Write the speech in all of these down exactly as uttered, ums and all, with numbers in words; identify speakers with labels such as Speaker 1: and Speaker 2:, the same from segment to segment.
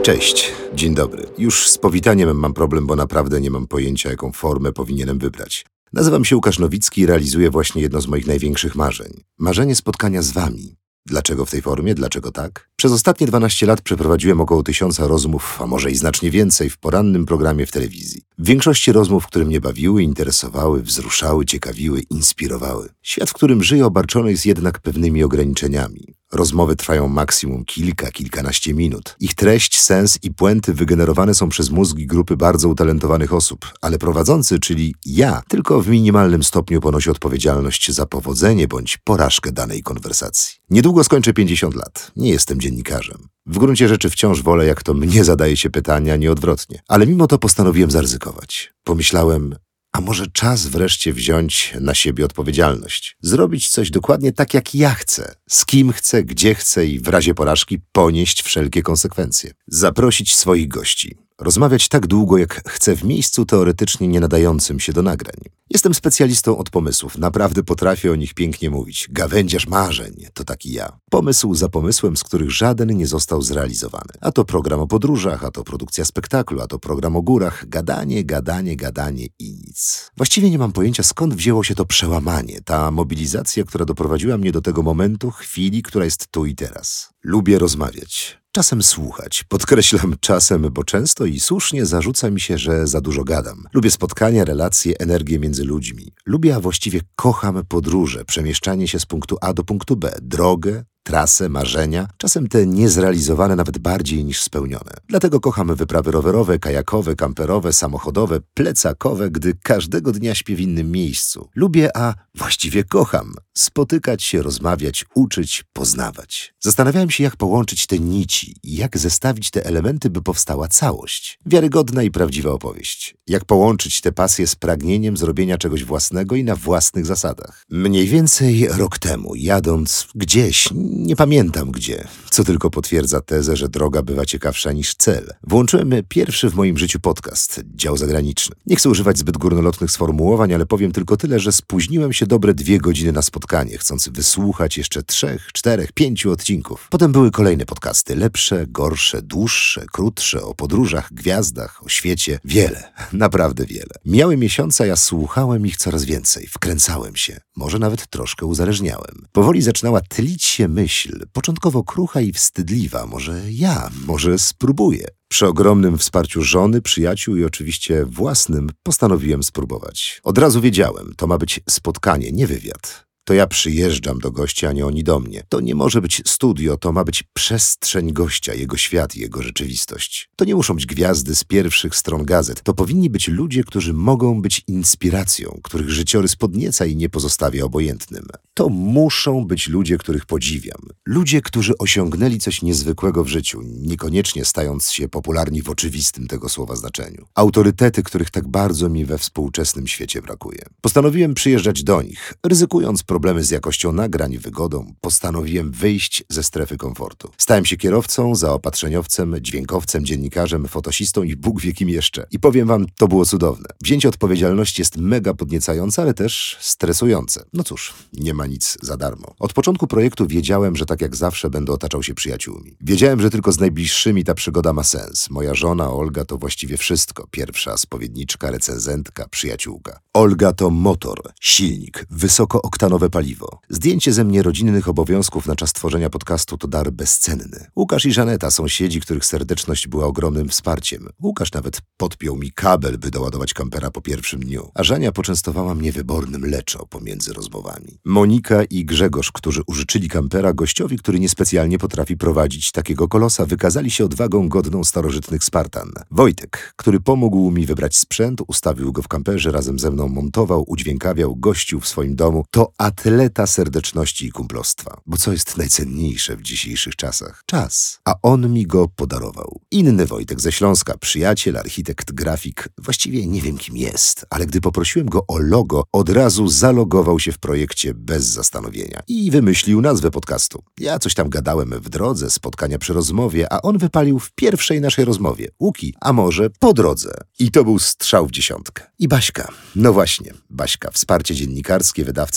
Speaker 1: Cześć, dzień dobry. Już z powitaniem mam problem, bo naprawdę nie mam pojęcia, jaką formę powinienem wybrać. Nazywam się Łukasz Nowicki i realizuję właśnie jedno z moich największych marzeń. Marzenie spotkania z wami. Dlaczego w tej formie? Dlaczego tak? Przez ostatnie dwanaście lat przeprowadziłem około tysiąca rozmów, a może i znacznie więcej, w porannym programie w telewizji. W większości rozmów, które mnie bawiły, interesowały, wzruszały, ciekawiły, inspirowały. Świat, w którym żyję, obarczony jest jednak pewnymi ograniczeniami. Rozmowy trwają maksimum kilka, kilkanaście minut. Ich treść, sens i puenty wygenerowane są przez mózgi grupy bardzo utalentowanych osób, ale prowadzący, czyli ja, tylko w minimalnym stopniu ponosi odpowiedzialność za powodzenie bądź porażkę danej konwersacji. Niedługo skończę pięćdziesiąt lat. Nie jestem dziennikarzem. W gruncie rzeczy wciąż wolę, jak to mnie zadaje się pytania, nie odwrotnie. Ale mimo to postanowiłem zaryzykować. Pomyślałem, a może czas wreszcie wziąć na siebie odpowiedzialność. Zrobić coś dokładnie tak, jak ja chcę. Z kim chcę, gdzie chcę i w razie porażki ponieść wszelkie konsekwencje. Zaprosić swoich gości. Rozmawiać tak długo, jak chcę w miejscu teoretycznie nie nadającym się do nagrań. Jestem specjalistą od pomysłów. Naprawdę potrafię o nich pięknie mówić. Gawędziarz marzeń to taki ja. Pomysł za pomysłem, z których żaden nie został zrealizowany. A to program o podróżach, a to produkcja spektaklu, a to program o górach. Gadanie, gadanie, gadanie i nic. Właściwie nie mam pojęcia, skąd wzięło się to przełamanie, ta mobilizacja, która doprowadziła mnie do tego momentu, chwili, która jest tu i teraz. Lubię rozmawiać. Czasem słuchać. Podkreślam czasem, bo często i słusznie zarzuca mi się, że za dużo gadam. Lubię spotkania, relacje, energię między ludźmi. Lubię, a właściwie kocham podróże, przemieszczanie się z punktu A do punktu B, drogę, trasę, marzenia, czasem te niezrealizowane nawet bardziej niż spełnione. Dlatego kocham wyprawy rowerowe, kajakowe, kamperowe, samochodowe, plecakowe, gdy każdego dnia śpię w innym miejscu. Lubię, a właściwie kocham spotykać się, rozmawiać, uczyć, poznawać. Zastanawiałem się, jak połączyć te nici i jak zestawić te elementy, by powstała całość. Wiarygodna i prawdziwa opowieść. Jak połączyć te pasje z pragnieniem zrobienia czegoś własnego i na własnych zasadach. Mniej więcej rok temu, jadąc gdzieś, nie pamiętam gdzie, co tylko potwierdza tezę, że droga bywa ciekawsza niż cel. Włączyłem pierwszy w moim życiu podcast, dział zagraniczny. Nie chcę używać zbyt górnolotnych sformułowań, ale powiem tylko tyle, że spóźniłem się dobre dwie godziny na spotkanie, chcąc wysłuchać jeszcze trzech, czterech, pięciu odcinków. Potem były kolejne podcasty, lepsze, gorsze, dłuższe, krótsze, o podróżach, gwiazdach, o świecie. Wiele, naprawdę wiele. Mijały miesiące, a ja słuchałem ich coraz więcej, wkręcałem się, może nawet troszkę uzależniałem. Powoli zaczynała tlić się myśl, początkowo krucha i wstydliwa, może ja, może spróbuję. Przy ogromnym wsparciu żony, przyjaciół i oczywiście własnym postanowiłem spróbować. Od razu wiedziałem, to ma być spotkanie, nie wywiad. To ja przyjeżdżam do gościa, a nie oni do mnie. To nie może być studio, to ma być przestrzeń gościa, jego świat, jego rzeczywistość. To nie muszą być gwiazdy z pierwszych stron gazet. To powinni być ludzie, którzy mogą być inspiracją, których życiorys podnieca i nie pozostawia obojętnym. To muszą być ludzie, których podziwiam. Ludzie, którzy osiągnęli coś niezwykłego w życiu, niekoniecznie stając się popularni w oczywistym tego słowa znaczeniu. Autorytety, których tak bardzo mi we współczesnym świecie brakuje. Postanowiłem przyjeżdżać do nich, ryzykując problemy z jakością nagrań, wygodą, postanowiłem wyjść ze strefy komfortu. Stałem się kierowcą, zaopatrzeniowcem, dźwiękowcem, dziennikarzem, fotosistą i Bóg wie kim jeszcze. I powiem wam, to było cudowne. Wzięcie odpowiedzialności jest mega podniecające, ale też stresujące. No cóż, nie ma nic za darmo. Od początku projektu wiedziałem, że tak jak zawsze będę otaczał się przyjaciółmi. Wiedziałem, że tylko z najbliższymi ta przygoda ma sens. Moja żona Olga to właściwie wszystko. Pierwsza spowiedniczka, recenzentka, przyjaciółka. Olga to motor, silnik, wysokooktanowe paliwo. Zdjęcie ze mnie rodzinnych obowiązków na czas tworzenia podcastu to dar bezcenny. Łukasz i Żaneta, sąsiedzi, których serdeczność była ogromnym wsparciem. Łukasz nawet podpiął mi kabel, by doładować kampera po pierwszym dniu. A Żania poczęstowała mnie wybornym leczo pomiędzy rozmowami. Monika i Grzegorz, którzy użyczyli kampera gościowi, który niespecjalnie potrafi prowadzić takiego kolosa, wykazali się odwagą godną starożytnych Spartan. Wojtek, który pomógł mi wybrać sprzęt, ustawił go w kamperze, razem ze mną montował, udźwiękawiał, gościł w swoim domu, to atleta serdeczności i kumplostwa. Bo co jest najcenniejsze w dzisiejszych czasach? Czas. A on mi go podarował. Inny Wojtek ze Śląska, przyjaciel, architekt, grafik, właściwie nie wiem kim jest, ale gdy poprosiłem go o logo, od razu zalogował się w projekcie bez zastanowienia i wymyślił nazwę podcastu. Ja coś tam gadałem w drodze, spotkania przy rozmowie, a on wypalił w pierwszej naszej rozmowie. Łuki, a może po drodze. I to był strzał w dziesiątkę. I Baśka. No właśnie, Baśka. Wsparcie dziennikarskie, wydawca, recenzent,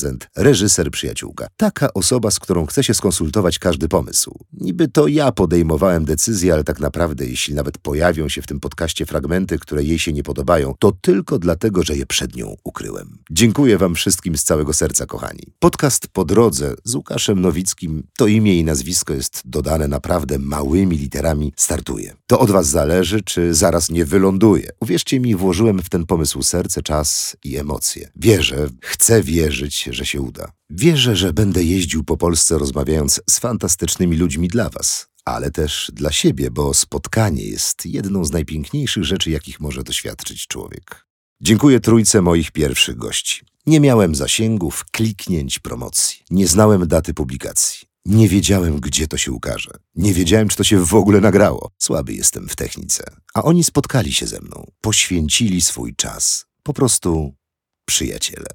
Speaker 1: recenzent, reżyser, przyjaciółka. Taka osoba, z którą chce się skonsultować każdy pomysł. Niby to ja podejmowałem decyzje, ale tak naprawdę, jeśli nawet pojawią się w tym podcaście fragmenty, które jej się nie podobają, to tylko dlatego, że je przed nią ukryłem. Dziękuję wam wszystkim z całego serca, kochani. Podcast Po drodze z Łukaszem Nowickim, to imię i nazwisko jest dodane naprawdę małymi literami, startuje. To od was zależy, czy zaraz nie wyląduje. Uwierzcie mi, włożyłem w ten pomysł serce, czas i emocje. Wierzę, chcę wierzyć, że się uda. Wierzę, że będę jeździł po Polsce rozmawiając z fantastycznymi ludźmi dla was, ale też dla siebie, bo spotkanie jest jedną z najpiękniejszych rzeczy, jakich może doświadczyć człowiek. Dziękuję trójce moich pierwszych gości. Nie miałem zasięgów, kliknięć, promocji. Nie znałem daty publikacji. Nie wiedziałem, gdzie to się ukaże. Nie wiedziałem, czy to się w ogóle nagrało. Słaby jestem w technice. A oni spotkali się ze mną. Poświęcili swój czas. Po prostu przyjaciele.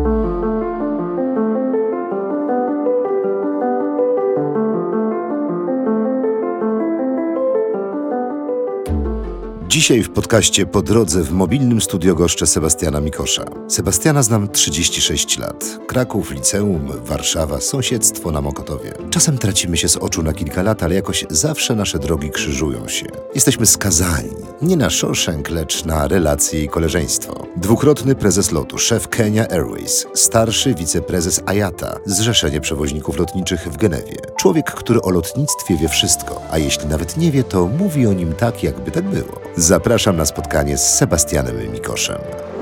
Speaker 1: Dzisiaj w podcaście Po drodze w mobilnym studio goszczę Sebastiana Mikosza. Sebastiana znam trzydzieści sześć lat. Kraków, liceum, Warszawa, sąsiedztwo na Mokotowie. Czasem tracimy się z oczu na kilka lat, ale jakoś zawsze nasze drogi krzyżują się. Jesteśmy skazani. Nie na Shawshank, lecz na relacje i koleżeństwo. Dwukrotny prezes lotu, szef Kenya Airways, starszy wiceprezes I A T A, Zrzeszenie Przewoźników Lotniczych w Genewie. Człowiek, który o lotnictwie wie wszystko, a jeśli nawet nie wie, to mówi o nim tak, jakby tak było. Zapraszam na spotkanie z Sebastianem Mikoszem.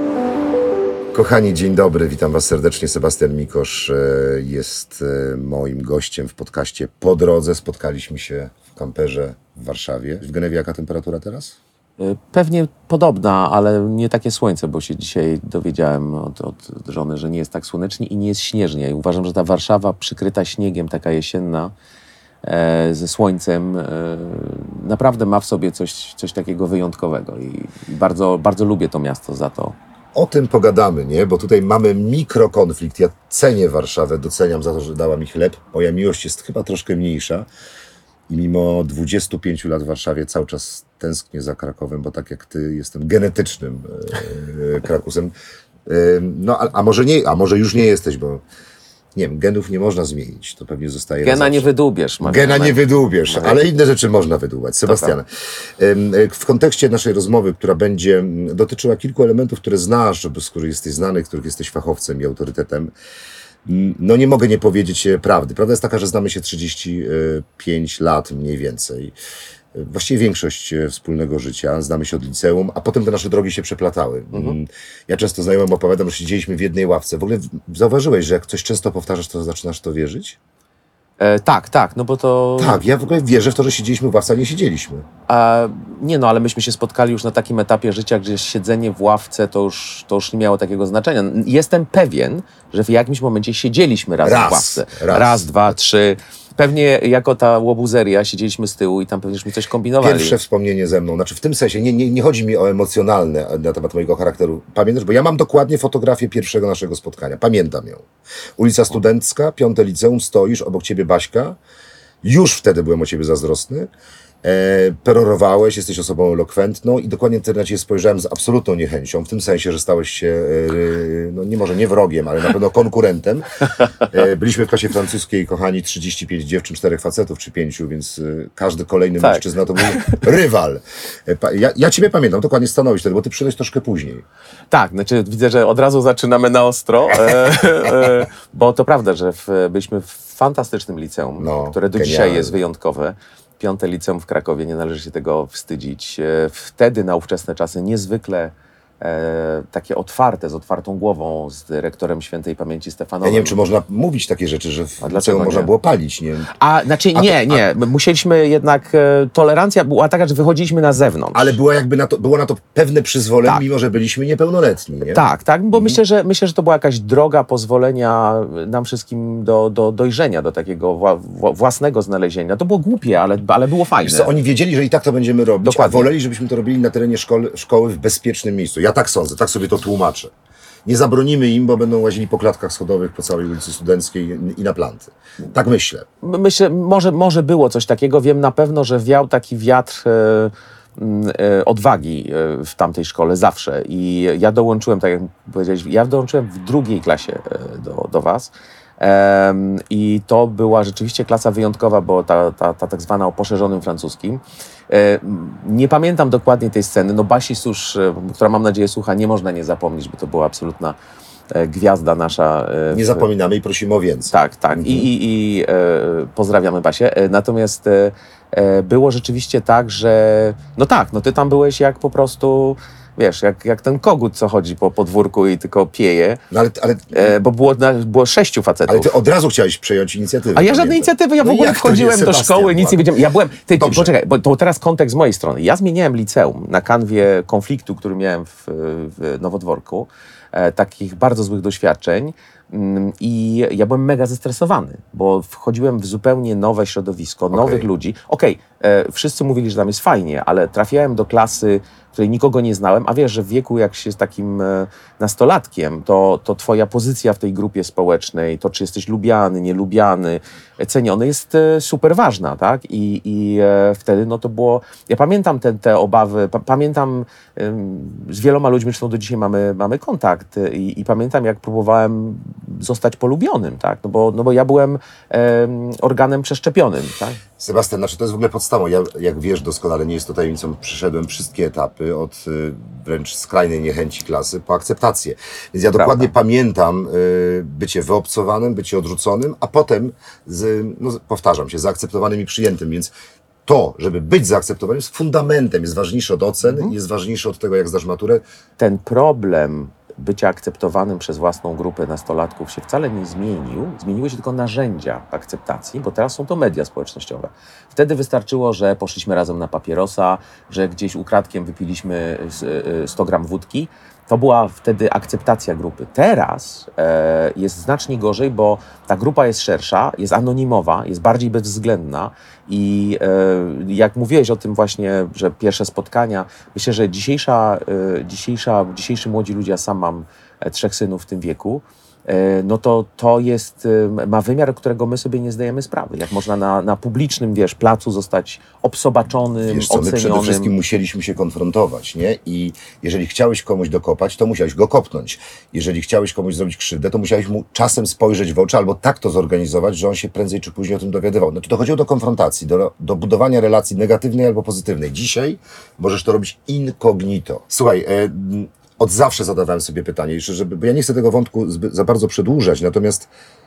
Speaker 1: Kochani, dzień dobry, witam was serdecznie. Sebastian Mikosz jest moim gościem w podcaście Po drodze. Spotkaliśmy się w kamperze w Warszawie. W Genewie jaka temperatura teraz?
Speaker 2: Pewnie podobna, ale nie takie słońce, bo się dzisiaj dowiedziałem od, od żony, że nie jest tak słonecznie i nie jest śnieżnie. I uważam, że ta Warszawa przykryta śniegiem, taka jesienna, e, ze słońcem, e, naprawdę ma w sobie coś, coś takiego wyjątkowego. I, i bardzo, bardzo lubię to miasto za to.
Speaker 1: O tym pogadamy, nie? Bo tutaj mamy mikrokonflikt. Ja cenię Warszawę, doceniam za to, że dała mi chleb. Moja miłość jest chyba troszkę mniejsza. I mimo dwudziestu pięciu lat w Warszawie cały czas tęsknię za Krakowem, bo tak jak ty jestem genetycznym e, Krakusem. E, no a, a może nie, a może już nie jesteś, bo nie wiem, genów nie można zmienić. To pewnie zostaje.
Speaker 2: Gena nie wydubiesz.
Speaker 1: Gena nie wydubiesz, ale inne rzeczy można wydłubać. Sebastian, w kontekście naszej rozmowy, która będzie dotyczyła kilku elementów, które znasz, z których jesteś znany, których jesteś fachowcem i autorytetem, no nie mogę nie powiedzieć prawdy. Prawda jest taka, że znamy się trzydzieści pięć lat mniej więcej. Właściwie większość wspólnego życia. Znamy się od liceum, a potem te nasze drogi się przeplatały. Mhm. Ja często znajomym opowiadam, że siedzieliśmy w jednej ławce. W ogóle zauważyłeś, że jak coś często powtarzasz, to zaczynasz to wierzyć?
Speaker 2: E, tak, tak, no bo to...
Speaker 1: Tak, ja w ogóle wierzę w to, że siedzieliśmy w ławce, a nie siedzieliśmy.
Speaker 2: E, nie no, ale myśmy się spotkali już na takim etapie życia, gdzie siedzenie w ławce to już, to już nie miało takiego znaczenia. Jestem pewien, że w jakimś momencie siedzieliśmy razem
Speaker 1: raz,
Speaker 2: w ławce.
Speaker 1: Raz,
Speaker 2: raz dwa, trzy... Pewnie jako ta łobuzeria siedzieliśmy z tyłu i tam pewnieśmy coś kombinowali.
Speaker 1: Pierwsze wspomnienie ze mną, znaczy w tym sensie, nie, nie, nie chodzi mi o emocjonalne na temat mojego charakteru. Pamiętasz, bo ja mam dokładnie fotografię pierwszego naszego spotkania. Pamiętam ją. Ulica Studencka, piąte liceum, stoisz, obok ciebie Baśka. Już wtedy byłem o ciebie zazdrosny. E, perorowałeś, jesteś osobą elokwentną i dokładnie wtedy na ciebie spojrzałem z absolutną niechęcią, w tym sensie, że stałeś się, e, no nie może nie wrogiem, ale na pewno konkurentem. E, byliśmy w klasie francuskiej, kochani, trzydzieści pięć dziewczyn, czterech facetów czy pięciu, więc e, każdy kolejny tak. mężczyzna to był rywal. E, pa, ja, ja ciebie pamiętam, dokładnie stanąłeś wtedy, bo ty przyszedłeś troszkę później.
Speaker 2: Tak, znaczy widzę, że od razu zaczynamy na ostro, e, e, bo to prawda, że w, byliśmy w fantastycznym liceum, no, które do genialne. Dzisiaj jest wyjątkowe. Piąte liceum w Krakowie, nie należy się tego wstydzić. Wtedy na ówczesne czasy niezwykle e, takie otwarte, z otwartą głową, z dyrektorem świętej pamięci Stefanowem.
Speaker 1: Ja nie wiem, czy można mówić takie rzeczy, że w liceum można było palić, nie?
Speaker 2: A, znaczy nie, a, nie. A... Musieliśmy jednak, e, tolerancja była taka, że wychodziliśmy na zewnątrz.
Speaker 1: Ale była jakby na to, było na to pewne przyzwolenie, tak. mimo że byliśmy niepełnoletni, nie?
Speaker 2: Tak, tak, bo mhm. myślę, że, myślę, że to była jakaś droga pozwolenia nam wszystkim do, do dojrzenia, do takiego wła, własnego znalezienia. To było głupie, ale, ale było fajne.
Speaker 1: Wiesz co, oni wiedzieli, że i tak to będziemy robić,
Speaker 2: Dokładnie.
Speaker 1: a woleli, żebyśmy to robili na terenie szkoły, szkoły w bezpiecznym miejscu. Ja tak sądzę, tak sobie to tłumaczę. Nie zabronimy im, bo będą łazili po klatkach schodowych po całej ulicy Studenckiej i na planty. Tak myślę.
Speaker 2: Myślę, może, może było coś takiego. Wiem na pewno, że wiał taki wiatr e, odwagi w tamtej szkole zawsze. I ja dołączyłem, tak jak powiedziałeś, ja dołączyłem w drugiej klasie do, do was. Um, I to była rzeczywiście klasa wyjątkowa, bo ta, ta, ta tak zwana o poszerzonym francuskim. Um, nie pamiętam dokładnie tej sceny. No Basi Susz, która mam nadzieję słucha, nie można nie zapomnieć, bo to była absolutna e, gwiazda nasza. E,
Speaker 1: nie zapominamy i prosimy o więcej.
Speaker 2: Tak, tak. Mhm. I, i, i e, pozdrawiamy Basię. E, natomiast e, e, było rzeczywiście tak, że no tak, no ty tam byłeś jak po prostu... Wiesz, jak, jak ten kogut, co chodzi po podwórku i tylko pieje, no ale, ale, e, bo było, na, było sześciu facetów.
Speaker 1: Ale ty od razu chciałeś przejąć inicjatywę.
Speaker 2: A ja żadnej inicjatywy, ja w no ogóle wchodziłem do szkoły, nic nie wiedziałem. Ja byłem, ty, ty, poczekaj, bo to teraz kontekst z mojej strony. Ja zmieniałem liceum na kanwie konfliktu, który miałem w, w Nowodworku, e, takich bardzo złych doświadczeń. I ja byłem mega zestresowany, bo wchodziłem w zupełnie nowe środowisko, okay. nowych ludzi. Okej, okay, wszyscy mówili, że tam jest fajnie, ale trafiałem do klasy, której nikogo nie znałem, a wiesz, że w wieku, jak się jest takim e, nastolatkiem, to, to twoja pozycja w tej grupie społecznej, to czy jesteś lubiany, nielubiany, ceniony, jest e, super ważna, tak? I, i e, wtedy no to było... Ja pamiętam te, te obawy, pa, pamiętam e, z wieloma ludźmi, zresztą do dzisiaj mamy, mamy kontakt e, i, i pamiętam, jak próbowałem zostać polubionym, tak? No bo, no bo ja byłem e, organem przeszczepionym, tak?
Speaker 1: Sebastian, znaczy to jest w ogóle podstawą. Ja, jak wiesz doskonale, nie jest to tajemnicą, przeszedłem wszystkie etapy od y, wręcz skrajnej niechęci klasy po akceptację. Więc ja
Speaker 2: Prawda.
Speaker 1: dokładnie pamiętam y, bycie wyobcowanym, bycie odrzuconym, a potem, z, no, powtarzam się, zaakceptowanym i przyjętym. Więc to, żeby być zaakceptowanym, jest fundamentem, jest ważniejsze od ocen, mhm. jest ważniejsze od tego, jak zdasz maturę.
Speaker 2: Ten problem bycia akceptowanym przez własną grupę nastolatków się wcale nie zmienił. Zmieniły się tylko narzędzia akceptacji, bo teraz są to media społecznościowe. Wtedy wystarczyło, że poszliśmy razem na papierosa, że gdzieś ukradkiem wypiliśmy sto gram wódki. To była wtedy akceptacja grupy. Teraz e, jest znacznie gorzej, bo ta grupa jest szersza, jest anonimowa, jest bardziej bezwzględna i e, jak mówiłeś o tym właśnie, że pierwsze spotkania, myślę, że dzisiejsza, e, dzisiejsza, dzisiejsi młodzi ludzie, ja sam mam e, trzech synów w tym wieku, no to to jest, ma wymiar, którego my sobie nie zdajemy sprawy. Jak można na, na publicznym, wiesz, placu zostać obsobaczonym,
Speaker 1: wiesz co,
Speaker 2: ocenionym.
Speaker 1: My przede wszystkim musieliśmy się konfrontować, nie? I jeżeli chciałeś komuś dokopać, to musiałeś go kopnąć. Jeżeli chciałeś komuś zrobić krzywdę, to musiałeś mu czasem spojrzeć w oczy albo tak to zorganizować, że on się prędzej czy później o tym dowiadywał. Znaczy to chodziło do konfrontacji, do, do budowania relacji negatywnej albo pozytywnej. Dzisiaj możesz to robić incognito. Słuchaj, e, od zawsze zadawałem sobie pytanie, żeby, bo ja nie chcę tego wątku zbyt, za bardzo przedłużać, natomiast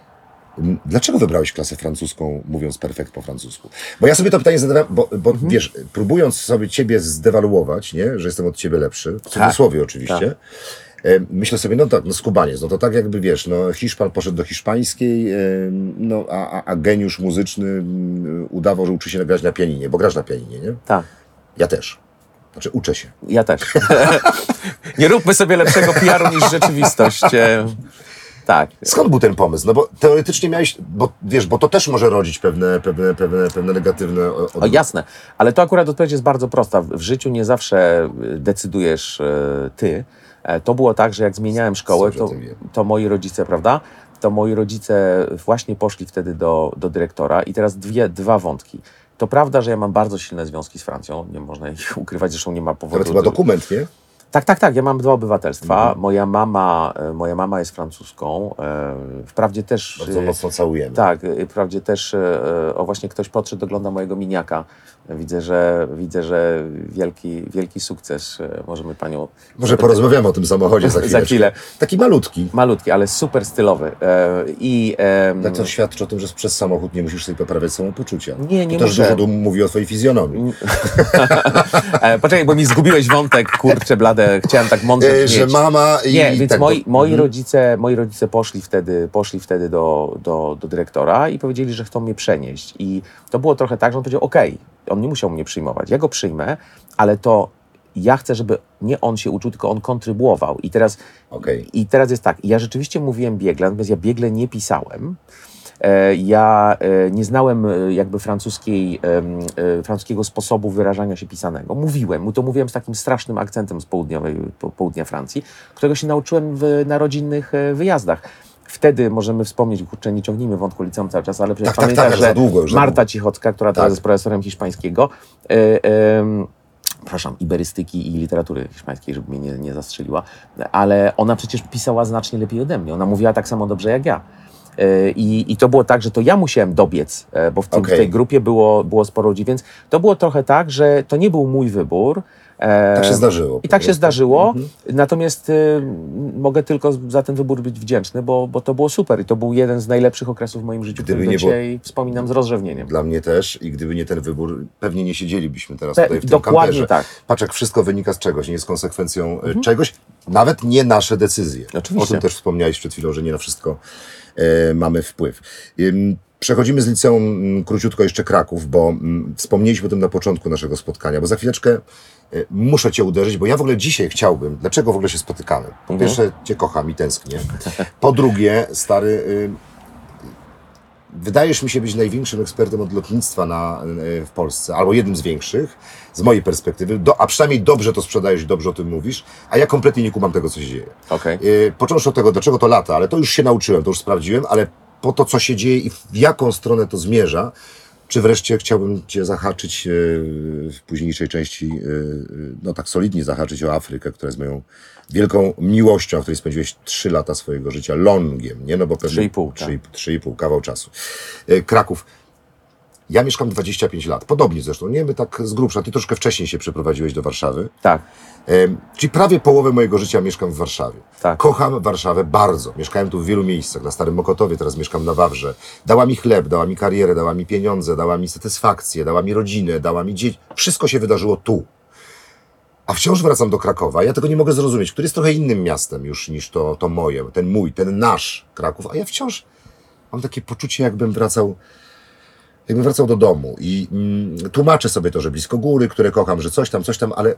Speaker 1: m, dlaczego wybrałeś klasę francuską, mówiąc perfekt po francusku? Bo ja sobie to pytanie zadawałem, bo, bo mhm. wiesz, próbując sobie ciebie zdewaluować, nie, że jestem od ciebie lepszy, w cudzysłowie tak, oczywiście, tak. E, myślę sobie, no tak, no skubaniec, no to tak jakby wiesz, no Hiszpan poszedł do hiszpańskiej, e, no a, a, a geniusz muzyczny m, udawał, że uczy się grać na pianinie, bo grasz na pianinie, nie?
Speaker 2: Tak.
Speaker 1: Ja też. Znaczy, uczę się.
Speaker 2: Ja też. Nie róbmy sobie lepszego P R-u niż rzeczywistość. Tak.
Speaker 1: Skąd był ten pomysł? No bo teoretycznie miałeś, bo wiesz, bo to też może rodzić pewne, pewne, pewne, pewne negatywne odruchy.
Speaker 2: O, jasne, ale to akurat odpowiedź jest bardzo prosta. W życiu nie zawsze decydujesz e, ty. E, to było tak, że jak zmieniałem szkołę, to, to moi rodzice, prawda? To moi rodzice właśnie poszli wtedy do, do dyrektora i teraz dwie, dwa wątki. To prawda, że ja mam bardzo silne związki z Francją, nie można ich ukrywać, zresztą nie ma powodu.
Speaker 1: To chyba dokument, nie?
Speaker 2: Tak, tak, tak, ja mam dwa obywatelstwa. Mhm. Moja mama, moja mama jest francuską, wprawdzie też...
Speaker 1: Bardzo mocno całujemy.
Speaker 2: Tak, wprawdzie też, o właśnie ktoś podszedł, ogląda mojego miniaka. Widzę, że widzę, że wielki, wielki sukces. Możemy panią...
Speaker 1: Może porozmawiamy o tym samochodzie za chwilę.
Speaker 2: za chwilę.
Speaker 1: Taki malutki.
Speaker 2: Malutki, ale super stylowy. I...
Speaker 1: Tak to świadczy o tym, że przez samochód nie musisz sobie poprawiać samopoczucia.
Speaker 2: Nie, nie
Speaker 1: to
Speaker 2: muszę.
Speaker 1: też dużo mówi o twojej fizjonomii.
Speaker 2: Poczekaj, bo mi zgubiłeś wątek, kurczę blade. Chciałem tak mądrze brzmieć.
Speaker 1: Że mama i...
Speaker 2: Nie, więc
Speaker 1: tak
Speaker 2: moi,
Speaker 1: do...
Speaker 2: moi,
Speaker 1: mhm.
Speaker 2: rodzice, moi rodzice poszli wtedy, poszli wtedy do, do, do dyrektora i powiedzieli, że chcą mnie przenieść. I to było trochę tak, że on powiedział, okej, okay, on nie musiał mnie przyjmować. Ja go przyjmę, ale to ja chcę, żeby nie on się uczył, tylko on kontrybuował. I teraz,
Speaker 1: okay.
Speaker 2: I teraz jest tak, ja rzeczywiście mówiłem biegle, natomiast ja biegle nie pisałem. Ja nie znałem jakby francuskiej, francuskiego sposobu wyrażania się pisanego. Mówiłem, to mówiłem z takim strasznym akcentem z południowej, południa Francji, którego się nauczyłem w, na rodzinnych wyjazdach. Wtedy możemy wspomnieć, kurczę, nie ciągnijmy wątku liceum cały czas, ale przecież
Speaker 1: tak,
Speaker 2: pamiętasz,
Speaker 1: tak, tak,
Speaker 2: że
Speaker 1: za długo, już
Speaker 2: Marta Cichocka, która teraz tak. jest profesorem hiszpańskiego, yy, yy, przepraszam, iberystyki i literatury hiszpańskiej, żeby mnie nie, nie zastrzeliła, ale ona przecież pisała znacznie lepiej ode mnie. Ona mówiła tak samo dobrze jak ja. I, I to było tak, że to ja musiałem dobiec, bo w, tym, okay. w tej grupie było, było sporo ludzi, więc to było trochę tak, że to nie był mój wybór.
Speaker 1: Tak się zdarzyło.
Speaker 2: I tak się zdarzyło, mhm. natomiast y, mogę tylko za ten wybór być wdzięczny, bo, bo to było super i to był jeden z najlepszych okresów w moim życiu, gdyby który nie dzisiaj było... wspominam z rozrzewnieniem.
Speaker 1: Dla mnie też i gdyby nie ten wybór, pewnie nie siedzielibyśmy teraz Pe- tutaj w tym
Speaker 2: dokładnie
Speaker 1: kamperze.
Speaker 2: Tak.
Speaker 1: Patrz, jak wszystko wynika z czegoś, nie jest konsekwencją mhm. czegoś, nawet nie nasze decyzje.
Speaker 2: Oczywiście.
Speaker 1: O tym też wspomniałeś przed chwilą, że nie na wszystko e, mamy wpływ. Ym, Przechodzimy z liceum m, króciutko jeszcze Kraków, bo m, wspomnieliśmy o tym na początku naszego spotkania, bo za chwileczkę y, muszę Cię uderzyć, bo ja w ogóle dzisiaj chciałbym, dlaczego w ogóle się spotykamy? Po mhm. pierwsze, Cię kocham i tęsknię. Po drugie, stary, y, wydajesz mi się być największym ekspertem od lotnictwa na, y, w Polsce, albo jednym z większych, z mojej perspektywy, do, a przynajmniej dobrze to sprzedajesz i dobrze o tym mówisz, a ja kompletnie nie kumam tego, co się dzieje.
Speaker 2: Okay.
Speaker 1: Y, począwszy od tego, dlaczego to lata, ale to już się nauczyłem, to już sprawdziłem, ale po to, co się dzieje i w jaką stronę to zmierza, czy wreszcie chciałbym Cię zahaczyć w późniejszej części, no tak solidnie zahaczyć o Afrykę, która jest moją wielką miłością, w której spędziłeś trzy lata swojego życia longiem, nie? No bo pewnie
Speaker 2: trzy i pół,
Speaker 1: trzy, trzy i pół, kawał czasu. Kraków. Ja mieszkam dwadzieścia pięć lat, podobnie zresztą, nie? My tak z grubsza, Ty troszkę wcześniej się przeprowadziłeś do Warszawy.
Speaker 2: Tak.
Speaker 1: Ehm, czyli prawie połowę mojego życia mieszkam w Warszawie.
Speaker 2: Tak.
Speaker 1: Kocham Warszawę bardzo. Mieszkałem tu w wielu miejscach, na Starym Mokotowie, teraz mieszkam na Wawrze. Dała mi chleb, dała mi karierę, dała mi pieniądze, dała mi satysfakcję, dała mi rodzinę, dała mi dzieci. Wszystko się wydarzyło tu. A wciąż wracam do Krakowa. Ja tego nie mogę zrozumieć, który jest trochę innym miastem już niż to, to moje, ten mój, ten nasz Kraków. A ja wciąż mam takie poczucie, jakbym wracał jakbym wracał do domu i mm, tłumaczę sobie to, że blisko góry, które kocham, że coś tam, coś tam, ale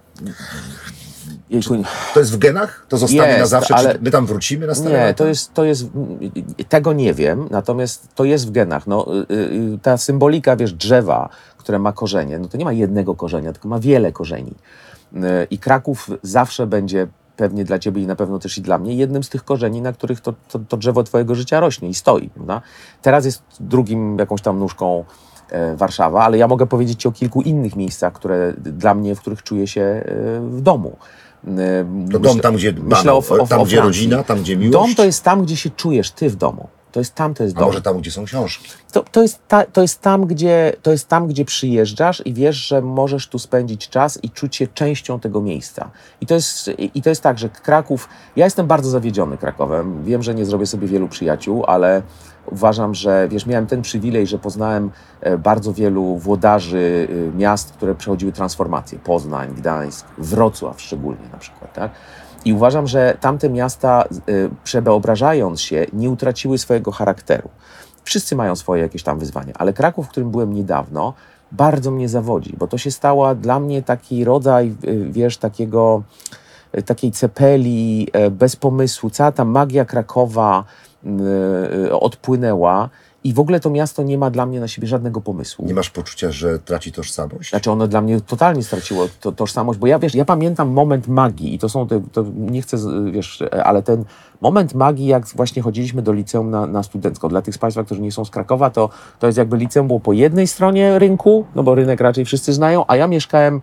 Speaker 1: czy to jest w genach? To zostanie
Speaker 2: jest,
Speaker 1: na zawsze?
Speaker 2: Ale...
Speaker 1: Czy my tam wrócimy na stare
Speaker 2: Nie,
Speaker 1: lata?
Speaker 2: to jest, to jest, tego nie wiem, natomiast to jest w genach. No, yy, ta symbolika, wiesz, drzewa, które ma korzenie, no to nie ma jednego korzenia, tylko ma wiele korzeni. Yy, I Kraków zawsze będzie pewnie dla Ciebie i na pewno też i dla mnie, jednym z tych korzeni, na których to, to, to drzewo Twojego życia rośnie i stoi. Prawda? Teraz jest drugim jakąś tam nóżką e, Warszawa, ale ja mogę powiedzieć Ci o kilku innych miejscach, które dla mnie, w których czuję się e, w domu.
Speaker 1: E, to dom tam, gdzie
Speaker 2: myślę o, o,
Speaker 1: tam,
Speaker 2: o
Speaker 1: gdzie rodzina, tam, gdzie miłość?
Speaker 2: Dom to jest tam, gdzie się czujesz Ty w domu. To jest tam, to jest
Speaker 1: A
Speaker 2: dom.
Speaker 1: może tam, gdzie są książki?
Speaker 2: To, to, jest ta, to, jest tam, gdzie, to jest tam, gdzie przyjeżdżasz i wiesz, że możesz tu spędzić czas i czuć się częścią tego miejsca. I to jest, i to jest tak, że Kraków... Ja jestem bardzo zawiedziony Krakowem. Wiem, że nie zrobię sobie wielu przyjaciół, ale uważam, że wiesz, miałem ten przywilej, że poznałem bardzo wielu włodarzy miast, które przechodziły transformację. Poznań, Gdańsk, Wrocław szczególnie na przykład, tak? I uważam, że tamte miasta, y, przeobrażając się, nie utraciły swojego charakteru. Wszyscy mają swoje jakieś tam wyzwania, ale Kraków, w którym byłem niedawno, bardzo mnie zawodzi, bo to się stała dla mnie taki rodzaj, y, wiesz, takiego, y, takiej cepeli, y, bez pomysłu. Cała ta magia Krakowa y, y, odpłynęła. I w ogóle to miasto nie ma dla mnie na siebie żadnego pomysłu.
Speaker 1: Nie masz poczucia, że traci tożsamość?
Speaker 2: Znaczy ono dla mnie totalnie straciło to, tożsamość, bo ja, wiesz, ja pamiętam moment magii i to są te, to nie chcę, wiesz, ale ten moment magii, jak właśnie chodziliśmy do liceum na, na studencko. Dla tych z Państwa, którzy nie są z Krakowa, to, to jest jakby liceum było po jednej stronie rynku, no bo rynek raczej wszyscy znają, a ja mieszkałem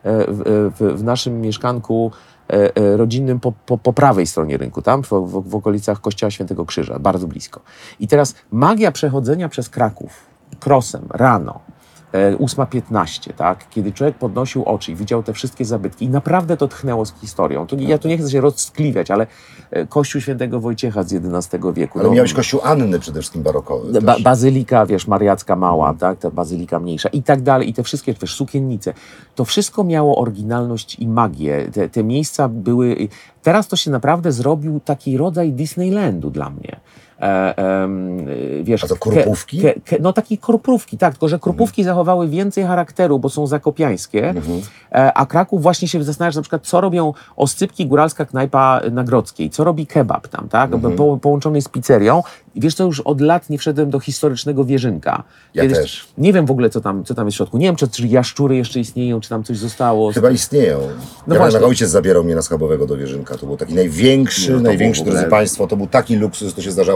Speaker 2: w, w, w naszym mieszkanku rodzinnym po, po, po prawej stronie rynku, tam w, w, w okolicach Kościoła Świętego Krzyża, bardzo blisko. I teraz magia przechodzenia przez Kraków krosem rano, ósma piętnaście, tak? Kiedy człowiek podnosił oczy i widział te wszystkie zabytki i naprawdę to tchnęło z historią. Tu, ja tu nie chcę się roztkliwiać, ale Kościół Świętego Wojciecha z jedenastego wieku.
Speaker 1: Ale
Speaker 2: no,
Speaker 1: miałeś Kościół Anny przede wszystkim barokowy.
Speaker 2: Ba bazylika, wiesz, mariacka mała, hmm. tak? Ta bazylika mniejsza i tak dalej. I te wszystkie, wiesz, sukiennice. To wszystko miało oryginalność i magię. Te, te miejsca były... Teraz to się naprawdę zrobił taki rodzaj Disneylandu dla mnie. E, e, wiesz,
Speaker 1: A to krupówki?
Speaker 2: Ke, ke, no takie krupówki, tak, tylko że krupówki mhm. zachowały więcej charakteru, bo są zakopiańskie, mhm. e, a Kraków właśnie się zastanawiasz na przykład, co robią Oscypki, góralska knajpa na Grodzkiej, co robi kebab tam, tak, mhm. po, połączony z pizzerią. I wiesz co, już od lat nie wszedłem do historycznego Wierzynka.
Speaker 1: Ja
Speaker 2: Kiedyś,
Speaker 1: też.
Speaker 2: Nie wiem w ogóle, co tam, co tam jest w środku. Nie wiem, czy, czy jaszczury jeszcze istnieją, czy tam coś zostało.
Speaker 1: Chyba istnieją.
Speaker 2: No
Speaker 1: ja pamiętam, jak ojciec zabierał mnie na Schabowego do Wierzynka. To był taki największy, no, największy, drodzy Państwo, to był taki luksus, to się zdarzało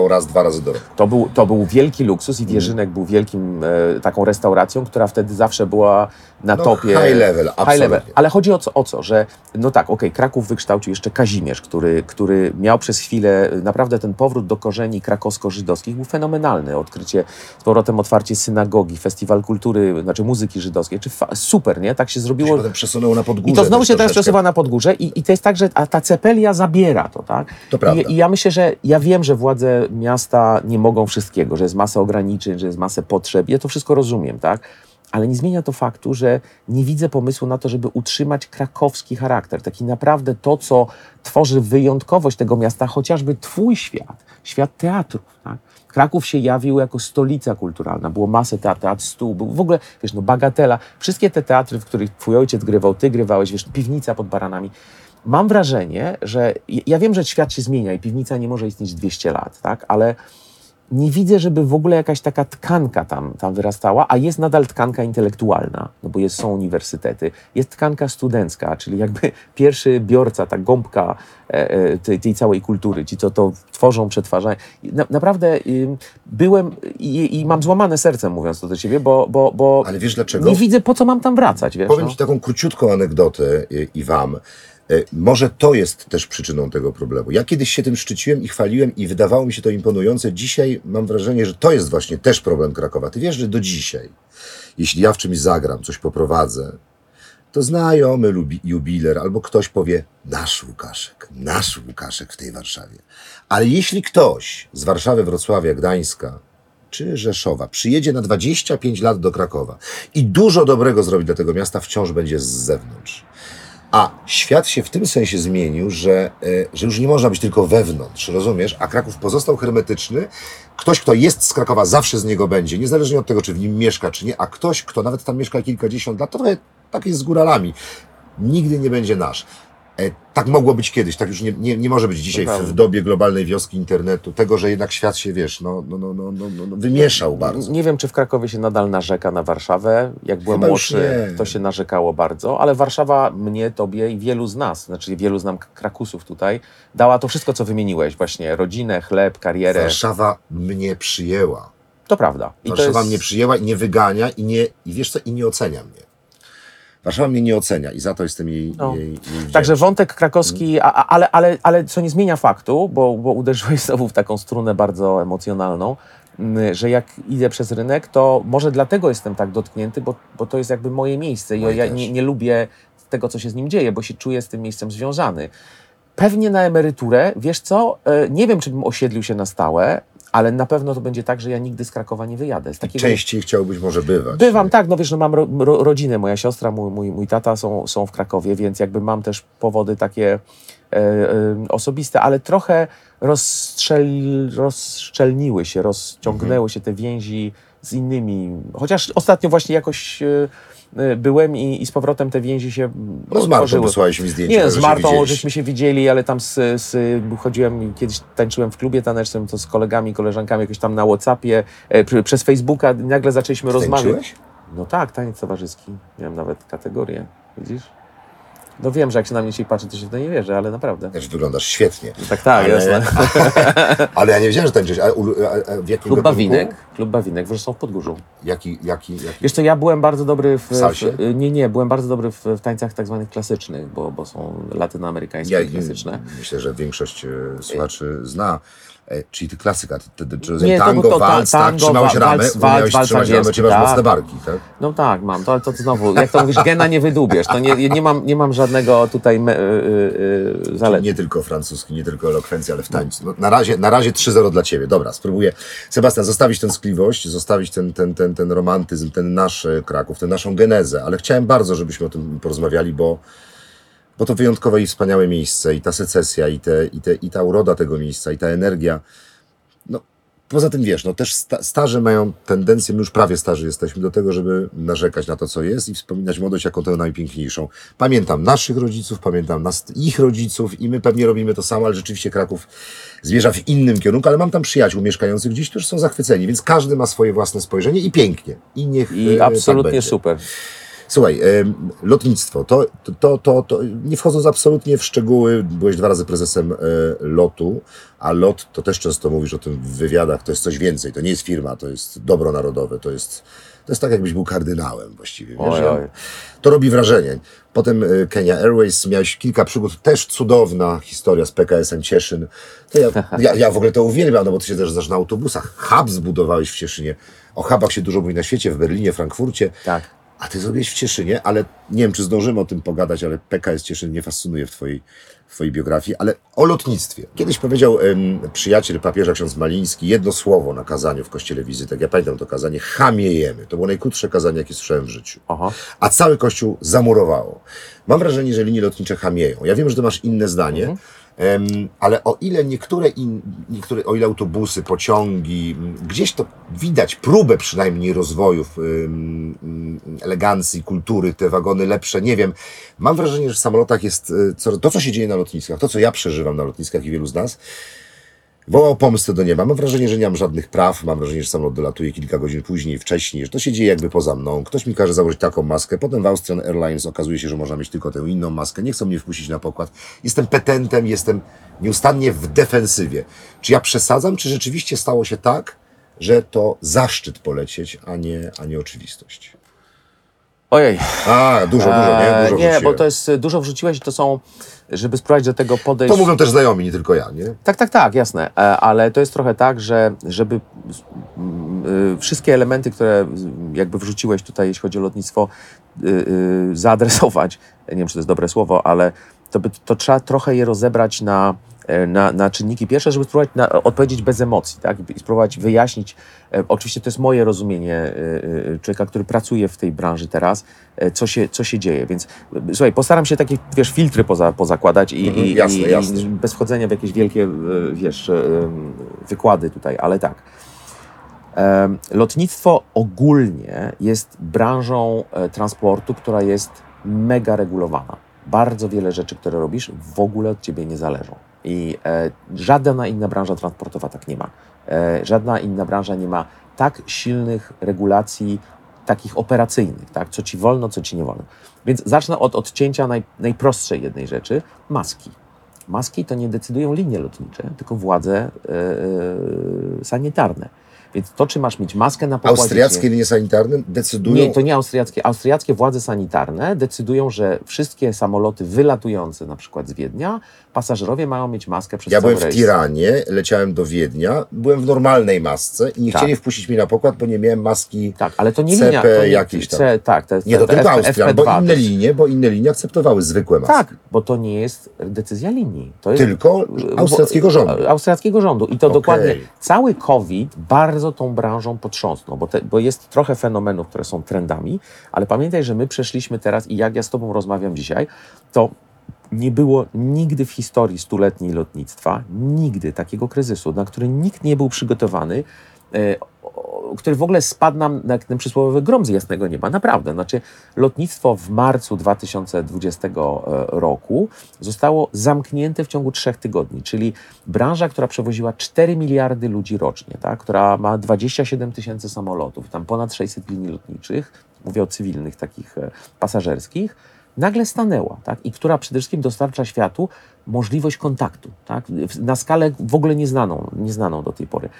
Speaker 1: raz, dwa razy do roku.
Speaker 2: To był, to był wielki luksus i Wierzynek mm. był wielkim e, taką restauracją, która wtedy zawsze była na
Speaker 1: no,
Speaker 2: topie.
Speaker 1: High level, absolutnie.
Speaker 2: High level. Ale chodzi o co, o co, że no tak, okej, okay, Kraków wykształcił jeszcze Kazimierz, który, który miał przez chwilę naprawdę ten powrót do korzeni krakowsko-żydowskich, był fenomenalny. Odkrycie, z powrotem otwarcie synagogi, festiwal kultury, znaczy muzyki żydowskiej, czy fa- super, nie? Tak się zrobiło.
Speaker 1: To się potem przesunęło na Podgórze.
Speaker 2: I to znowu się teraz przesuwa na Podgórze i, i to jest tak, że a ta cepelia zabiera to, tak?
Speaker 1: To prawda.
Speaker 2: I, I ja myślę, że ja wiem, że władze miasta nie mogą wszystkiego, że jest masa ograniczeń, że jest masa potrzeb. Ja to wszystko rozumiem, tak? Ale nie zmienia to faktu, że nie widzę pomysłu na to, żeby utrzymać krakowski charakter. Taki naprawdę to, co tworzy wyjątkowość tego miasta, chociażby twój świat, świat teatrów. Tak? Kraków się jawił jako stolica kulturalna. Było masę teatr, teatr stół, był w ogóle, wiesz, no Bagatela. Wszystkie te teatry, w których twój ojciec grywał, ty grywałeś, wiesz, Piwnica pod Baranami. Mam wrażenie, że ja wiem, że świat się zmienia i Piwnica nie może istnieć dwieście lat, tak? Ale nie widzę, żeby w ogóle jakaś taka tkanka tam, tam wyrastała, a jest nadal tkanka intelektualna, no bo jest, są uniwersytety. Jest tkanka studencka, czyli jakby pierwszy biorca, ta gąbka e, tej, tej całej kultury, ci, co to tworzą, przetwarzają. Na, naprawdę y, byłem i, i mam złamane serce, mówiąc to do ciebie, bo, bo, bo
Speaker 1: ale wiesz dlaczego?
Speaker 2: Nie widzę, po co mam tam wracać. Wiesz,
Speaker 1: Powiem
Speaker 2: no?
Speaker 1: ci taką króciutką anegdotę i, i wam. Może to jest też przyczyną tego problemu. Ja kiedyś się tym szczyciłem i chwaliłem i wydawało mi się to imponujące. Dzisiaj mam wrażenie, że to jest właśnie też problem Krakowa. Ty wiesz, że do dzisiaj, jeśli ja w czymś zagram, coś poprowadzę, to znajomy lubi, jubiler albo ktoś powie nasz Łukaszek, nasz Łukaszek w tej Warszawie. Ale jeśli ktoś z Warszawy, Wrocławia, Gdańska czy Rzeszowa przyjedzie na dwadzieścia pięć lat do Krakowa i dużo dobrego zrobi dla tego miasta, wciąż będzie z zewnątrz. A świat się w tym sensie zmienił, że, że już nie można być tylko wewnątrz, rozumiesz? A Kraków pozostał hermetyczny. Ktoś, kto jest z Krakowa, zawsze z niego będzie, niezależnie od tego, czy w nim mieszka, czy nie. A ktoś, kto nawet tam mieszka kilkadziesiąt lat, to trochę tak jest z góralami. Nigdy nie będzie nasz. Tak mogło być kiedyś, tak już nie, nie, nie może być dzisiaj w, w dobie globalnej wioski internetu, tego, że jednak świat się, wiesz, no, no, no, no, no, no wymieszał bardzo.
Speaker 2: Nie wiem, czy w Krakowie się nadal narzeka na Warszawę. Jak byłem młodszy, to się narzekało bardzo, ale Warszawa mnie, tobie i wielu z nas, znaczy wielu znam Krakusów tutaj, dała to wszystko, co wymieniłeś, właśnie rodzinę, chleb, karierę.
Speaker 1: Warszawa mnie przyjęła.
Speaker 2: To prawda.
Speaker 1: I Warszawa to jest... mnie przyjęła i nie wygania i nie, i wiesz co, i nie ocenia mnie. Warszawa mnie nie ocenia i za to jestem jej, no. jej, jej wdzięczny.
Speaker 2: Także wątek krakowski, a, ale, ale, ale co nie zmienia faktu, bo, bo uderzyłeś znowu w taką strunę bardzo emocjonalną, że jak idę przez rynek, to może dlatego jestem tak dotknięty, bo, bo to jest jakby moje miejsce i ja nie, nie lubię tego, co się z nim dzieje, bo się czuję z tym miejscem związany. Pewnie na emeryturę, wiesz co, nie wiem, czy bym osiedlił się na stałe, ale na pewno to będzie tak, że ja nigdy z Krakowa nie wyjadę. Z takiego...
Speaker 1: Częściej chciałbyś może bywać.
Speaker 2: Bywam, nie? Tak, no wiesz, no mam ro, ro, rodzinę, moja siostra, mój, mój, mój tata są, są w Krakowie, więc jakby mam też powody takie e, e, osobiste, ale trochę rozstrzel, rozszczelniły się, rozciągnęły mhm. się te więzi z innymi. Chociaż ostatnio właśnie jakoś e, byłem i, i z powrotem te więzi się
Speaker 1: no z Martą wysłałeś mi zdjęcia.
Speaker 2: Nie, z Martą żeśmy się widzieli, ale tam z, z, chodziłem, kiedyś tańczyłem w klubie tanecznym, to z kolegami, koleżankami jakoś tam na WhatsAppie, e, przez Facebooka nagle zaczęliśmy rozmawiać.
Speaker 1: Tańczyłeś?
Speaker 2: No tak, taniec towarzyski. Miałem nawet kategorię, widzisz? No wiem, że jak się na mnie dzisiaj patrzy, to się w to nie wierzy, ale naprawdę.
Speaker 1: Też wyglądasz świetnie.
Speaker 2: No tak, tak,
Speaker 1: ale,
Speaker 2: jasne.
Speaker 1: Ale ja nie wiedziałem, że tańczysz. A, a, a w jakim
Speaker 2: Klub Bawinek, Klub Bawinek, w Rzeszowie w Podgórzu.
Speaker 1: Jaki, jaki, jaki?
Speaker 2: Wiesz co, ja byłem bardzo dobry w...
Speaker 1: W salsie?
Speaker 2: W, nie, nie, byłem bardzo dobry w, w tańcach tak zwanych klasycznych, bo, bo są latynoamerykańskie
Speaker 1: ja,
Speaker 2: i klasyczne.
Speaker 1: Myślę, że większość słuchaczy zna. Czyli ty klasyka, ty, ty, czy
Speaker 2: nie,
Speaker 1: tango,
Speaker 2: to, to,
Speaker 1: walc,
Speaker 2: tango,
Speaker 1: tak? Trzymałeś
Speaker 2: walc,
Speaker 1: ramę,
Speaker 2: walc,
Speaker 1: umiałeś
Speaker 2: walc,
Speaker 1: trzymać ramę, czy masz tak. mocne barki, tak?
Speaker 2: No tak, mam, to, to znowu, jak to mówisz, gena nie wydubiesz, to nie, nie, mam, nie mam żadnego tutaj me, yy, yy, zalety.
Speaker 1: Nie tylko francuski, nie tylko elokwencja, ale w tańcu. No, na razie, na razie trzy zero dla ciebie, dobra, spróbuję. Sebastian, zostawić tęskliwość, zostawić ten, ten, ten, ten romantyzm, ten nasz Kraków, tę naszą genezę, ale chciałem bardzo, żebyśmy o tym porozmawiali, bo bo to wyjątkowe i wspaniałe miejsce i ta secesja, i, te, i, te, i ta uroda tego miejsca, i ta energia. No, poza tym wiesz, no też sta, starzy mają tendencję, my już prawie starzy jesteśmy, do tego, żeby narzekać na to, co jest i wspominać młodość jako tę najpiękniejszą. Pamiętam naszych rodziców, pamiętam nas, ich rodziców i my pewnie robimy to samo, ale rzeczywiście Kraków zmierza w innym kierunku, ale mam tam przyjaciół mieszkających gdzieś, którzy są zachwyceni, więc każdy ma swoje własne spojrzenie i pięknie. I niech
Speaker 2: I
Speaker 1: e,
Speaker 2: absolutnie
Speaker 1: tak będzie.
Speaker 2: super.
Speaker 1: Słuchaj, y, lotnictwo, to, to, to, to nie wchodząc absolutnie w szczegóły, byłeś dwa razy prezesem y, lotu, a lot, to też często mówisz o tym w wywiadach, to jest coś więcej, to nie jest firma, to jest dobro narodowe, to jest, to jest tak, jakbyś był kardynałem właściwie. Wiesz,
Speaker 2: oj, oj.
Speaker 1: To robi wrażenie. Potem y, Kenya Airways, miałeś kilka przygód, też cudowna historia z P K S-em Cieszyn. To ja, ja, ja w ogóle to uwielbiam, no bo ty się też znasz na autobusach. Hub zbudowałeś w Cieszynie. O hubach się dużo mówi na świecie, w Berlinie, Frankfurcie.
Speaker 2: Tak.
Speaker 1: A ty zrobiłeś w Cieszynie, ale nie wiem, czy zdążymy o tym pogadać, ale P K S Cieszyn nie fascynuje w twojej, w twojej biografii, ale o lotnictwie. Kiedyś powiedział ym, przyjaciel papieża, ksiądz Maliński, jedno słowo na kazaniu w kościele Wizytek. Ja pamiętam to kazanie, chamiejemy. To było najkrótsze kazanie, jakie słyszałem w życiu.
Speaker 2: Aha.
Speaker 1: A cały kościół zamurowało. Mam wrażenie, że linie lotnicze chamieją. Ja wiem, że ty masz inne zdanie, mhm. Um, ale o ile niektóre, in, niektóre, o ile autobusy, pociągi, gdzieś to widać próbę przynajmniej rozwojów, um, um, elegancji, kultury, te wagony lepsze, nie wiem. Mam wrażenie, że w samolotach jest, co, to co się dzieje na lotniskach, to co ja przeżywam na lotniskach i wielu z nas, woła o pomstę do nieba. Mam wrażenie, że nie mam żadnych praw. Mam wrażenie, że samolot dolatuje kilka godzin później, wcześniej, że to się dzieje jakby poza mną. Ktoś mi każe założyć taką maskę. Potem w Austrian Airlines okazuje się, że można mieć tylko tę inną maskę. Nie chcą mnie wpuścić na pokład. Jestem petentem, jestem nieustannie w defensywie. Czy ja przesadzam, czy rzeczywiście stało się tak, że to zaszczyt polecieć, a nie, a nie oczywistość?
Speaker 2: Ojej.
Speaker 1: A, dużo, dużo, nie? Dużo
Speaker 2: nie,
Speaker 1: wrzuciłem.
Speaker 2: bo to jest, dużo wrzuciłeś i to są, żeby spróbować do tego podejść...
Speaker 1: To mówią też znajomi, nie tylko ja, nie?
Speaker 2: Tak, tak, tak, jasne, ale to jest trochę tak, że żeby wszystkie elementy, które jakby wrzuciłeś tutaj, jeśli chodzi o lotnictwo, zaadresować, nie wiem, czy to jest dobre słowo, ale to, by, to trzeba trochę je rozebrać na, na, na czynniki pierwsze, żeby spróbować na, odpowiedzieć bez emocji, tak? I spróbować wyjaśnić. E, oczywiście to jest moje rozumienie e, człowieka, który pracuje w tej branży teraz, e, co, się, co się dzieje. Więc e, słuchaj, postaram się takie, wiesz, filtry poza, pozakładać i,
Speaker 1: mhm,
Speaker 2: i,
Speaker 1: jasne,
Speaker 2: i,
Speaker 1: jasne.
Speaker 2: i bez wchodzenia w jakieś wielkie, e, wiesz, e, wykłady tutaj, ale tak. E, lotnictwo ogólnie jest branżą e, transportu, która jest mega regulowana. Bardzo wiele rzeczy, które robisz, w ogóle od ciebie nie zależą. I e, żadna inna branża transportowa tak nie ma. E, żadna inna branża nie ma tak silnych regulacji, takich operacyjnych, tak? Co ci wolno, co ci nie wolno. Więc zacznę od odcięcia naj, najprostszej jednej rzeczy. Maski. Maski to nie decydują linie lotnicze, tylko władze e, e, sanitarne. Więc to, czy masz mieć maskę na pokładzie...
Speaker 1: Austriackie linie sanitarne decydują...
Speaker 2: Nie, to nie austriackie. Austriackie władze sanitarne decydują, że wszystkie samoloty wylatujące na przykład z Wiednia, pasażerowie mają mieć maskę przez
Speaker 1: Ja
Speaker 2: cały
Speaker 1: byłem w
Speaker 2: rejs.
Speaker 1: Tiranie, leciałem do Wiednia, byłem w normalnej masce i nie
Speaker 2: Tak.
Speaker 1: chcieli wpuścić mnie na pokład, bo nie miałem maski
Speaker 2: Tak, ale to nie
Speaker 1: C P
Speaker 2: linia... To nie,
Speaker 1: jakieś tam.
Speaker 2: C, tak, to,
Speaker 1: Nie, to
Speaker 2: to
Speaker 1: tylko
Speaker 2: F-
Speaker 1: Austrian, bo
Speaker 2: F P dwa
Speaker 1: inne
Speaker 2: to jest-
Speaker 1: linie, bo inne linie akceptowały zwykłe maski.
Speaker 2: Tak, bo to nie jest decyzja linii. To jest
Speaker 1: Tylko austriackiego rządu.
Speaker 2: Austriackiego rządu. I to
Speaker 1: Okej.
Speaker 2: dokładnie cały COVID bardzo tą branżą potrząsnął, bo, te, bo jest trochę fenomenów, które są trendami, ale pamiętaj, że my przeszliśmy teraz i jak ja z tobą rozmawiam dzisiaj, to nie było nigdy w historii stuletniej lotnictwa, nigdy takiego kryzysu, na który nikt nie był przygotowany, e, o, który w ogóle spadł nam jak ten przysłowiowy grom z jasnego nieba. Naprawdę. Znaczy, lotnictwo w marcu dwa tysiące dwudziestego roku zostało zamknięte w ciągu trzech tygodni, czyli branża, która przewoziła cztery miliardy ludzi rocznie, tak? Która ma dwadzieścia siedem tysięcy samolotów, tam ponad sześćset linii lotniczych, mówię o cywilnych, takich e, pasażerskich, nagle stanęła, tak? I która przede wszystkim dostarcza światu możliwość kontaktu, tak? Na skalę w ogóle nieznaną, nieznaną do tej pory.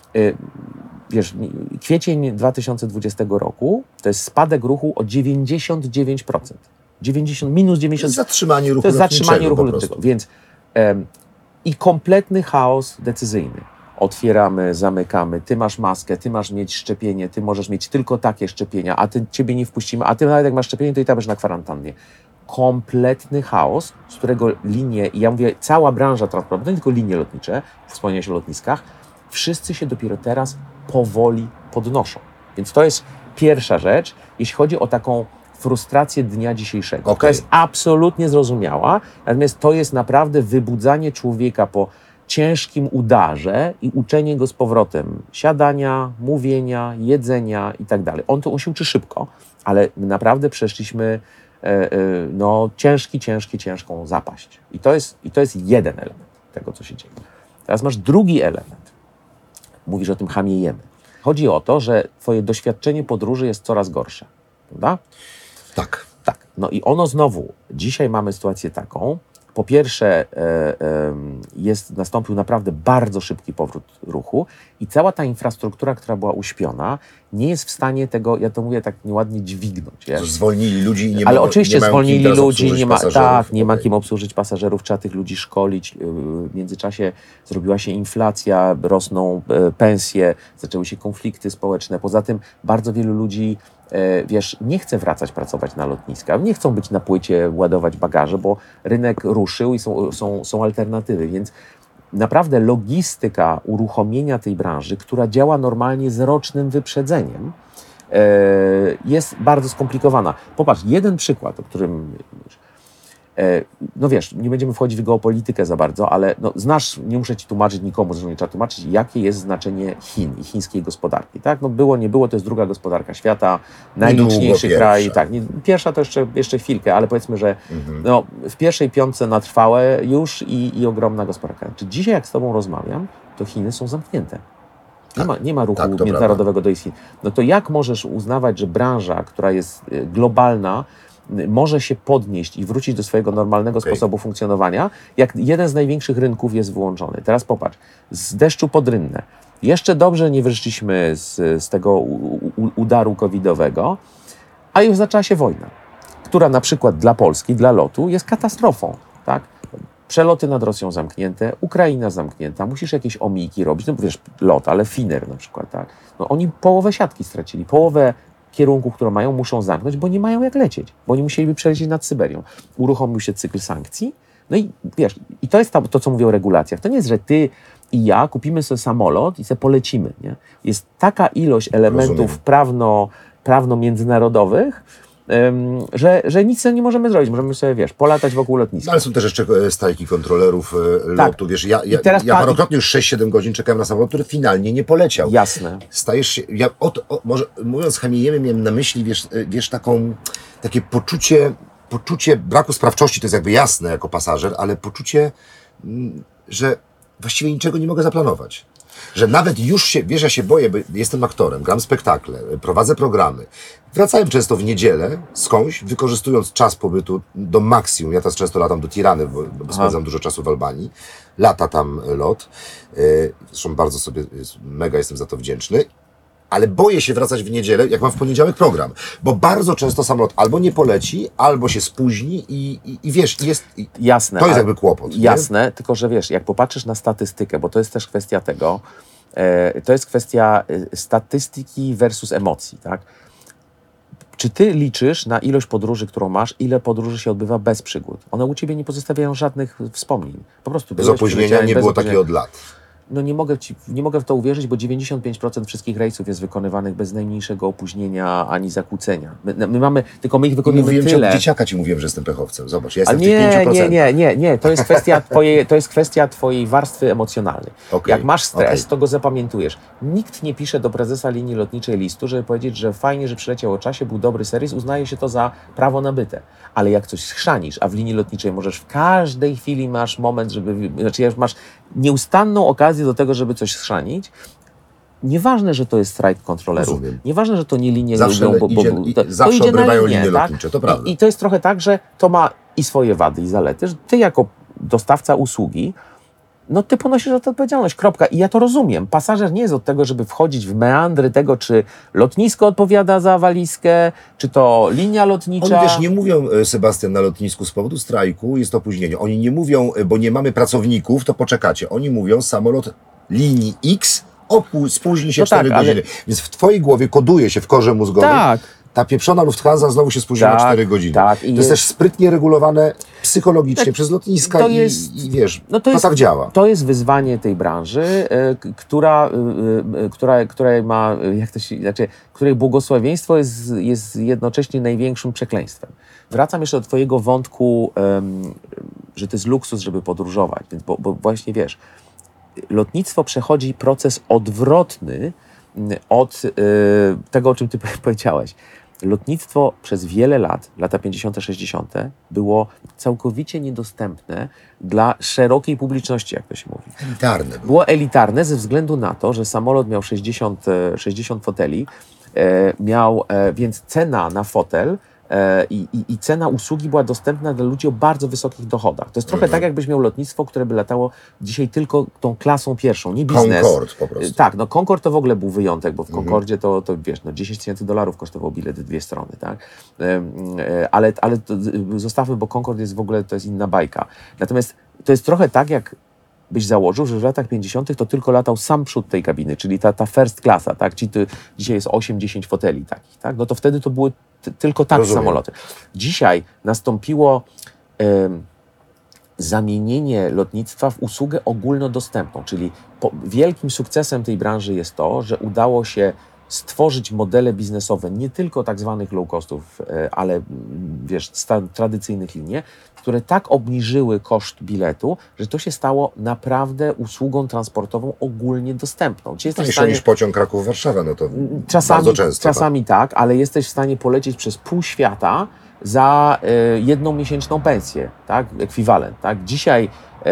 Speaker 2: Wiesz, kwiecień dwa tysiące dwudziestego roku to jest spadek ruchu o dziewięćdziesiąt dziewięć procent. dziewięćdziesiąt, minus dziewięćdziesiąt.
Speaker 1: To jest zatrzymanie ruchu
Speaker 2: To jest zatrzymanie ruchu
Speaker 1: po prostu.
Speaker 2: lotniczego. Więc um, i kompletny chaos decyzyjny. Otwieramy, zamykamy, ty masz maskę, ty masz mieć szczepienie, ty możesz mieć tylko takie szczepienia, a ty, ciebie nie wpuścimy, a ty nawet jak masz szczepienie, to i tam będziesz na kwarantannie. Kompletny chaos, z którego linie, i ja mówię, cała branża transportowa, nie tylko linie lotnicze, wspomniałeś o lotniskach, wszyscy się dopiero teraz powoli podnoszą. Więc to jest pierwsza rzecz, jeśli chodzi o taką frustrację dnia dzisiejszego.
Speaker 1: Okay.
Speaker 2: To jest absolutnie zrozumiała, natomiast to jest naprawdę wybudzanie człowieka po ciężkim udarze i uczenie go z powrotem siadania, mówienia, jedzenia i tak dalej. On to on się uczy szybko, ale my naprawdę przeszliśmy e, e, no, ciężki, ciężki, ciężką zapaść. I to jest, i to jest jeden element tego, co się dzieje. Teraz masz drugi element. Mówisz o tym chamiejemy. Chodzi o to, że twoje doświadczenie podróży jest coraz gorsze, prawda?
Speaker 1: Tak.
Speaker 2: Tak. No i ono znowu, dzisiaj mamy sytuację taką, po pierwsze e, e, jest, nastąpił naprawdę bardzo szybki powrót ruchu i cała ta infrastruktura, która była uśpiona, nie jest w stanie tego, ja to mówię tak nieładnie, dźwignąć.
Speaker 1: To zwolnili ludzi i nie
Speaker 2: Ale
Speaker 1: ma,
Speaker 2: oczywiście
Speaker 1: nie mają
Speaker 2: zwolnili
Speaker 1: kim
Speaker 2: ludzi, nie ma, tak, nie
Speaker 1: okay.
Speaker 2: ma kim obsłużyć pasażerów, trzeba tych ludzi szkolić. W międzyczasie zrobiła się inflacja, rosną pensje, zaczęły się konflikty społeczne. Poza tym bardzo wielu ludzi, wiesz, nie chce wracać pracować na lotniska, nie chcą być na płycie, ładować bagaże, bo rynek ruszył i są, są, są alternatywy, więc naprawdę logistyka uruchomienia tej branży, która działa normalnie z rocznym wyprzedzeniem, jest bardzo skomplikowana. Popatrz, jeden przykład, o którym... No wiesz, nie będziemy wchodzić w geopolitykę za bardzo, ale no, znasz, nie muszę ci tłumaczyć nikomu, zresztą nie trzeba tłumaczyć, jakie jest znaczenie Chin i chińskiej gospodarki. Tak? No było, nie było, to jest druga gospodarka świata, najliczniejszy kraj. Tak, nie, pierwsza to jeszcze, jeszcze chwilkę, ale powiedzmy, że mhm. no, w pierwszej piątce na trwałe już i, i ogromna gospodarka. Czy dzisiaj, jak z tobą rozmawiam, to Chiny są zamknięte. Nie, tak, ma, nie ma ruchu tak, międzynarodowego do Chin. No to jak możesz uznawać, że branża, która jest globalna, może się podnieść i wrócić do swojego normalnego okay. sposobu funkcjonowania, jak jeden z największych rynków jest wyłączony. Teraz popatrz, z deszczu pod rynnę. Jeszcze dobrze nie wyszliśmy z, z tego u, u, udaru covidowego, a już zaczęła się wojna, która na przykład dla Polski, dla lotu jest katastrofą. Tak? Przeloty nad Rosją zamknięte, Ukraina zamknięta, musisz jakieś omijki robić, no wiesz, lot, ale Finnair na przykład. Tak? No, oni połowę siatki stracili, połowę kierunków, które mają, muszą zamknąć, bo nie mają jak lecieć, bo oni musieliby przelecieć nad Syberią. Uruchomił się cykl sankcji, no i wiesz, i to jest to, to, co mówię o regulacjach. To nie jest, że ty i ja kupimy sobie samolot i sobie polecimy, nie? Jest taka ilość elementów Rozumiem. prawno, prawno-międzynarodowych, Um, że, że nic nie możemy zrobić. Możemy sobie, wiesz, polatać wokół lotniska.
Speaker 1: No, ale są też jeszcze strajki kontrolerów e, tak. lotu. Wiesz, ja, ja, ja parokrotnie już sześć siedem godzin czekałem na samolot, który finalnie nie poleciał.
Speaker 2: Jasne.
Speaker 1: Stajesz się, ja od, o, może mówiąc chamiejemy, miałem na myśli, wiesz, wiesz taką, takie poczucie, poczucie braku sprawczości, to jest jakby jasne jako pasażer, ale poczucie, m, że właściwie niczego nie mogę zaplanować. Że nawet już się, wiesz, ja się boję, bo jestem aktorem, gram spektakle, prowadzę programy. Wracałem często w niedzielę skądś, wykorzystując czas pobytu do maksimum. Ja teraz często latam do Tirany, bo, bo spędzam dużo czasu w Albanii. Lata tam lot. Zresztą bardzo sobie, mega jestem za to wdzięczny. Ale boję się wracać w niedzielę, jak mam w poniedziałek program. Bo bardzo często samolot albo nie poleci, albo się spóźni i, i, i wiesz, jest, i
Speaker 2: jasne,
Speaker 1: to jest jakby kłopot.
Speaker 2: Jasne,
Speaker 1: nie?
Speaker 2: Tylko że wiesz, jak popatrzysz na statystykę, bo to jest też kwestia tego, e, to jest kwestia e, statystyki versus emocji, tak? Czy ty liczysz na ilość podróży, którą masz, ile podróży się odbywa bez przygód? One u ciebie nie pozostawiają żadnych wspomnień. Po prostu
Speaker 1: bez opóźnienia nie było takiego od lat.
Speaker 2: No nie mogę, ci, nie mogę w to uwierzyć, bo dziewięćdziesiąt pięć procent wszystkich rejsów jest wykonywanych bez najmniejszego opóźnienia ani zakłócenia. My, my mamy, tylko my ich wykonujemy
Speaker 1: mówiłem
Speaker 2: tyle.
Speaker 1: Ci, od dzieciaka ci mówiłem, że jestem pechowcem. Zobacz, ja jestem
Speaker 2: nie,
Speaker 1: w tych pięciu procentach.
Speaker 2: nie, nie, nie, nie. To jest kwestia twojej, to jest kwestia twojej warstwy emocjonalnej. Okay, jak masz stres, okay. to go zapamiętujesz. Nikt nie pisze do prezesa linii lotniczej listu, żeby powiedzieć, że fajnie, że przyleciał o czasie, był dobry serwis, uznaje się to za prawo nabyte. Ale jak coś schrzanisz, a w linii lotniczej możesz w każdej chwili masz moment, żeby, znaczy masz nieustanną okazję do tego, żeby coś schrzanić. Nieważne, że to jest strajk kontrolerów. Rozumiem. Nieważne, że to nie linie
Speaker 1: zawsze
Speaker 2: lubią, bo, bo,
Speaker 1: idzie,
Speaker 2: to,
Speaker 1: zawsze
Speaker 2: to idzie
Speaker 1: obrywają
Speaker 2: na linię,
Speaker 1: linie
Speaker 2: tak?
Speaker 1: lotnicze, to prawda.
Speaker 2: I, I to jest trochę tak, że to ma i swoje wady, i zalety, że ty jako dostawca usługi, no ty ponosisz za to odpowiedzialność, kropka. I ja to rozumiem. Pasażer nie jest od tego, żeby wchodzić w meandry tego, czy lotnisko odpowiada za walizkę, czy to linia lotnicza.
Speaker 1: Oni też nie mówią, Sebastian, na lotnisku z powodu strajku jest opóźnienie. Oni nie mówią, bo nie mamy pracowników, to poczekacie. Oni mówią, samolot linii X opó- spóźni się no cztery tak, godziny. Ale... Więc w twojej głowie koduje się w korze mózgowej. Tak. Ta pieprzona Lufthansa znowu się spóźniła tak, cztery godziny. Tak, to jest, jest też sprytnie regulowane psychologicznie tak, przez lotniska to i, jest, i wiesz, no to, to jest, tak działa.
Speaker 2: To jest wyzwanie tej branży, y, która, y, y, która, która ma, jak to się, znaczy, której błogosławieństwo jest, jest jednocześnie największym przekleństwem. Wracam jeszcze do twojego wątku, um, że to jest luksus, żeby podróżować, bo, bo właśnie wiesz, lotnictwo przechodzi proces odwrotny od y, tego, o czym ty powiedziałeś. Lotnictwo przez wiele lat, lata pięćdziesiąte, sześćdziesiąte, było całkowicie niedostępne dla szerokiej publiczności, jak to się mówi.
Speaker 1: Elitarne.
Speaker 2: Było elitarne ze względu na to, że samolot miał sześćdziesiąt, sześćdziesiąt foteli, e, miał, e, więc cena na fotel e, i, i cena usługi była dostępna dla ludzi o bardzo wysokich dochodach. To jest trochę mhm. tak, jakbyś miał lotnictwo, które by latało dzisiaj tylko tą klasą pierwszą, nie biznes.
Speaker 1: Concorde po prostu.
Speaker 2: Tak, no Concorde to w ogóle był wyjątek, bo w Concordzie to, to wiesz, no dziesięć tysięcy dolarów kosztował bilet dwie strony, tak? E, e, ale ale to, zostawmy, bo Concorde jest w ogóle, to jest inna bajka. Natomiast to jest trochę tak, jak byś założył, że w latach pięćdziesiątych to tylko latał sam przód tej kabiny, czyli ta, ta first klasa, tak? Czyli ty, dzisiaj jest osiem dziesięć foteli takich, tak? No to wtedy to były t- tylko takie Rozumiem. samoloty. Dzisiaj nastąpiło e, zamienienie lotnictwa w usługę ogólnodostępną, czyli po, wielkim sukcesem tej branży jest to, że udało się stworzyć modele biznesowe nie tylko tak zwanych low costów, ale wiesz, sta, tradycyjnych linie, które tak obniżyły koszt biletu, że to się stało naprawdę usługą transportową ogólnie dostępną. Czy jesteś
Speaker 1: Tańszą
Speaker 2: stanie...
Speaker 1: niż pociąg Kraków-Warszawa, no to
Speaker 2: czasami,
Speaker 1: bardzo często.
Speaker 2: Czasami tak. tak, ale jesteś w stanie polecieć przez pół świata za y, jedną miesięczną pensję, tak, ekwiwalent, tak. Dzisiaj y,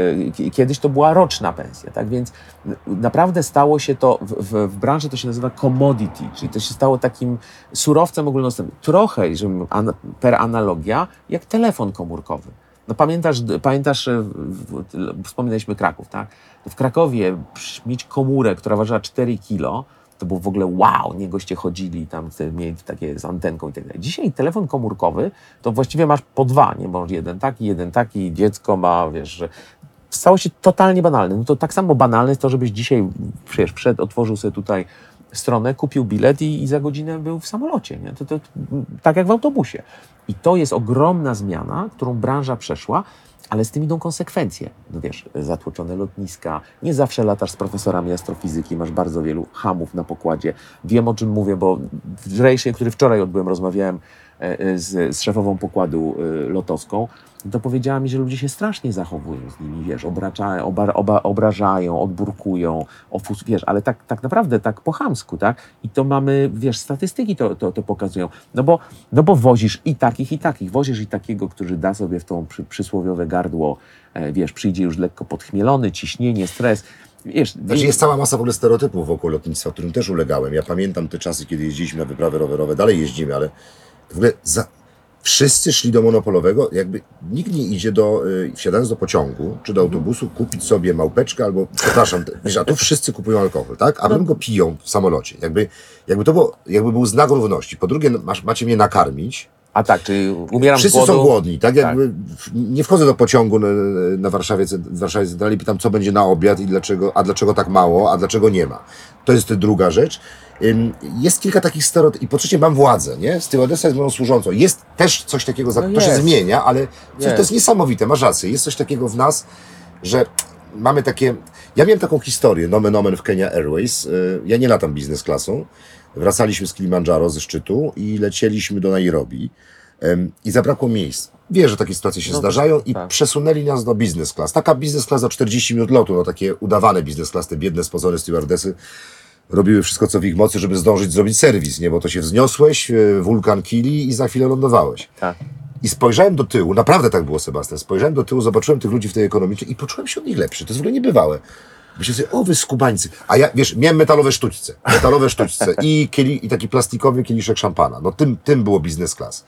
Speaker 2: y, kiedyś to była roczna pensja, tak, więc naprawdę stało się to, w, w, w branży to się nazywa commodity, czyli to się stało takim surowcem ogólnodostępnym. Trochę, żeby, an, per analogia, jak telefon komórkowy. No pamiętasz, pamiętasz, wspominaliśmy Kraków, tak, w Krakowie mieć komórę, która ważyła cztery kilo, to było w ogóle wow, nie goście chodzili tam, mieli takie z antenką i tak dalej. Dzisiaj telefon komórkowy to właściwie masz po dwa, nie? Bo jeden taki, jeden taki, dziecko ma, wiesz, że stało się totalnie banalne. No to tak samo banalne jest to, żebyś dzisiaj, wiesz, przed, otworzył sobie tutaj stronę, kupił bilet i, i za godzinę był w samolocie, nie? To, to, to, tak jak w autobusie. I to jest ogromna zmiana, którą branża przeszła, ale z tym idą konsekwencje. No wiesz, zatłoczone lotniska, nie zawsze latasz z profesorami astrofizyki, masz bardzo wielu hamów na pokładzie. Wiem, o czym mówię, bo w rejsie, który wczoraj odbyłem, rozmawiałem z, z szefową pokładu lotowską, to powiedziała mi, że ludzie się strasznie zachowują z nimi, wiesz, obrażają, oba, oba, obrażają, odburkują, ofus, wiesz, ale tak, tak naprawdę, tak po chamsku, tak? I to mamy, wiesz, statystyki to, to, to pokazują. No bo, no bo wozisz i takich, i takich. Wozisz i takiego, który da sobie w tą przy, przysłowiowe gardło, e, wiesz, przyjdzie już lekko podchmielony, ciśnienie, stres. Wiesz,
Speaker 1: znaczy jest cała masa w ogóle stereotypów wokół lotnictwa, którym też ulegałem. Ja pamiętam te czasy, kiedy jeździliśmy na wyprawy rowerowe, dalej jeździmy, ale w ogóle za... wszyscy szli do monopolowego, jakby nikt nie idzie do, yy, wsiadając do pociągu czy do autobusu, kupić sobie małpeczkę albo, przepraszam, wiesz, a tu wszyscy kupują alkohol, tak? A potem go piją w samolocie. Jakby, jakby to było, jakby był znak równości. Po drugie, masz, macie mnie nakarmić.
Speaker 2: A tak, czyli umieram
Speaker 1: Wszyscy
Speaker 2: z głodu.
Speaker 1: są głodni, tak? Jakby tak. Nie wchodzę do pociągu na, na Warszawie, w Warszawie Centralnej i pytam, co będzie na obiad i dlaczego, a dlaczego tak mało, a dlaczego nie ma. To jest druga rzecz. Jest kilka takich stereotypów. I po trzecie mam władzę, nie? Stewardessa jest moją służącą. Jest też coś takiego, no to się zmienia, ale coś, to jest niesamowite, masz rację. Jest coś takiego w nas, że mamy takie... Ja miałem taką historię, nomen omen w Kenya Airways. Ja nie latam biznes klasą. Wracaliśmy z Kilimandżaro ze szczytu i lecieliśmy do Nairobi um, i zabrakło miejsc. Wiesz, że takie sytuacje się no, zdarzają i tak. Przesunęli nas do business class. Taka business class za czterdzieści minut lotu, no takie udawane business class, te biedne, spocone stewardesy robiły wszystko, co w ich mocy, żeby zdążyć zrobić serwis, nie? Bo to się wzniosłeś, wulkan Kili i za chwilę lądowałeś.
Speaker 2: Tak.
Speaker 1: I spojrzałem do tyłu, naprawdę tak było, Sebastian, spojrzałem do tyłu, zobaczyłem tych ludzi w tej ekonomicznej i poczułem się od nich lepszy. To jest w ogóle niebywałe. Myślę sobie, o wy skubańcy. A ja, wiesz, miałem metalowe sztućce. Metalowe sztućce i, kieli, i taki plastikowy kieliszek szampana. No tym, tym było business class.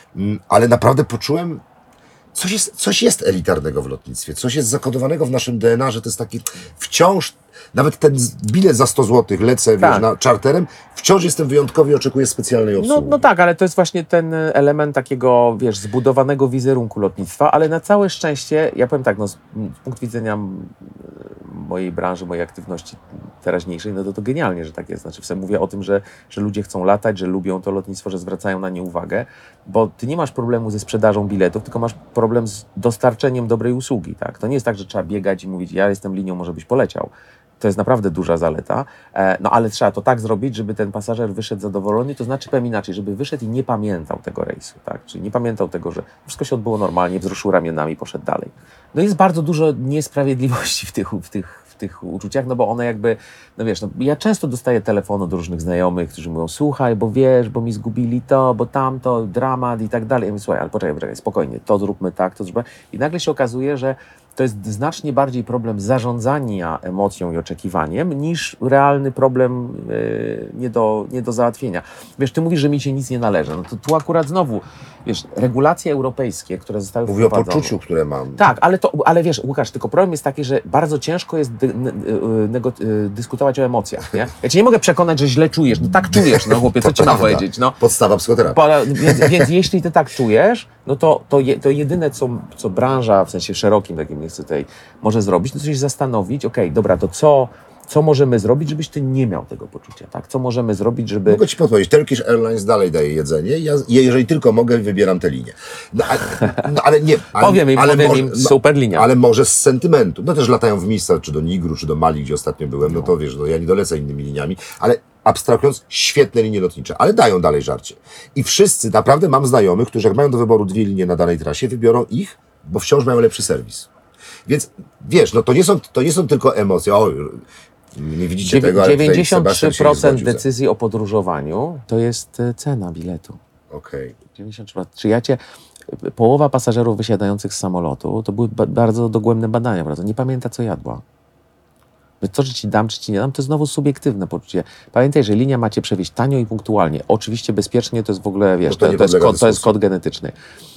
Speaker 1: Ale naprawdę poczułem, coś jest, coś jest elitarnego w lotnictwie. Coś jest zakodowanego w naszym D N A, że to jest taki wciąż, nawet ten bilet za sto złotych lecę tak. wiesz, na czarterem, wciąż jestem wyjątkowy i oczekuję specjalnej obsługi.
Speaker 2: No, no tak, ale to jest właśnie ten element takiego, wiesz, zbudowanego wizerunku lotnictwa, ale na całe szczęście, ja powiem tak, no z, z punktu widzenia mojej branży, mojej aktywności teraźniejszej, no to to genialnie, że tak jest. Znaczy, w sensie mówię o tym, że, że ludzie chcą latać, że lubią to lotnictwo, że zwracają na nie uwagę, bo ty nie masz problemu ze sprzedażą biletów, tylko masz problem z dostarczeniem dobrej usługi, tak? To nie jest tak, że trzeba biegać i mówić, ja jestem linią, może byś poleciał. To jest naprawdę duża zaleta, no ale trzeba to tak zrobić, żeby ten pasażer wyszedł zadowolony, to znaczy powiem inaczej, żeby wyszedł i nie pamiętał tego rejsu, tak? Czyli nie pamiętał tego, że wszystko się odbyło normalnie, wzruszył ramionami, poszedł dalej. No jest bardzo dużo niesprawiedliwości w tych, w tych, w tych uczuciach, no bo one jakby, no wiesz, no ja często dostaję telefonu do różnych znajomych, którzy mówią, słuchaj, bo wiesz, bo mi zgubili to, bo tamto, dramat i tak dalej. Ja mówię, słuchaj, ale poczekaj, poczekaj, spokojnie, to zróbmy tak, to zróbmy. I nagle się okazuje, że to jest znacznie bardziej problem zarządzania emocją i oczekiwaniem niż realny problem yy, nie, do, nie do załatwienia. Wiesz, ty mówisz, że mi się nic nie należy. No to tu akurat znowu, wiesz, regulacje europejskie, które zostały
Speaker 1: Mówię
Speaker 2: wprowadzone...
Speaker 1: o poczuciu, które mam.
Speaker 2: Tak, ale, to, ale wiesz, Łukasz, tylko problem jest taki, że bardzo ciężko jest dy, nego, dyskutować o emocjach, nie? Ja cię nie mogę przekonać, że źle czujesz. No tak czujesz, no chłopie, co ci mam powiedzieć? No.
Speaker 1: Podstawa psychoterapii.
Speaker 2: Po, więc, więc jeśli ty tak czujesz, no to, to, je, to jedyne, co, co branża, w sensie szerokim takim miejscu tutaj może zrobić, to się zastanowić, okej, okay, dobra, to co, co możemy zrobić, żebyś ty nie miał tego poczucia, tak? Co możemy zrobić, żeby...
Speaker 1: Mogę ci podpowiedzieć, Turkish Airlines dalej daje jedzenie, ja, jeżeli tylko mogę, wybieram tę linię. No, ale, no, ale nie... Ale,
Speaker 2: powiem im,
Speaker 1: ale
Speaker 2: powiem
Speaker 1: może,
Speaker 2: im, super linia.
Speaker 1: Ale może z sentymentu. No też latają w miejsca, czy do Nigru, czy do Mali, gdzie ostatnio byłem, no, no to wiesz, no, ja nie dolecę innymi liniami, ale abstrahując, świetne linie lotnicze, ale dają dalej żarcie. I wszyscy, naprawdę mam znajomych, którzy jak mają do wyboru dwie linie na danej trasie, wybiorą ich, bo wciąż mają lepszy serwis. Więc wiesz, no to nie są, to nie są tylko emocje. O, nie widzicie
Speaker 2: Dziewię-
Speaker 1: tego, ale
Speaker 2: dziewięćdziesiąt trzy procent decyzji o podróżowaniu to jest cena biletu.
Speaker 1: Okej. Okay.
Speaker 2: dziewięćdziesiąt trzy procent. Czy ja cię, połowa pasażerów wysiadających z samolotu, to były ba- bardzo dogłębne badania, prawda? Nie pamięta, co jadła. To, czy ci dam, czy ci nie dam, to jest znowu subiektywne poczucie. Pamiętaj, że linia ma cię przewieźć tanio i punktualnie. Oczywiście bezpiecznie to jest w ogóle, wiesz,
Speaker 1: to,
Speaker 2: to, to, jest, kod, to jest kod genetyczny.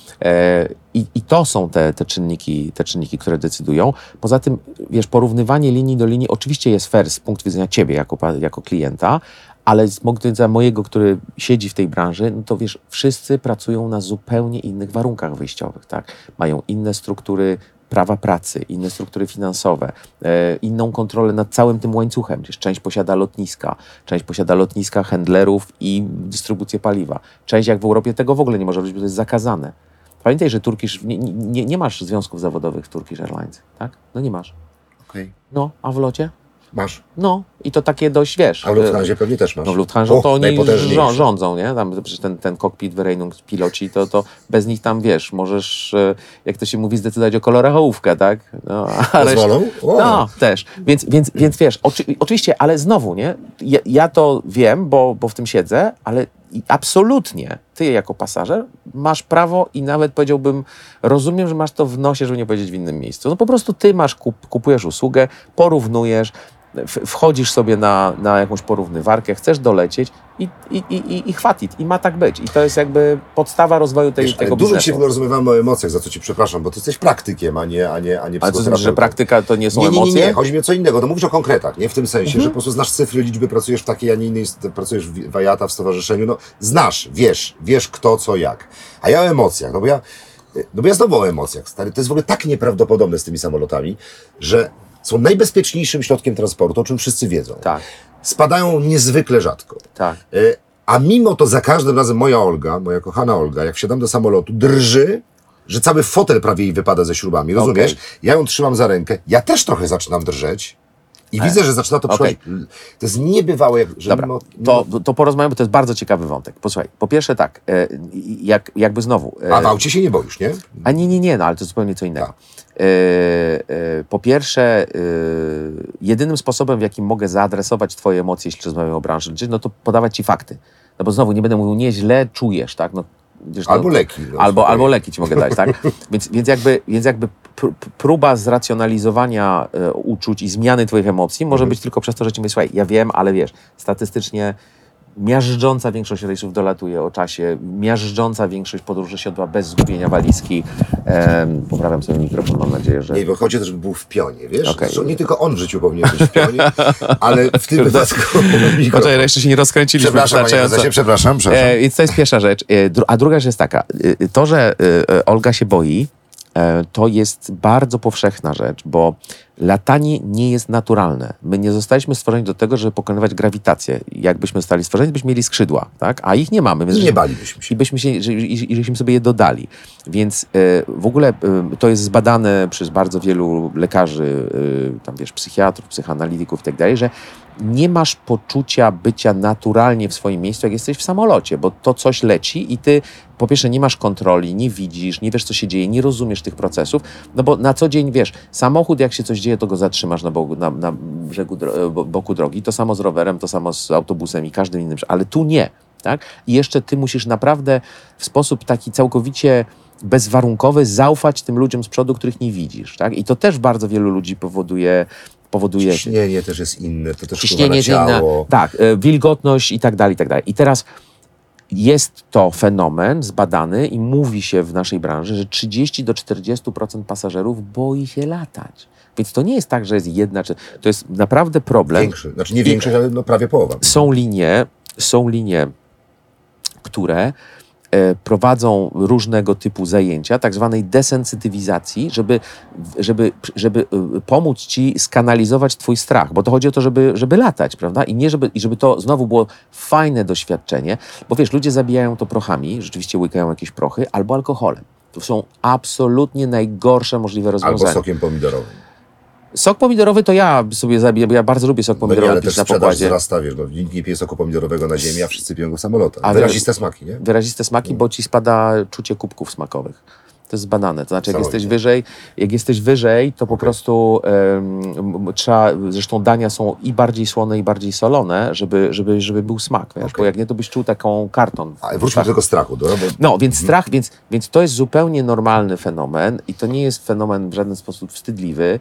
Speaker 2: E, i, I to są te, te, czynniki, te czynniki, które decydują. Poza tym, wiesz, porównywanie linii do linii oczywiście jest fair z punktu widzenia ciebie jako, jako klienta, ale z punktu widzenia mojego, który siedzi w tej branży, no to wiesz, wszyscy pracują na zupełnie innych warunkach wyjściowych, tak? Mają inne struktury prawa pracy, inne struktury finansowe, e, inną kontrolę nad całym tym łańcuchem. Przecież część posiada lotniska, część posiada lotniska, handlerów i dystrybucję paliwa. Część, jak w Europie, tego w ogóle nie może być, bo to jest zakazane. Pamiętaj, że Turkish, nie, nie, nie masz związków zawodowych w Turkish Airlines, tak? No nie masz.
Speaker 1: Okay.
Speaker 2: No, a w locie?
Speaker 1: Masz.
Speaker 2: No, i to takie dość, wiesz...
Speaker 1: A w Lufthansie pewnie też masz.
Speaker 2: No w Lufthansie to oni rząd, rządzą, nie? Tam przecież ten, ten cockpit, Vereinung, piloci, to, to bez nich tam, wiesz, możesz, jak to się mówi, zdecydować o kolorach ołówka, tak? No,
Speaker 1: Pozwolą? Wow.
Speaker 2: No, też. Więc, więc, więc wiesz, oczy, oczywiście, ale znowu, nie? Ja, ja to wiem, bo, bo w tym siedzę, ale absolutnie ty jako pasażer masz prawo i nawet powiedziałbym, rozumiem, że masz to w nosie, żeby nie powiedzieć w innym miejscu. No po prostu ty masz, kup, kupujesz usługę, porównujesz, wchodzisz sobie na, na jakąś porównywarkę, chcesz dolecieć i, i, i, i chwatit. I ma tak być. I to jest jakby podstawa rozwoju tej, Wiesz, tego
Speaker 1: dużo
Speaker 2: biznesu.
Speaker 1: Dużo się rozumiewamy o emocjach, za co ci przepraszam, bo ty jesteś praktykiem, a nie, a nie, a nie
Speaker 2: Ale to znaczy, że praktyka to nie są
Speaker 1: nie, nie,
Speaker 2: emocje?
Speaker 1: Nie, nie, chodzi mi o co innego. To mówisz o konkretach, nie? W tym sensie,
Speaker 2: mhm.
Speaker 1: że po prostu znasz cyfry, liczby, pracujesz w takiej, a nie innej, pracujesz w Wajata, w stowarzyszeniu, no znasz, wiesz, wiesz kto, co, jak. A ja o emocjach, no bo ja, no bo ja znowu o emocjach, stary. To jest w ogóle tak nieprawdopodobne z tymi samolotami, że są najbezpieczniejszym środkiem transportu, o czym wszyscy wiedzą.
Speaker 2: Tak.
Speaker 1: Spadają niezwykle rzadko.
Speaker 2: Tak.
Speaker 1: A mimo to za każdym razem moja Olga, moja kochana Olga, jak wsiadam do samolotu, drży, że cały fotel prawie jej wypada ze śrubami, rozumiesz? Okay. Ja ją trzymam za rękę, ja też trochę zaczynam drżeć i e. widzę, że zaczyna to okay. przychodzić. To jest niebywałe, że
Speaker 2: Dobra,
Speaker 1: mimo,
Speaker 2: mimo... To, to porozmawiamy, bo to jest bardzo ciekawy wątek. Posłuchaj, po pierwsze tak, e, jak, jakby znowu...
Speaker 1: E, A w aucie się nie boisz, nie?
Speaker 2: A nie, nie, nie, no ale to zupełnie co innego. E, e, po pierwsze, e, jedynym sposobem, w jakim mogę zaadresować twoje emocje, jeśli rozmawiamy o branży, no to podawać ci fakty. No bo znowu nie będę mówił, nie, źle czujesz, tak? No, wiesz,
Speaker 1: albo
Speaker 2: no,
Speaker 1: leki. No,
Speaker 2: albo, albo leki ci mogę dać, tak? więc, więc jakby, więc jakby próba zracjonalizowania e, uczuć i zmiany twoich emocji może mhm. być tylko przez to, że ci mówię, słuchaj, ja wiem, ale wiesz, statystycznie miażdżąca większość rejsów dolatuje o czasie, miażdżąca większość podróży się odbywa bez zgubienia walizki. Ehm, poprawiam sobie mikrofon, mam nadzieję, że...
Speaker 1: Nie, bo chodzi o to, żeby był w pionie, wiesz?
Speaker 2: Okay.
Speaker 1: Zresztą nie tylko on w życiu powinien być w pionie, ale w tym wypadku mikrofon.
Speaker 2: Poczekaj, jeszcze się nie rozkręciliśmy.
Speaker 1: Przepraszam, panie prezesie, przepraszam. przepraszam.
Speaker 2: E, więc to jest pierwsza rzecz. E, dru- a druga rzecz jest taka. E, to, że e, Olga się boi, e, to jest bardzo powszechna rzecz, bo latanie nie jest naturalne. My nie zostaliśmy stworzeni do tego, żeby pokonywać grawitację. Jakbyśmy zostali stworzeni, byśmy mieli skrzydła, tak? A ich nie mamy. Więc
Speaker 1: I nie balibyśmy się.
Speaker 2: I byśmy się, i, i żeśmy sobie je dodali. Więc y, w ogóle y, to jest zbadane przez bardzo wielu lekarzy, y, tam wiesz, psychiatrów, psychoanalityków i tak dalej, że nie masz poczucia bycia naturalnie w swoim miejscu, jak jesteś w samolocie, bo to coś leci i ty po pierwsze nie masz kontroli, nie widzisz, nie wiesz, co się dzieje, nie rozumiesz tych procesów, no bo na co dzień, wiesz, samochód, jak się coś dzieje, to go zatrzymasz na boku, na, na brzegu dro- boku drogi, to samo z rowerem, to samo z autobusem i każdym innym, ale tu nie, tak? I jeszcze ty musisz naprawdę w sposób taki całkowicie bezwarunkowy, zaufać tym ludziom z przodu, których nie widzisz, tak? I to też bardzo wielu ludzi powoduje powoduje...
Speaker 1: Ciśnienie też jest inne, to też
Speaker 2: Ciśnienie jest inne, tak, wilgotność i tak dalej, i tak dalej. I teraz jest to fenomen zbadany i mówi się w naszej branży, że trzydzieści do czterdziestu procent pasażerów boi się latać. Więc to nie jest tak, że jest jedna, czy to jest naprawdę problem.
Speaker 1: Większy, znaczy nie większy, ale no prawie połowa.
Speaker 2: Są linie, są linie, które prowadzą różnego typu zajęcia, tak zwanej desensytywizacji, żeby, żeby, żeby pomóc ci skanalizować twój strach, bo to chodzi o to, żeby, żeby latać, prawda? I nie żeby, i żeby to znowu było fajne doświadczenie, bo wiesz, ludzie zabijają to prochami, rzeczywiście łykają jakieś prochy, albo alkoholem. To są absolutnie najgorsze możliwe rozwiązania.
Speaker 1: Albo sokiem pomidorowym.
Speaker 2: Sok pomidorowy to ja sobie zabiję, bo ja bardzo lubię sok pomidorowy,
Speaker 1: no nie, ale
Speaker 2: pić
Speaker 1: też
Speaker 2: na pokładzie.
Speaker 1: wzrasta, wiesz, no, nikt nie pije soku pomidorowego na ziemi, a wszyscy piją go w samolotach. A wyraziste smaki, nie?
Speaker 2: Wyraziste smaki, no. Bo ci spada czucie kubków smakowych. To jest zbadane. To znaczy, jak jesteś wyżej, jak jesteś wyżej, to po okay. prostu um, trzeba, zresztą dania są i bardziej słone, i bardziej solone, żeby, żeby, żeby był smak, wiesz? Okay. Bo jak nie, to byś czuł taką karton.
Speaker 1: Ale wróćmy do tego strachu. Do, bo...
Speaker 2: No, więc mhm. strach, więc, więc to jest zupełnie normalny fenomen i to nie jest fenomen w żaden sposób wstydliwy.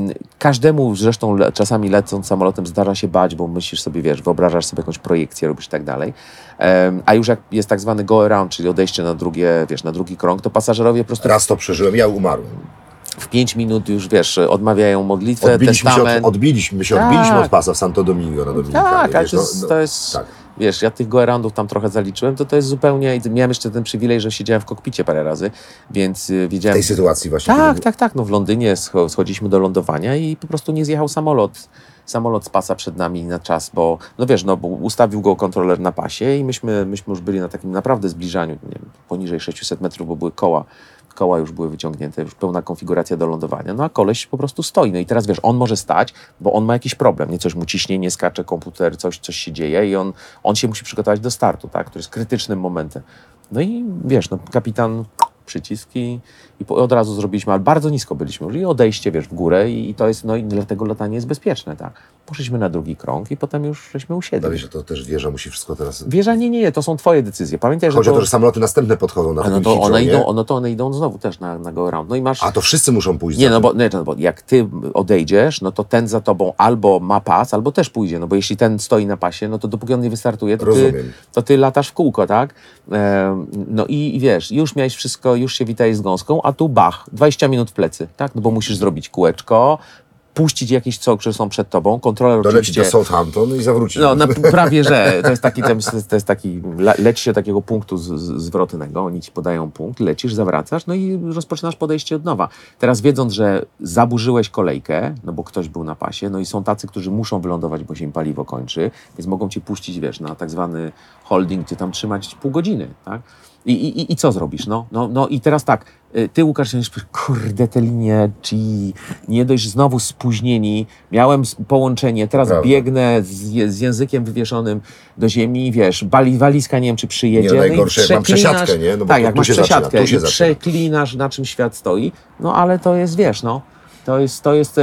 Speaker 2: Każdemu zresztą le, czasami lecąc samolotem zdarza się bać, bo myślisz sobie, wiesz, wyobrażasz sobie jakąś projekcję, robisz i tak dalej. Um, a już jak jest tak zwany go around, czyli odejście na drugie, wiesz, na drugi krąg, to pasażerowie po prostu...
Speaker 1: Raz to przeżyłem, ja umarłem.
Speaker 2: W pięć minut już, wiesz, odmawiają modlitwę,
Speaker 1: odbiliśmy
Speaker 2: testament.
Speaker 1: Się od, odbiliśmy się,
Speaker 2: tak.
Speaker 1: odbiliśmy od pasa w Santo Domingo na Dominikanie.
Speaker 2: Tak, ale
Speaker 1: wiesz,
Speaker 2: to jest,
Speaker 1: no, no,
Speaker 2: to jest
Speaker 1: tak.
Speaker 2: wiesz, ja tych go-aroundów tam trochę zaliczyłem, to to jest zupełnie, i miałem jeszcze ten przywilej, że siedziałem w kokpicie parę razy, więc y, wiedziałem...
Speaker 1: W tej sytuacji właśnie.
Speaker 2: Tak,
Speaker 1: kiedy...
Speaker 2: tak, tak, no w Londynie schodziliśmy do lądowania i po prostu nie zjechał samolot. Samolot z pasa przed nami na czas, bo no wiesz, no bo ustawił go kontroler na pasie i myśmy, myśmy już byli na takim naprawdę zbliżaniu, nie wiem, poniżej sześciuset metrów, bo były koła, koła już były wyciągnięte, już pełna konfiguracja do lądowania, no a koleś po prostu stoi. No i teraz wiesz, on może stać, bo on ma jakiś problem, nie coś mu ciśnienie, skacze komputer, coś, coś się dzieje i on, on się musi przygotować do startu, tak, który jest krytycznym momentem. No i wiesz, no kapitan przyciski i po, od razu zrobiliśmy, ale bardzo nisko byliśmy już i odejście, wiesz, w górę i, i to jest, no i dlatego latanie jest bezpieczne, tak. Poszliśmy na drugi krąg i potem już żeśmy usiedli.
Speaker 1: Ale że to też wieża musi wszystko teraz...
Speaker 2: Wieża nie, nie, nie, to są twoje decyzje. Pamiętaj,
Speaker 1: Chodzi
Speaker 2: że
Speaker 1: to... o to, że samoloty następne podchodzą na
Speaker 2: a no to one idą, no to one idą znowu też na, na go around. No i masz...
Speaker 1: A to wszyscy muszą pójść
Speaker 2: Nie, no bo, nie, no bo jak ty odejdziesz, no to ten za tobą albo ma pas, albo też pójdzie, no bo jeśli ten stoi na pasie, no to dopóki on nie wystartuje, to, ty, to ty latasz w kółko, tak? E, no i, i wiesz, już miałeś wszystko, już się witajesz z gąską, a tu bach, dwadzieścia minut w plecy, tak? No bo musisz zrobić kółeczko, puścić jakieś co, które są przed tobą, kontroler
Speaker 1: dolecić
Speaker 2: oczywiście...
Speaker 1: do Southampton i zawrócić.
Speaker 2: No, na, prawie, że. To jest taki, to jest, to jest taki le, leci się do takiego punktu z, z, zwrotnego, oni ci podają punkt, lecisz, zawracasz, no i rozpoczynasz podejście od nowa. Teraz wiedząc, że zaburzyłeś kolejkę, no bo ktoś był na pasie, no i są tacy, którzy muszą wylądować, bo się im paliwo kończy, więc mogą cię puścić, wiesz, na tak zwany holding, cię tam trzymać pół godziny, tak? I, i, I co zrobisz? No, no, no i teraz tak, ty, Łukasz, kurde, te linie, czyli nie dość znowu spóźnieni, miałem połączenie, teraz Prawda. biegnę z, z językiem wywieszonym do ziemi, wiesz, bali, walizka nie wiem, czy przyjedzie. Nie,
Speaker 1: no najgorsze, jak mam przesiadkę, nie? No bo
Speaker 2: tak,
Speaker 1: to,
Speaker 2: jak
Speaker 1: tu
Speaker 2: masz
Speaker 1: się
Speaker 2: przesiadkę
Speaker 1: zaczyna, tu się
Speaker 2: i przeklinasz, na czym świat stoi, no ale to jest, wiesz, no, To jest, to, jest,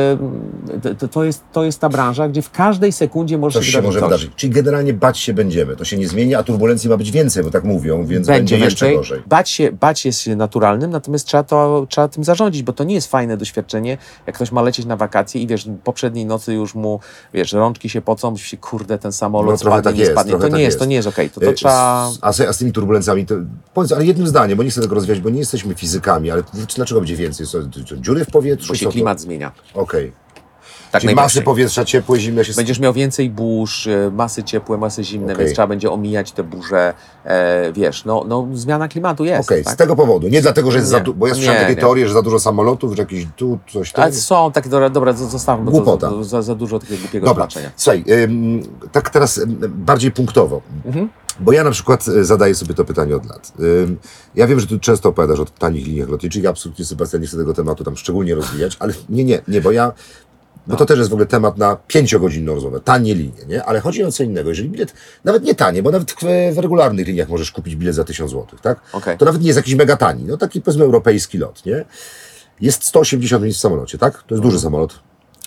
Speaker 2: to, to, jest, to jest ta branża, gdzie w każdej sekundzie może
Speaker 1: coś się może coś. wydarzyć. Czyli generalnie bać się będziemy. To się nie zmieni, a turbulencji ma być więcej, bo tak mówią, więc będzie, będzie jeszcze gorzej.
Speaker 2: Bać się, bać jest naturalnym, natomiast trzeba, to, trzeba tym zarządzić, bo to nie jest fajne doświadczenie, jak ktoś ma lecieć na wakacje i wiesz, poprzedniej nocy już mu, wiesz, rączki się pocą, myśli się, kurde, ten samolot no, spadnie, tak nie jest, spadnie. To nie tak jest, to nie jest okej. Okay. To, to
Speaker 1: y,
Speaker 2: trzeba...
Speaker 1: A z, a z tymi turbulencjami, to, powiedz, ale jednym zdaniem, bo nie chcę tego rozwijać, bo nie jesteśmy fizykami, ale dlaczego będzie więcej? Co, to, dziury w powietrzu?
Speaker 2: Bo się klimat zmienia.
Speaker 1: Okej. Okay.
Speaker 2: Tak,
Speaker 1: czyli masy powietrza ciepłe, zimne się...
Speaker 2: Będziesz miał więcej burz, masy ciepłe, masy zimne, okay. więc trzeba będzie omijać te burze, e, wiesz, no, no zmiana klimatu jest.
Speaker 1: Okej, okay.
Speaker 2: tak?
Speaker 1: Z tego powodu, nie dlatego, że jest nie, za dużo, bo ja słyszałem takie nie. teorie, że za dużo samolotów, że jakieś tu coś tam...
Speaker 2: Ale są takie, dobra, dobra zostawmy, bo to, za, za, za dużo takiego głupiego
Speaker 1: dobra.
Speaker 2: znaczenia.
Speaker 1: Słuchaj, ym, tak teraz ym, bardziej punktowo. Mhm. Bo ja na przykład zadaję sobie to pytanie od lat. Ym, ja wiem, że tu często opowiadasz o tanich liniach lotniczych, ja absolutnie, Sebastian, nie chcę tego tematu tam szczególnie rozwijać, ale nie, nie, nie, bo ja... Bo no. to też jest w ogóle temat na pięciogodzinną rozmowę. Tanie linie, nie? Ale chodzi o co innego. Jeżeli bilet, nawet nie tanie, bo nawet w, w regularnych liniach możesz kupić bilet za tysiąc złotych, tak?
Speaker 2: Okay.
Speaker 1: To nawet nie jest jakiś mega tani. No taki, powiedzmy, europejski lot, nie? Jest sto osiemdziesiąt miejsc w samolocie, tak? To jest mhm. duży samolot.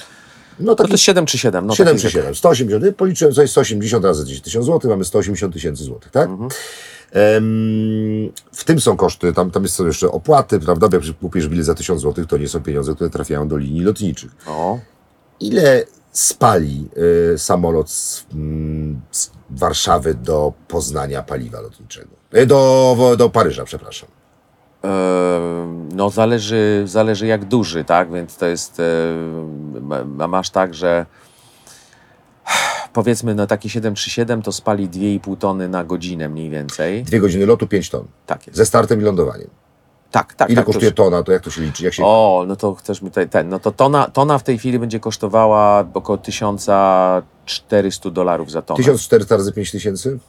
Speaker 2: No, taki, no to jest siedem czy siedem. No
Speaker 1: siedem czy siedem. sto osiemdziesiąt. Policzyłem sobie sto osiemdziesiąt razy tysiąc złotych, mamy sto osiemdziesiąt tysięcy złotych, tak? Mhm. Ehm, w tym są koszty, tam, tam są jeszcze opłaty, prawda? Jak kupisz bilet za tysiąc złotych, to nie są pieniądze, które trafiają do linii lotniczych.
Speaker 2: O.
Speaker 1: Ile spali y, samolot z, mm, z Warszawy do Poznania paliwa lotniczego? Y, do, do Paryża, przepraszam.
Speaker 2: No zależy, zależy jak duży, tak? Więc to jest, e, masz tak, że powiedzmy na taki siedem trzy siedem to spali dwie i pół tony na godzinę mniej więcej.
Speaker 1: Dwie godziny lotu, pięć ton.
Speaker 2: Tak jest.
Speaker 1: Ze startem i lądowaniem.
Speaker 2: Tak, tak.
Speaker 1: Ile
Speaker 2: tak,
Speaker 1: kosztuje
Speaker 2: to...
Speaker 1: tona? To jak to się liczy? Jak się...
Speaker 2: O, no to chcesz mi tutaj ten, no to tona, tona w tej chwili będzie kosztowała około tysiąc czterysta dolarów za tonę.
Speaker 1: tysiąc czterysta razy pięć tysięcy?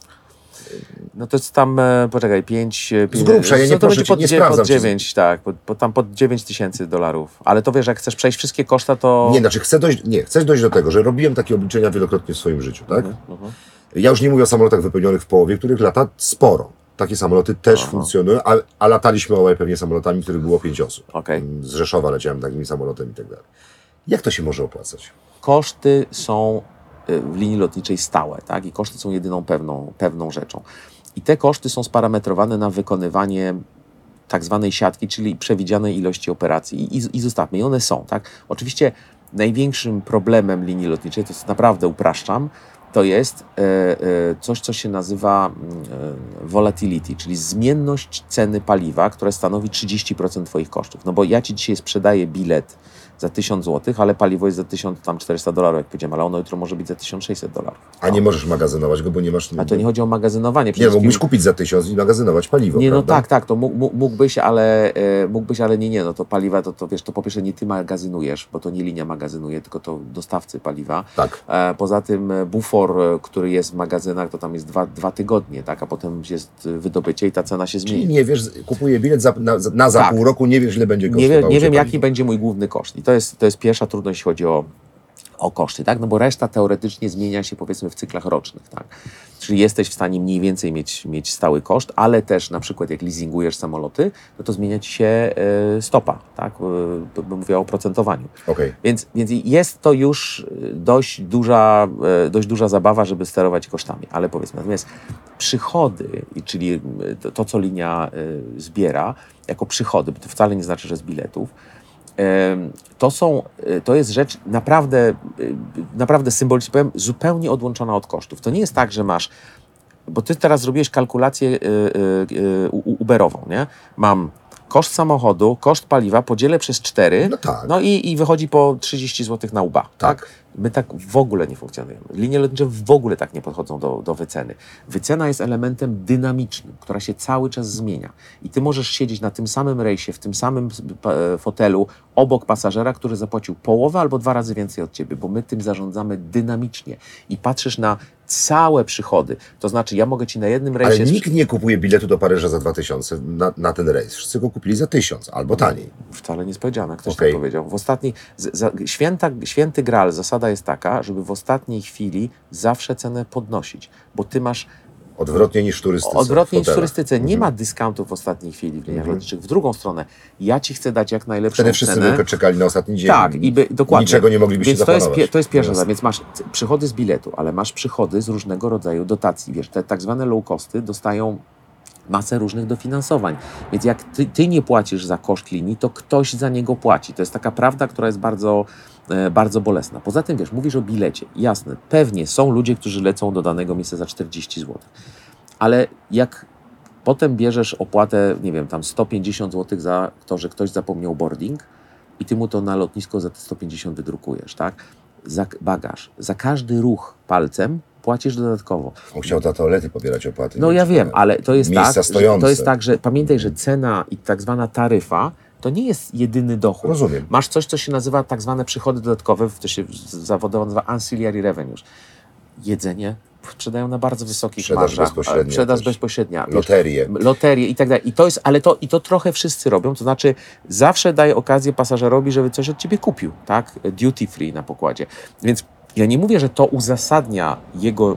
Speaker 2: No to jest tam, e, poczekaj, pięć...
Speaker 1: Z grubsza, ja nie
Speaker 2: no to
Speaker 1: proszę
Speaker 2: będzie
Speaker 1: cię,
Speaker 2: pod,
Speaker 1: nie
Speaker 2: dzie-
Speaker 1: sprawdzam.
Speaker 2: pod dziewięć, tak, pod, pod, tam pod dziewięć tysięcy dolarów. Ale to wiesz, jak chcesz przejść wszystkie koszta, to...
Speaker 1: Nie, znaczy chcę dojść, nie, chcesz dojść do tego, że robiłem takie obliczenia wielokrotnie w swoim życiu, tak?
Speaker 2: Mhm.
Speaker 1: Ja już nie mówię o samolotach wypełnionych w połowie, których lata sporo. Takie samoloty też
Speaker 2: Aha.
Speaker 1: funkcjonują, a, a lataliśmy obaj pewnie samolotami, w których było pięć osób.
Speaker 2: Okej.
Speaker 1: Z Rzeszowa leciałem takim samolotem i tak dalej. Jak to się może opłacać?
Speaker 2: Koszty są y, w linii lotniczej stałe, tak? I koszty są jedyną pewną, pewną rzeczą. I te koszty są sparametrowane na wykonywanie tak zwanej siatki, czyli przewidzianej ilości operacji. I, i, i zostawmy, i one są, tak? Oczywiście największym problemem linii lotniczej, to jest naprawdę upraszczam, to jest e, e, coś, co się nazywa e, volatility, czyli zmienność ceny paliwa, która stanowi trzydzieści procent Twoich kosztów. No bo ja Ci dzisiaj sprzedaję bilet za tysiąc złotych, ale paliwo jest za tysiąc czterysta dolarów, jak powiedziałem, ale ono jutro może być za tysiąc sześćset dolarów.
Speaker 1: A nie możesz magazynować go, bo nie masz...
Speaker 2: A to nie chodzi o magazynowanie.
Speaker 1: Nie, mógłbyś kupić za tysiąc i magazynować paliwo,
Speaker 2: Nie, no
Speaker 1: prawda?
Speaker 2: tak, tak, to mógł, mógłbyś, ale e, mógłbyś, ale nie, nie, no to paliwa, to, to wiesz, to po pierwsze nie ty magazynujesz, bo to nie linia magazynuje, tylko to dostawcy paliwa.
Speaker 1: Tak.
Speaker 2: E, poza tym e, bufor, e, który jest w magazynach, to tam jest dwa, dwa tygodnie, tak, a potem jest wydobycie i ta cena się zmieni.
Speaker 1: Czyli nie wiesz, kupuję bilet za, na, na za
Speaker 2: Tak.
Speaker 1: pół roku, nie wiesz, ile będzie kosztował.
Speaker 2: Nie, wie, nie wiem,
Speaker 1: paliwo.
Speaker 2: jaki będzie mój główny koszt. I to jest, to jest pierwsza trudność, jeśli chodzi o, o koszty, tak? No bo reszta teoretycznie zmienia się, powiedzmy, w cyklach rocznych, tak? Czyli jesteś w stanie mniej więcej mieć, mieć stały koszt, ale też na przykład jak leasingujesz samoloty, no to zmienia ci się e, stopa, tak? E, mówię o procentowaniu.
Speaker 1: Okay.
Speaker 2: Więc, więc jest to już dość duża, e, dość duża zabawa, żeby sterować kosztami, ale powiedzmy, natomiast przychody, czyli to, to co linia e, zbiera jako przychody, bo to wcale nie znaczy, że z biletów, To, są, to jest rzecz naprawdę, naprawdę symbolicznie powiem, zupełnie odłączona od kosztów. To nie jest tak, że masz, bo ty teraz zrobiłeś kalkulację Uberową, nie? Mam koszt samochodu, koszt paliwa, podzielę przez cztery,
Speaker 1: no, tak.
Speaker 2: no i, i wychodzi po trzydzieści złotych na łba.
Speaker 1: Tak.
Speaker 2: tak? My tak w ogóle nie funkcjonujemy. Linie lotnicze w ogóle tak nie podchodzą do, do wyceny. Wycena jest elementem dynamicznym, która się cały czas zmienia. I ty możesz siedzieć na tym samym rejsie, w tym samym fotelu, obok pasażera, który zapłacił połowę albo dwa razy więcej od ciebie, bo my tym zarządzamy dynamicznie. I patrzysz na całe przychody. To znaczy, ja mogę ci na jednym rejsie...
Speaker 1: Ale nikt nie kupuje biletu do Paryża za dwa tysiące na, na ten rejs. Wszyscy go kupili za tysiąc albo taniej.
Speaker 2: Wcale nie powiedziane. Ktoś
Speaker 1: okay.
Speaker 2: tak powiedział. W ostatniej... Z, za, święta, święty gral, zasada jest taka, żeby w ostatniej chwili zawsze cenę podnosić, bo ty masz...
Speaker 1: Odwrotnie niż w turystyce.
Speaker 2: Odwrotnie niż w turystyce. Nie
Speaker 1: mhm.
Speaker 2: ma dyskountów w ostatniej chwili w liniach mhm. lotniczych. W drugą stronę, ja ci chcę dać jak najlepszą
Speaker 1: Wtedy wszyscy
Speaker 2: cenę.
Speaker 1: tylko czekali na ostatni dzień.
Speaker 2: Tak, i by, dokładnie.
Speaker 1: Niczego nie moglibyście
Speaker 2: Więc to jest,
Speaker 1: zaplanować.
Speaker 2: to jest pierwsza rzecz. Więc masz przychody z biletu, ale masz przychody z różnego rodzaju dotacji. Wiesz, te tak zwane low costy dostają masę różnych dofinansowań. Więc jak ty, ty nie płacisz za koszt linii, to ktoś za niego płaci. To jest taka prawda, która jest bardzo, e, bardzo bolesna. Poza tym, wiesz, mówisz o bilecie. Jasne, pewnie są ludzie, którzy lecą do danego miejsca za czterdzieści złotych. Ale jak potem bierzesz opłatę, nie wiem, tam sto pięćdziesiąt złotych za to, że ktoś zapomniał boarding i ty mu to na lotnisko za te sto pięćdziesiąt wydrukujesz, tak? Za bagaż. Za każdy ruch palcem płacisz dodatkowo.
Speaker 1: On chciał za toalety pobierać opłaty.
Speaker 2: No ja wiem, ale to jest, tak, że, to jest tak, że pamiętaj, że cena i tak zwana taryfa to nie jest jedyny dochód.
Speaker 1: Rozumiem.
Speaker 2: Masz coś, co się nazywa tak zwane przychody dodatkowe, to się zawodowo nazywa ancillary revenues. Jedzenie sprzedają na bardzo wysokich
Speaker 1: sprzedaż
Speaker 2: marżach.
Speaker 1: Bezpośrednia
Speaker 2: sprzedaż bezpośrednia.
Speaker 1: Loterie.
Speaker 2: Wiesz, loterie i tak dalej. I to jest, ale to, i to trochę wszyscy robią, to znaczy zawsze daje okazję pasażerowi, żeby coś od ciebie kupił, tak? Duty free na pokładzie. Więc ja nie mówię, że to uzasadnia jego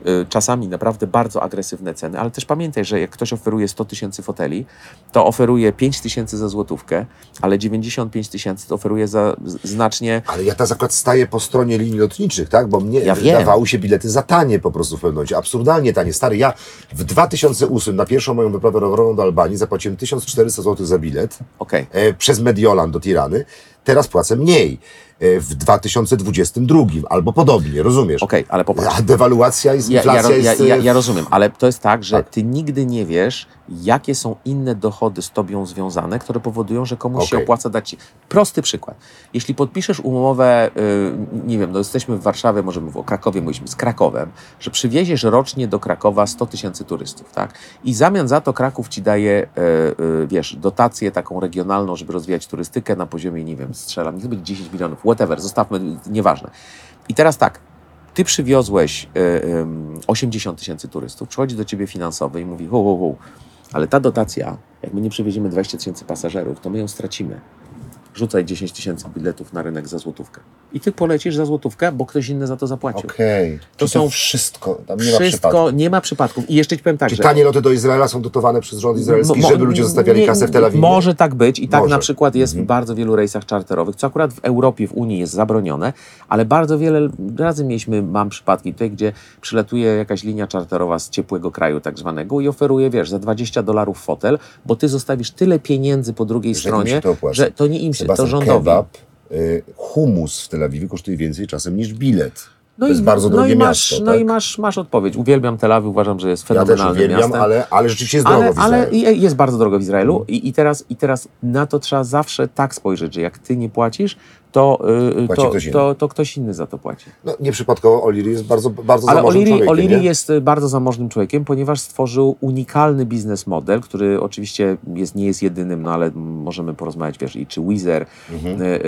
Speaker 2: y, czasami naprawdę bardzo agresywne ceny, ale też pamiętaj, że jak ktoś oferuje sto tysięcy foteli, to oferuje pięć tysięcy za złotówkę, ale dziewięćdziesiąt pięć tysięcy to oferuje za znacznie...
Speaker 1: Ale ja teraz akurat staję po stronie linii lotniczych, tak? Bo mnie
Speaker 2: ja
Speaker 1: wydawały się bilety za tanie po prostu w pewnym momencie. Absurdalnie tanie. Stary, ja w dwa tysiące ósmym na pierwszą moją wyprawę rowerową do Albanii zapłaciłem tysiąc czterysta złotych za bilet
Speaker 2: okay.
Speaker 1: e, przez Mediolan do Tirany. Teraz płacę mniej. W dwa tysiące dwudziestym drugim albo podobnie, rozumiesz?
Speaker 2: Okej, okay, ale popatrz.
Speaker 1: A dewaluacja i inflacja
Speaker 2: ja, ja,
Speaker 1: jest...
Speaker 2: Ja, ja, ja rozumiem, ale to jest tak, że
Speaker 1: tak.
Speaker 2: ty nigdy nie wiesz, jakie są inne dochody z tobą związane, które powodują, że komuś okay. się opłaca dać ci... Prosty przykład. Jeśli podpiszesz umowę, yy, nie wiem, no jesteśmy w Warszawie, może mówię o Krakowie, mówiliśmy z Krakowem, że przywieziesz rocznie do Krakowa sto tysięcy turystów, tak? I w zamian za to Kraków ci daje, yy, yy, wiesz, dotację taką regionalną, żeby rozwijać turystykę na poziomie, nie wiem, strzelam, niech będzie dziesięć milionów, whatever, zostawmy, nieważne. I teraz tak, ty przywiozłeś y, y, osiemdziesiąt tysięcy turystów, przychodzi do ciebie finansowy i mówi, hu, hu, hu, ale ta dotacja, jak my nie przywieziemy dwadzieścia tysięcy pasażerów, to my ją stracimy. Rzucaj dziesięć tysięcy biletów na rynek za złotówkę. I ty polecisz za złotówkę, bo ktoś inny za to zapłacił.
Speaker 1: Okej. Okay. To, to są wszystko, tam nie wszystko, ma przypadków.
Speaker 2: nie ma przypadków. I jeszcze ci powiem tak,
Speaker 1: Czy
Speaker 2: że...
Speaker 1: tanie loty do Izraela są dotowane przez rząd izraelski, mo, żeby ludzie zostawiali nie, kasę w Tel Awiwie?
Speaker 2: Może tak być i tak
Speaker 1: może.
Speaker 2: Na przykład jest
Speaker 1: mhm.
Speaker 2: w bardzo wielu rejsach czarterowych, co akurat w Europie, w Unii jest zabronione, ale bardzo wiele razy mieliśmy, mam przypadki tutaj, gdzie przylatuje jakaś linia czarterowa z ciepłego kraju tak zwanego i oferuje, wiesz, za dwadzieścia dolarów fotel, bo ty zostawisz tyle pieniędzy po drugiej że stronie, to że to nie im się, Sebastian, to rządowi.
Speaker 1: Kebab, y, humus w Tel Awiwie kosztuje więcej czasem niż bilet.
Speaker 2: No
Speaker 1: to jest
Speaker 2: i,
Speaker 1: bardzo
Speaker 2: no
Speaker 1: drogie
Speaker 2: i masz,
Speaker 1: miasto.
Speaker 2: No
Speaker 1: tak?
Speaker 2: i masz, masz odpowiedź. Uwielbiam Tel Awiw, uważam, że jest fenomenalnym
Speaker 1: ja też uwielbiam,
Speaker 2: miastem.
Speaker 1: Ale, ale rzeczywiście jest drogo
Speaker 2: ale,
Speaker 1: w Izraelu.
Speaker 2: Ale jest bardzo drogo w Izraelu mm. I, i, teraz, i teraz na to trzeba zawsze tak spojrzeć, że jak ty nie płacisz, to, yy, to, ktoś to, to ktoś inny za to płaci.
Speaker 1: No nieprzypadkowo O'Leary jest bardzo, bardzo
Speaker 2: ale
Speaker 1: zamożnym
Speaker 2: O'Leary,
Speaker 1: człowiekiem. Ale
Speaker 2: O'Leary jest bardzo zamożnym człowiekiem, ponieważ stworzył unikalny biznes model, który oczywiście jest, nie jest jedynym, no ale możemy porozmawiać, wiesz, i czy Wizz Air, mhm. y, y,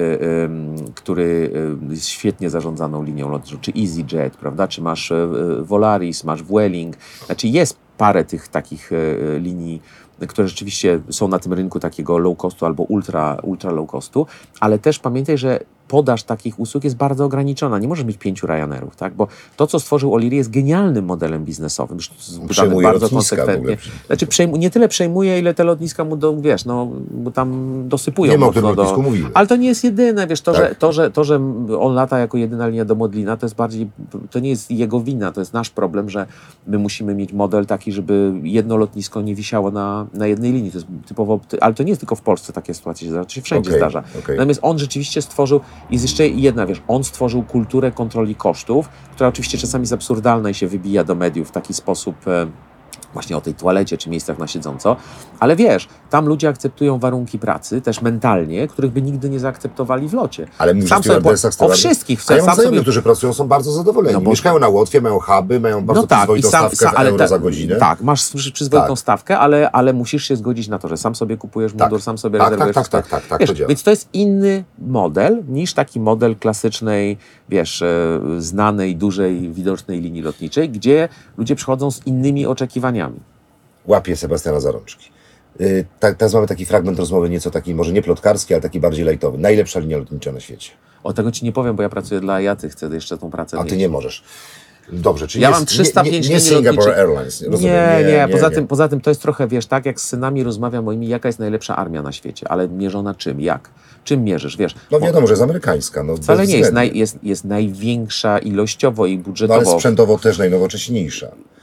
Speaker 2: y, który jest świetnie zarządzaną linią lotniczą, czy EasyJet, prawda, czy masz y, Volaris, masz Vueling, znaczy jest parę tych takich y, linii, które rzeczywiście są na tym rynku takiego low costu albo ultra, ultra low costu, ale też pamiętaj, że podaż takich usług jest bardzo ograniczona. Nie możesz mieć pięciu Ryanerów, tak? Bo to, co stworzył O'Leary, jest genialnym modelem biznesowym.
Speaker 1: Przejmuje
Speaker 2: bardzo konsekwentnie. Znaczy, przejmu, nie tyle przejmuje, ile te lotniska mu, do, wiesz, no, bo tam dosypują.
Speaker 1: Nie ma o tym lotnisku
Speaker 2: do...
Speaker 1: mówimy.
Speaker 2: Ale to nie jest jedyne, wiesz, to,
Speaker 1: tak.
Speaker 2: że, to, że, to, że on lata jako jedyna linia do Modlina, to jest bardziej, to nie jest jego wina, to jest nasz problem, że my musimy mieć model taki, żeby jedno lotnisko nie wisiało na, na jednej linii. To jest typowo, ale to nie jest tylko w Polsce takie sytuacje się zdarza, to się wszędzie
Speaker 1: okay,
Speaker 2: zdarza.
Speaker 1: Okay.
Speaker 2: Natomiast on rzeczywiście stworzył, jest jeszcze jedna, wiesz, on stworzył kulturę kontroli kosztów, która oczywiście czasami jest absurdalna i się wybija do mediów w taki sposób, e, właśnie o tej toalecie czy miejscach na siedząco, ale wiesz, tam ludzie akceptują warunki pracy, też mentalnie, których by nigdy nie zaakceptowali w locie.
Speaker 1: Ale mówisz o stewardessach,
Speaker 2: o wszystkich.
Speaker 1: A ja mam znajomych, którzy pracują, są bardzo zadowoleni. No bo... Mieszkają na Łotwie, mają huby, mają bardzo no tak, przyzwoitą sam, stawkę sam, w euro ta, za godzinę.
Speaker 2: Tak, masz przyzwoitą tak. stawkę, ale, ale musisz się zgodzić na to, że sam sobie kupujesz mundur, tak. sam sobie
Speaker 1: tak,
Speaker 2: rezerwujesz.
Speaker 1: Tak, tak, tak, tak, tak,
Speaker 2: wiesz,
Speaker 1: to działa.
Speaker 2: Więc to jest inny model niż taki model klasycznej, wiesz, e, znanej, dużej, widocznej linii lotniczej, gdzie ludzie przychodzą z innymi oczekiwaniami.
Speaker 1: Łapie Sebastiana za rączki. Yy, tak, teraz mamy taki fragment rozmowy, nieco taki, może nie plotkarski, ale taki bardziej lajtowy. Najlepsza linia lotnicza na świecie.
Speaker 2: O tego ci nie powiem, bo ja pracuję dla Jaty, chcę jeszcze tą pracę
Speaker 1: A
Speaker 2: mieć.
Speaker 1: ty nie możesz. Dobrze, czyli
Speaker 2: ja
Speaker 1: nie,
Speaker 2: mam trzysta pięć
Speaker 1: nie, nie, nie Singapore Airlines. Rozumiem.
Speaker 2: Nie, nie,
Speaker 1: nie,
Speaker 2: poza,
Speaker 1: nie.
Speaker 2: Tym, poza tym to jest trochę, wiesz, tak jak z synami rozmawiam moimi, jaka jest najlepsza armia na świecie, ale mierzona czym, jak? Czym mierzysz, wiesz?
Speaker 1: No wiadomo, że jest amerykańska. No,
Speaker 2: wcale nie jest, naj, jest, jest największa ilościowo i budżetowo.
Speaker 1: No ale sprzętowo też najnowocześniejsza.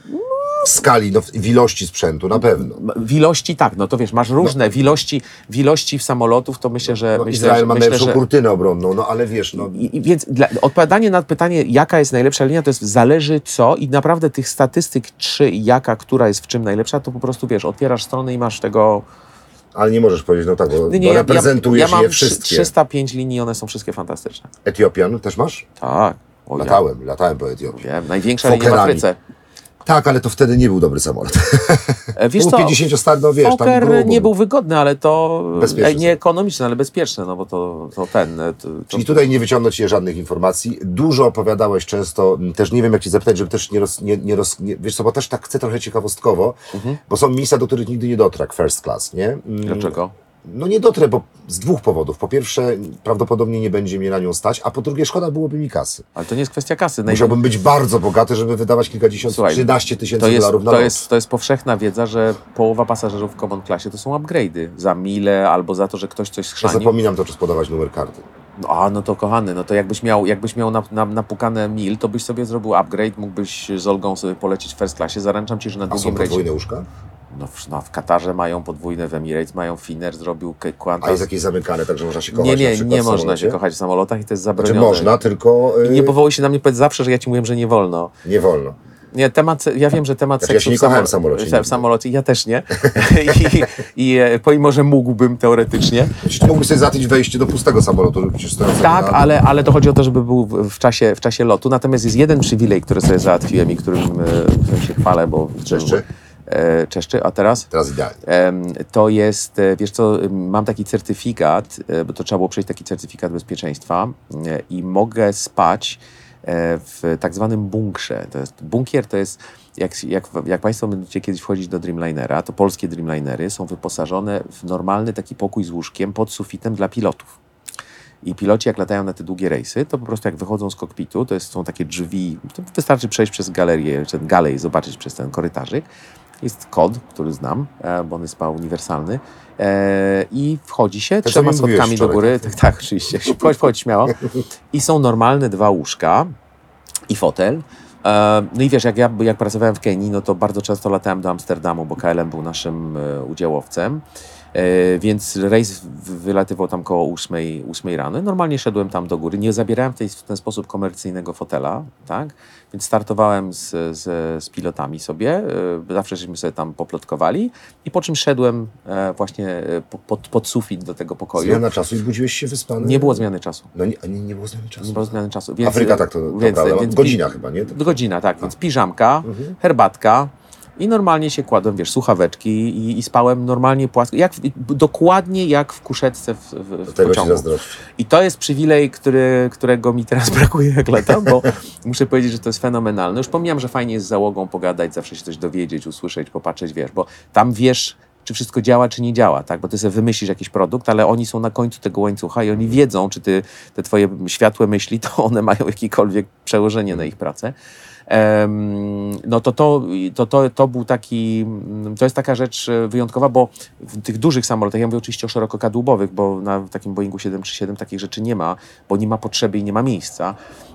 Speaker 1: W skali, no, w ilości sprzętu na pewno.
Speaker 2: W ilości tak, no to wiesz, masz różne, no. w, ilości, w ilości samolotów to myślę, że...
Speaker 1: No,
Speaker 2: myślę,
Speaker 1: Izrael
Speaker 2: że,
Speaker 1: ma
Speaker 2: myślę,
Speaker 1: najlepszą
Speaker 2: że...
Speaker 1: kurtynę obronną, no ale wiesz... No...
Speaker 2: I, i więc dla, odpowiadanie na pytanie, jaka jest najlepsza linia, to jest zależy co i naprawdę tych statystyk, czy jaka, która jest w czym najlepsza, to po prostu wiesz, otwierasz stronę i masz tego...
Speaker 1: Ale nie możesz powiedzieć, no tak, bo,
Speaker 2: nie, nie,
Speaker 1: bo
Speaker 2: ja,
Speaker 1: reprezentujesz
Speaker 2: ja, ja
Speaker 1: je wszystkie.
Speaker 2: trzysta pięć linii, one są wszystkie fantastyczne.
Speaker 1: Etiopian też masz?
Speaker 2: Tak. O,
Speaker 1: latałem,
Speaker 2: ja.
Speaker 1: latałem po Etiopii.
Speaker 2: Wiem, największa linia w Afryce.
Speaker 1: Tak, ale to wtedy nie był dobry samolot.
Speaker 2: Wiesz
Speaker 1: był
Speaker 2: co,
Speaker 1: pięćdziesiąt star, no wiesz,
Speaker 2: Fokker
Speaker 1: tam grubo.
Speaker 2: nie był wygodny, ale to
Speaker 1: bezpieczny
Speaker 2: nie ekonomiczny, ale bezpieczny, no bo to, to ten... To,
Speaker 1: Czyli tutaj nie wyciągnąć się żadnych informacji. Dużo opowiadałeś często, też nie wiem jak ci zapytać, żeby też nie roz... Nie, nie roz nie, wiesz co, bo też tak chcę trochę ciekawostkowo, mhm. bo są miejsca, do których nigdy nie dotrę, first class, nie?
Speaker 2: Dlaczego?
Speaker 1: No nie dotrę, bo z dwóch powodów. Po pierwsze, prawdopodobnie nie będzie mnie na nią stać, a po drugie, szkoda byłoby mi kasy.
Speaker 2: Ale to nie jest kwestia kasy.
Speaker 1: Musiałbym być bardzo bogaty, żeby wydawać kilkadziesiąt, Słuchaj, trzynaście tysięcy dolarów na
Speaker 2: to
Speaker 1: lot.
Speaker 2: jest, to jest powszechna wiedza, że połowa pasażerów w Common Classie to są upgrade'y za mile albo za to, że ktoś coś schrzani.
Speaker 1: Ja zapominam to czas podawać numer karty.
Speaker 2: No, a, no to kochany, no to jakbyś miał, jakbyś miał na, na, napukane mil, to byś sobie zrobił upgrade, mógłbyś z Olgą sobie polecieć w first classie. Zaręczam ci, że na długim
Speaker 1: rejsie... A są podwójne łóżka?
Speaker 2: No w, no w Katarze mają podwójne, w Emirates mają, Finnair zrobił Qantas.
Speaker 1: A jest jakieś zamykane, tak że można się kochać
Speaker 2: Nie, nie,
Speaker 1: na
Speaker 2: nie można się kochać w samolotach i to jest zabronione.
Speaker 1: Znaczy można, tylko...
Speaker 2: Yy... I nie powołuj się na mnie, powiedz zawsze, że ja ci mówiłem, że nie wolno.
Speaker 1: Nie wolno.
Speaker 2: Nie, temat, ja wiem, że temat
Speaker 1: znaczy,
Speaker 2: seksu
Speaker 1: ja się nie
Speaker 2: w, samol-
Speaker 1: kochałem w samolocie.
Speaker 2: W samolocie, ja też nie. I, i pomimo, że mógłbym teoretycznie.
Speaker 1: Czy mógłbyś sobie załatwić wejście do pustego samolotu?
Speaker 2: Tak, na... ale, ale to chodzi o to, żeby był w, w, czasie, w czasie lotu. Natomiast jest jeden przywilej, który sobie załatwiłem i którym e, się chwalę, bo...
Speaker 1: Czeszczy?
Speaker 2: E, czeszczy, a teraz?
Speaker 1: Teraz idealnie.
Speaker 2: E, to jest, wiesz co, mam taki certyfikat, e, bo to trzeba było przejść taki certyfikat bezpieczeństwa e, i mogę spać w tak zwanym bunkrze. To jest, bunkier to jest, jak, jak, jak Państwo będziecie kiedyś wchodzić do Dreamlinera, to polskie Dreamlinery są wyposażone w normalny taki pokój z łóżkiem pod sufitem dla pilotów. I piloci jak latają na te długie rejsy, to po prostu jak wychodzą z kokpitu, to jest, są takie drzwi, to wystarczy przejść przez galerię, ten galej i zobaczyć przez ten korytarzyk. Jest kod, który znam, bo on jest chyba uniwersalny. I wchodzi się to, trzema schodkami do góry. Tak, tak, oczywiście. Wchodź, wchodź śmiało. I są normalne dwa łóżka i fotel. No i wiesz, jak ja jak pracowałem w Kenii, no to bardzo często latałem do Amsterdamu, bo K L M był naszym udziałowcem. Więc rejs wylatywał tam koło ósmej, ósmej rano. Normalnie szedłem tam do góry. Nie zabierałem w, tej, w ten sposób komercyjnego fotela, tak? Więc startowałem z, z, z pilotami sobie. Zawsze żeśmy sobie tam poplotkowali. I po czym szedłem właśnie pod, pod sufit do tego pokoju.
Speaker 1: Zmiana czasu i budziłeś się wyspany?
Speaker 2: Nie było zmiany czasu.
Speaker 1: No nie, nie, nie było zmiany czasu.
Speaker 2: Nie było zmiany czasu. Więc,
Speaker 1: Afryka tak to, to
Speaker 2: więc,
Speaker 1: prawda.
Speaker 2: Więc,
Speaker 1: godzina chyba, nie? To...
Speaker 2: Godzina, tak. A. Więc piżamka, mhm. herbatka. I normalnie się kładłem, wiesz, słuchaweczki i, i spałem normalnie płasko, jak, dokładnie jak w kuszetce w, w, w
Speaker 1: tego
Speaker 2: pociągu. I to jest przywilej, który, którego mi teraz brakuje jak latam, bo muszę powiedzieć, że to jest fenomenalne. Już pomijam, że fajnie jest z załogą pogadać, zawsze się coś dowiedzieć, usłyszeć, popatrzeć, wiesz, bo tam wiesz, czy wszystko działa, czy nie działa, tak? Bo ty sobie wymyślisz jakiś produkt, ale oni są na końcu tego łańcucha i oni wiedzą, czy ty, te twoje światłe myśli, to one mają jakiekolwiek przełożenie na ich pracę. Um, no to to, to, to to był taki, to jest taka rzecz wyjątkowa, bo w tych dużych samolotach, ja mówię oczywiście o szerokokadłubowych, bo na takim Boeingu siedem trzy siedem takich rzeczy nie ma, bo nie ma potrzeby i nie ma miejsca.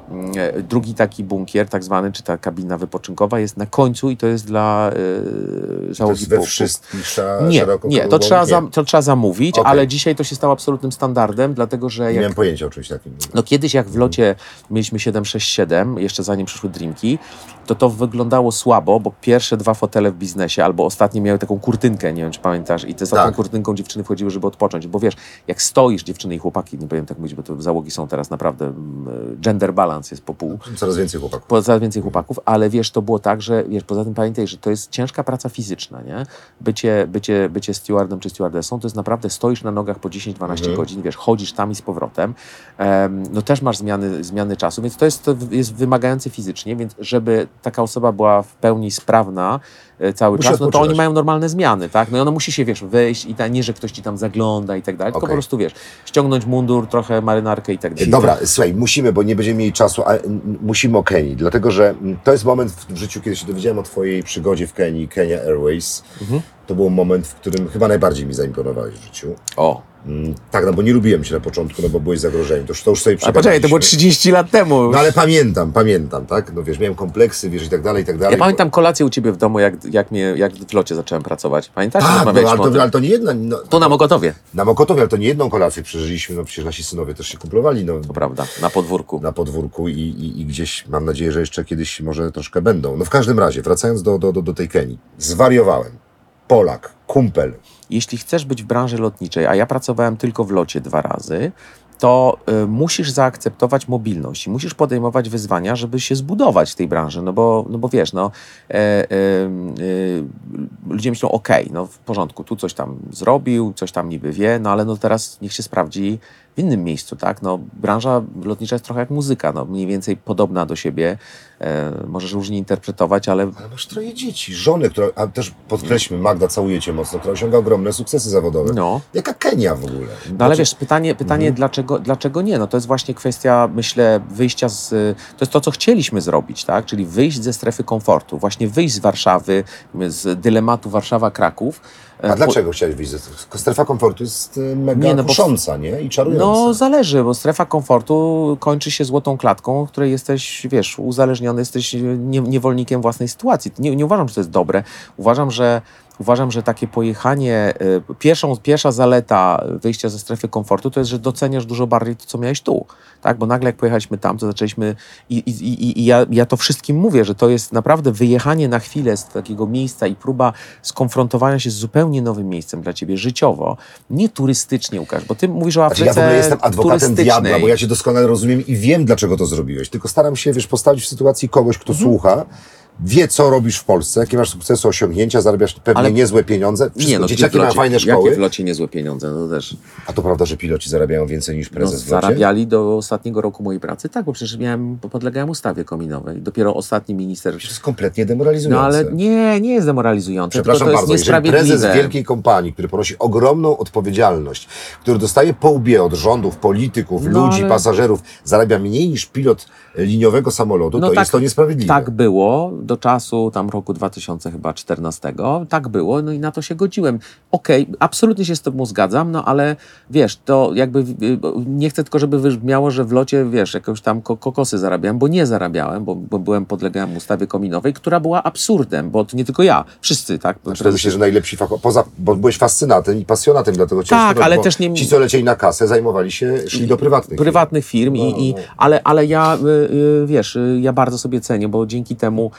Speaker 2: Drugi taki bunkier, tak zwany, czy ta kabina wypoczynkowa jest na końcu i to jest dla yy, załogi.
Speaker 1: To jest we wszystkich
Speaker 2: Nie, nie, to trzeba, za, to trzeba zamówić,
Speaker 1: okay.
Speaker 2: ale dzisiaj to się stało absolutnym standardem, dlatego że...
Speaker 1: Nie
Speaker 2: jak,
Speaker 1: miałem pojęcia o czymś takim.
Speaker 2: No kiedyś jak w locie mieliśmy siedem sześć siedem, jeszcze zanim przyszły Dreamki, to to wyglądało słabo, bo pierwsze dwa fotele w biznesie, albo ostatnie miały taką kurtynkę, nie wiem czy pamiętasz, i te za tak. tą kurtynką dziewczyny wchodziły, żeby odpocząć, bo wiesz, jak stoisz, dziewczyny i chłopaki, nie powiem tak mówić, bo to załogi są teraz naprawdę, gender balance jest po pół.
Speaker 1: Coraz więcej chłopaków.
Speaker 2: Po, coraz więcej chłopaków, ale wiesz, to było tak, że wiesz, poza tym pamiętaj, że to jest ciężka praca fizyczna, nie? Bycie, bycie, bycie stewardem czy stewardessą, to jest naprawdę, stoisz na nogach po dziesięć dwanaście mhm. godzin, wiesz, chodzisz tam i z powrotem, um, no też masz zmiany, zmiany czasu, więc to jest, to jest wymagające fizycznie, więc żeby taka osoba była w pełni sprawna e, cały
Speaker 1: Musi
Speaker 2: czas, no to
Speaker 1: odpoczywać.
Speaker 2: oni mają normalne zmiany, tak? No i ono musi się, wiesz, wyjść i ta, nie, że ktoś ci tam zagląda i tak dalej, okay. tylko po prostu, wiesz, ściągnąć mundur, trochę marynarkę i tak dalej.
Speaker 1: Dobra, słuchaj, musimy, bo nie będziemy mieli czasu, ale musimy o Kenii, dlatego że to jest moment w życiu, kiedy się dowiedziałem o twojej przygodzie w Kenii, Kenya Airways. Mhm. To był moment, w którym chyba najbardziej mi zaimponowałeś w życiu.
Speaker 2: O.
Speaker 1: Mm, tak, no bo nie lubiłem cię na początku, no bo byłeś zagrożeniem. To już, to już sobie
Speaker 2: A poczekaj, to było trzydzieści lat temu.
Speaker 1: No ale pamiętam, pamiętam, tak? No wiesz, miałem kompleksy, wiesz, i tak dalej, i tak dalej.
Speaker 2: Ja pamiętam kolację u ciebie w domu, jak, jak, mnie, jak w locie zacząłem pracować. Pamiętasz?
Speaker 1: Tak, no, ale, to, ale to nie jedna... No,
Speaker 2: tu na Mokotowie.
Speaker 1: Na Mokotowie, ale to nie jedną kolację przeżyliśmy, no przecież nasi synowie też się kumplowali. No,
Speaker 2: to prawda, na podwórku.
Speaker 1: Na podwórku i, i, i gdzieś, mam nadzieję, że jeszcze kiedyś może troszkę będą. No w każdym razie, wracając do, do, do, do tej Kenii. Zwariowałem. Polak, kumpel.
Speaker 2: Jeśli chcesz być w branży lotniczej, a ja pracowałem tylko w locie dwa razy, to y, musisz zaakceptować mobilność i musisz podejmować wyzwania, żeby się zbudować w tej branży, no bo, no bo wiesz, no e, e, e, ludzie myślą, okej, okay, no w porządku, tu coś tam zrobił, coś tam niby wie, no ale no teraz niech się sprawdzi w innym miejscu, tak? No, branża lotnicza jest trochę jak muzyka, no, mniej więcej podobna do siebie. E, możesz różnie interpretować, ale...
Speaker 1: Ale masz troje dzieci, żonę, która, a też podkreślmy, Magda, całuję cię mocno, która osiąga ogromne sukcesy zawodowe. No. Jaka Kenia w ogóle?
Speaker 2: No ale znaczy... wiesz, pytanie, pytanie mhm. dlaczego, dlaczego nie? No to jest właśnie kwestia, myślę, wyjścia z... To jest to, co chcieliśmy zrobić, tak? Czyli wyjść ze strefy komfortu, właśnie wyjść z Warszawy, z dylematu Warszawa-Kraków.
Speaker 1: A dlaczego po... chciałeś wyjść? Strefa komfortu jest mega nie, no kusząca, bo... nie? I czarująca.
Speaker 2: No zależy, bo strefa komfortu kończy się złotą klatką, w której jesteś, wiesz, uzależniony, jesteś nie, niewolnikiem własnej sytuacji. Nie, nie uważam, że to jest dobre. Uważam, że Uważam, że takie pojechanie, y, pierwszą, pierwsza zaleta wyjścia ze strefy komfortu to jest, że doceniasz dużo bardziej to, co miałeś tu. Tak? Bo nagle jak pojechaliśmy tam, to zaczęliśmy i, i, i, i ja, ja to wszystkim mówię, że to jest naprawdę wyjechanie na chwilę z takiego miejsca i próba skonfrontowania się z zupełnie nowym miejscem dla ciebie życiowo, nie turystycznie, Łukasz, bo ty mówisz o Afryce
Speaker 1: znaczy, ja w ogóle jestem adwokatem diabła, bo ja cię doskonale rozumiem i wiem, dlaczego to zrobiłeś, tylko staram się, wiesz, postawić w sytuacji kogoś, kto mhm. słucha, wie, co robisz w Polsce, jakie masz sukcesy, osiągnięcia, zarabiasz pewnie ale... niezłe pieniądze. Wszystko. Nie, no, dzieciaki mają fajne szkoły.
Speaker 2: Jakie w locie niezłe pieniądze? No też.
Speaker 1: A to prawda, że piloci zarabiają więcej niż prezes
Speaker 2: no,
Speaker 1: w locie?
Speaker 2: Zarabiali do ostatniego roku mojej pracy, tak, bo przecież miałem, podlegałem ustawie kominowej. Dopiero ostatni minister...
Speaker 1: To jest kompletnie demoralizujące.
Speaker 2: No ale nie, nie jest demoralizujące.
Speaker 1: Przepraszam
Speaker 2: to
Speaker 1: bardzo,
Speaker 2: jest
Speaker 1: jeżeli prezes wielkiej kompanii, który ponosi ogromną odpowiedzialność, który dostaje po łbie od rządów, polityków, no, ludzi, ale... pasażerów, zarabia mniej niż pilot liniowego samolotu, no to tak, jest to niesprawiedliwe.
Speaker 2: Tak było do czasu tam roku dwa tysiące czternastego, tak było, no i na to się godziłem. Okej, okay, absolutnie się z tobą zgadzam, no ale wiesz, to jakby nie chcę tylko, żeby wybrzmiało, że w locie, wiesz, jakieś tam kokosy zarabiałem, bo nie zarabiałem, bo, bo byłem, podlegałem ustawie kominowej, która była absurdem, bo to nie tylko ja, wszyscy, tak?
Speaker 1: Znaczy, to myślę, że najlepsi fachowo, poza, bo byłeś fascynatem i pasjonatem, dlatego ciężko,
Speaker 2: tak, ale też nie...
Speaker 1: ci, co lecieli na kasę, zajmowali się, szli do prywatnych
Speaker 2: prywatnych firm, firm no, i, i, ale, ale ja, y, wiesz, ja bardzo sobie cenię, bo dzięki temu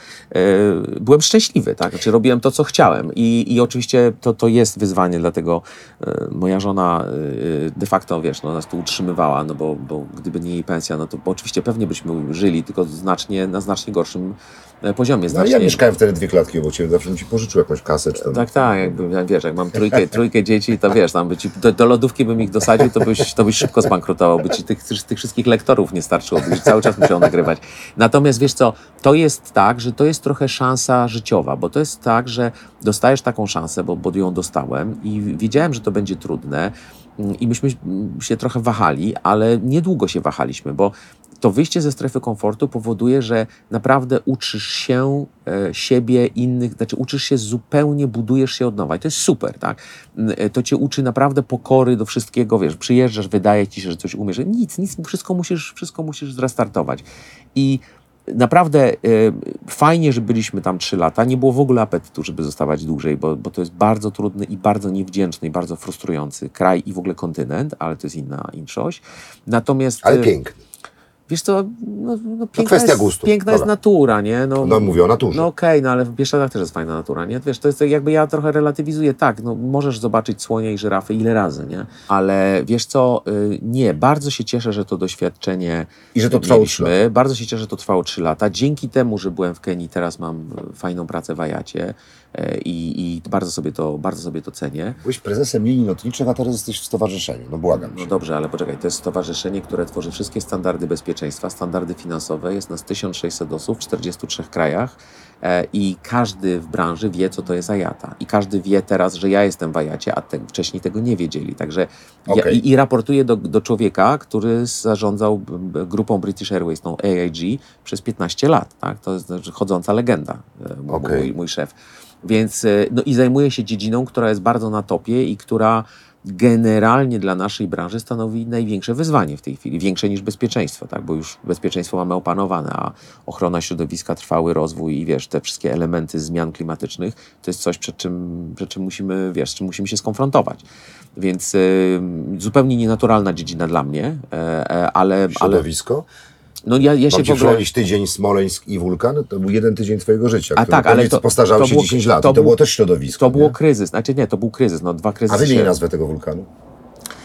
Speaker 2: y, byłem szczęśliwy, tak? Znaczy, robiłem to, co chciałem i, i oczywiście to, to jest wyzwanie, dlatego y, moja żona y, de facto, wiesz, no, nas tu utrzymywała, no bo, bo gdyby nie jej pensja, no to bo oczywiście pewnie byśmy żyli, tylko znacznie, na znacznie gorszym poziomie. Znacznie.
Speaker 1: No, ja mieszkałem wtedy dwie klatki obok ciebie, zawsze bym ci pożyczył jakąś kasę. Czy tam...
Speaker 2: Tak, tak, jakby, wiesz, jak mam trójkę, trójkę dzieci, to wiesz, tam by ci, do, do lodówki bym ich dosadził, to byś, to byś szybko zbankrutował, by ci tych, tych wszystkich lektorów nie starczyło, byś cały czas musiał nagrywać. Natomiast wiesz co, to jest tak, że to jest trochę szansa życiowa, bo to jest tak, że dostajesz taką szansę, bo, bo ją dostałem i wiedziałem, że to będzie trudne i myśmy się trochę wahali, ale niedługo się wahaliśmy, bo to wyjście ze strefy komfortu powoduje, że naprawdę uczysz się e, siebie, innych, znaczy uczysz się zupełnie, budujesz się od nowa i to jest super, tak? E, to cię uczy naprawdę pokory do wszystkiego, wiesz, przyjeżdżasz, wydaje ci się, że coś umiesz, że nic, nic, wszystko musisz, wszystko musisz zrestartować i naprawdę e, fajnie, że byliśmy tam trzy lata. Nie było w ogóle apetytu, żeby zostawać dłużej, bo, bo to jest bardzo trudny i bardzo niewdzięczny i bardzo frustrujący kraj i w ogóle kontynent, ale to jest inna inszość. Natomiast...
Speaker 1: Ale piękny.
Speaker 2: Wiesz co, no, no piękna,
Speaker 1: to kwestia
Speaker 2: jest,
Speaker 1: gustu.
Speaker 2: piękna jest natura, nie? No,
Speaker 1: no mówię o naturze.
Speaker 2: No okej, okay, no ale w Bieszczadach też jest fajna natura, nie? Wiesz, to jest jakby ja trochę relatywizuję, tak, no możesz zobaczyć słonia i żyrafy ile razy, nie? Ale wiesz co, y, nie, bardzo się cieszę, że to doświadczenie
Speaker 1: I że to trwało trzy lata.
Speaker 2: Bardzo się cieszę, że to trwało trzy lata. Dzięki temu, że byłem w Kenii, teraz mam fajną pracę w Ajacie y, i bardzo sobie to, bardzo sobie to cenię.
Speaker 1: Byłeś prezesem linii lotniczych, a teraz jesteś w stowarzyszeniu, no błagam cię.
Speaker 2: No dobrze, ale poczekaj, to jest stowarzyszenie, które tworzy wszystkie standardy bezpieczeństwa, standardy finansowe, jest nas tysiąc sześćset osób w czterdziestu trzech krajach e, i każdy w branży wie, co to jest Ajata. I każdy wie teraz, że ja jestem w Ajacie, a te, wcześniej tego nie wiedzieli. Także okay. ja, i, i raportuję do, do człowieka, który zarządzał grupą British Airways, tą A I G, przez piętnaście lat. Tak? To jest chodząca legenda, e, okay. mój, mój szef. Więc e, no i zajmuję się dziedziną, która jest bardzo na topie i która generalnie dla naszej branży stanowi największe wyzwanie w tej chwili, większe niż bezpieczeństwo, tak? Bo już bezpieczeństwo mamy opanowane, a ochrona środowiska, trwały rozwój i wiesz, te wszystkie elementy zmian klimatycznych, to jest coś, przed czym, przed czym musimy, wiesz, z czym musimy się skonfrontować. Więc y, zupełnie nienaturalna dziedzina dla mnie, y, ale...
Speaker 1: Środowisko?
Speaker 2: Ale... No ja, ja się
Speaker 1: w ogóle... tydzień Smoleńsk i wulkan, to był jeden tydzień twojego życia,
Speaker 2: a tak, ale to,
Speaker 1: postarzały
Speaker 2: to
Speaker 1: się
Speaker 2: było,
Speaker 1: dziesięć lat
Speaker 2: to,
Speaker 1: i to było też środowisko.
Speaker 2: To
Speaker 1: nie?
Speaker 2: było kryzys, znaczy nie, to był kryzys, no dwa kryzysy.
Speaker 1: A wymień
Speaker 2: się...
Speaker 1: nazwę tego wulkanu?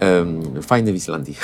Speaker 2: Um, fajny w Islandii.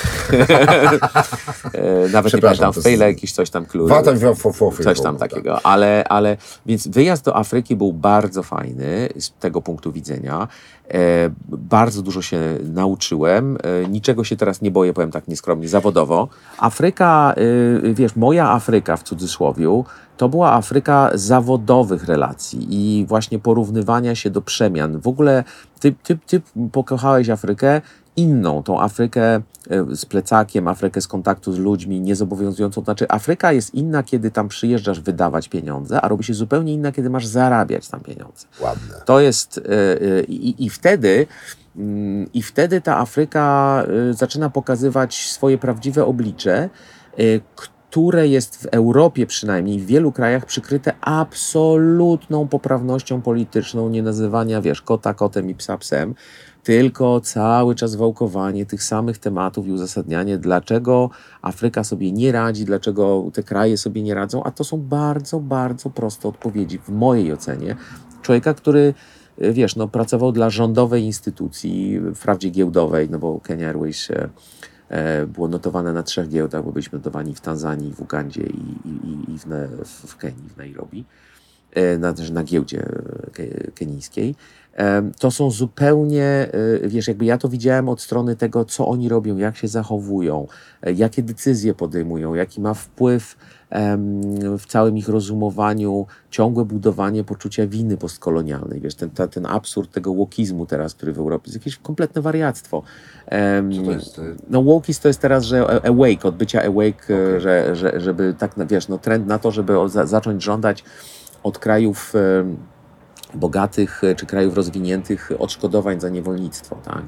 Speaker 2: Nawet nie pamiętam, w Pejle jakiś coś tam klucz. Coś tam takiego. Ale, ale, więc wyjazd do Afryki był bardzo fajny z tego punktu widzenia. E, bardzo dużo się nauczyłem. E, niczego się teraz nie boję, powiem tak nieskromnie, zawodowo. Afryka, e, wiesz, moja Afryka w cudzysłowiu, to była Afryka zawodowych relacji i właśnie porównywania się do przemian. W ogóle ty, ty, ty pokochałeś Afrykę, inną, tą Afrykę z plecakiem, Afrykę z kontaktu z ludźmi, niezobowiązującą. To znaczy Afryka jest inna, kiedy tam przyjeżdżasz wydawać pieniądze, a robi się zupełnie inna, kiedy masz zarabiać tam pieniądze.
Speaker 1: Ładne.
Speaker 2: To jest i, i, i wtedy i wtedy ta Afryka zaczyna pokazywać swoje prawdziwe oblicze, które jest w Europie przynajmniej, w wielu krajach przykryte absolutną poprawnością polityczną, nie nazywania, wiesz, kota kotem i psa psem, tylko cały czas wałkowanie tych samych tematów i uzasadnianie, dlaczego Afryka sobie nie radzi, dlaczego te kraje sobie nie radzą, a to są bardzo, bardzo proste odpowiedzi w mojej ocenie. Człowieka, który, wiesz, no, pracował dla rządowej instytucji, wprawdzie giełdowej, no bo Kenya Airways było notowane na trzech giełdach, bo byliśmy notowani w Tanzanii, w Ugandzie i, i, i w, w Kenii, w Nairobi, na, na giełdzie kenijskiej. To są zupełnie, wiesz, jakby ja to widziałem od strony tego, co oni robią, jak się zachowują, jakie decyzje podejmują, jaki ma wpływ w całym ich rozumowaniu ciągłe budowanie poczucia winy postkolonialnej. Wiesz, ten, ta, ten absurd tego wokizmu teraz, który w Europie jest jakieś kompletne wariactwo. Um,
Speaker 1: Co to jest?
Speaker 2: No wokizm to jest teraz, że awake, od bycia awake, okay. że, że, żeby tak, wiesz, no trend na to, żeby za, zacząć żądać od krajów um, bogatych czy krajów rozwiniętych odszkodowań za niewolnictwo, tak?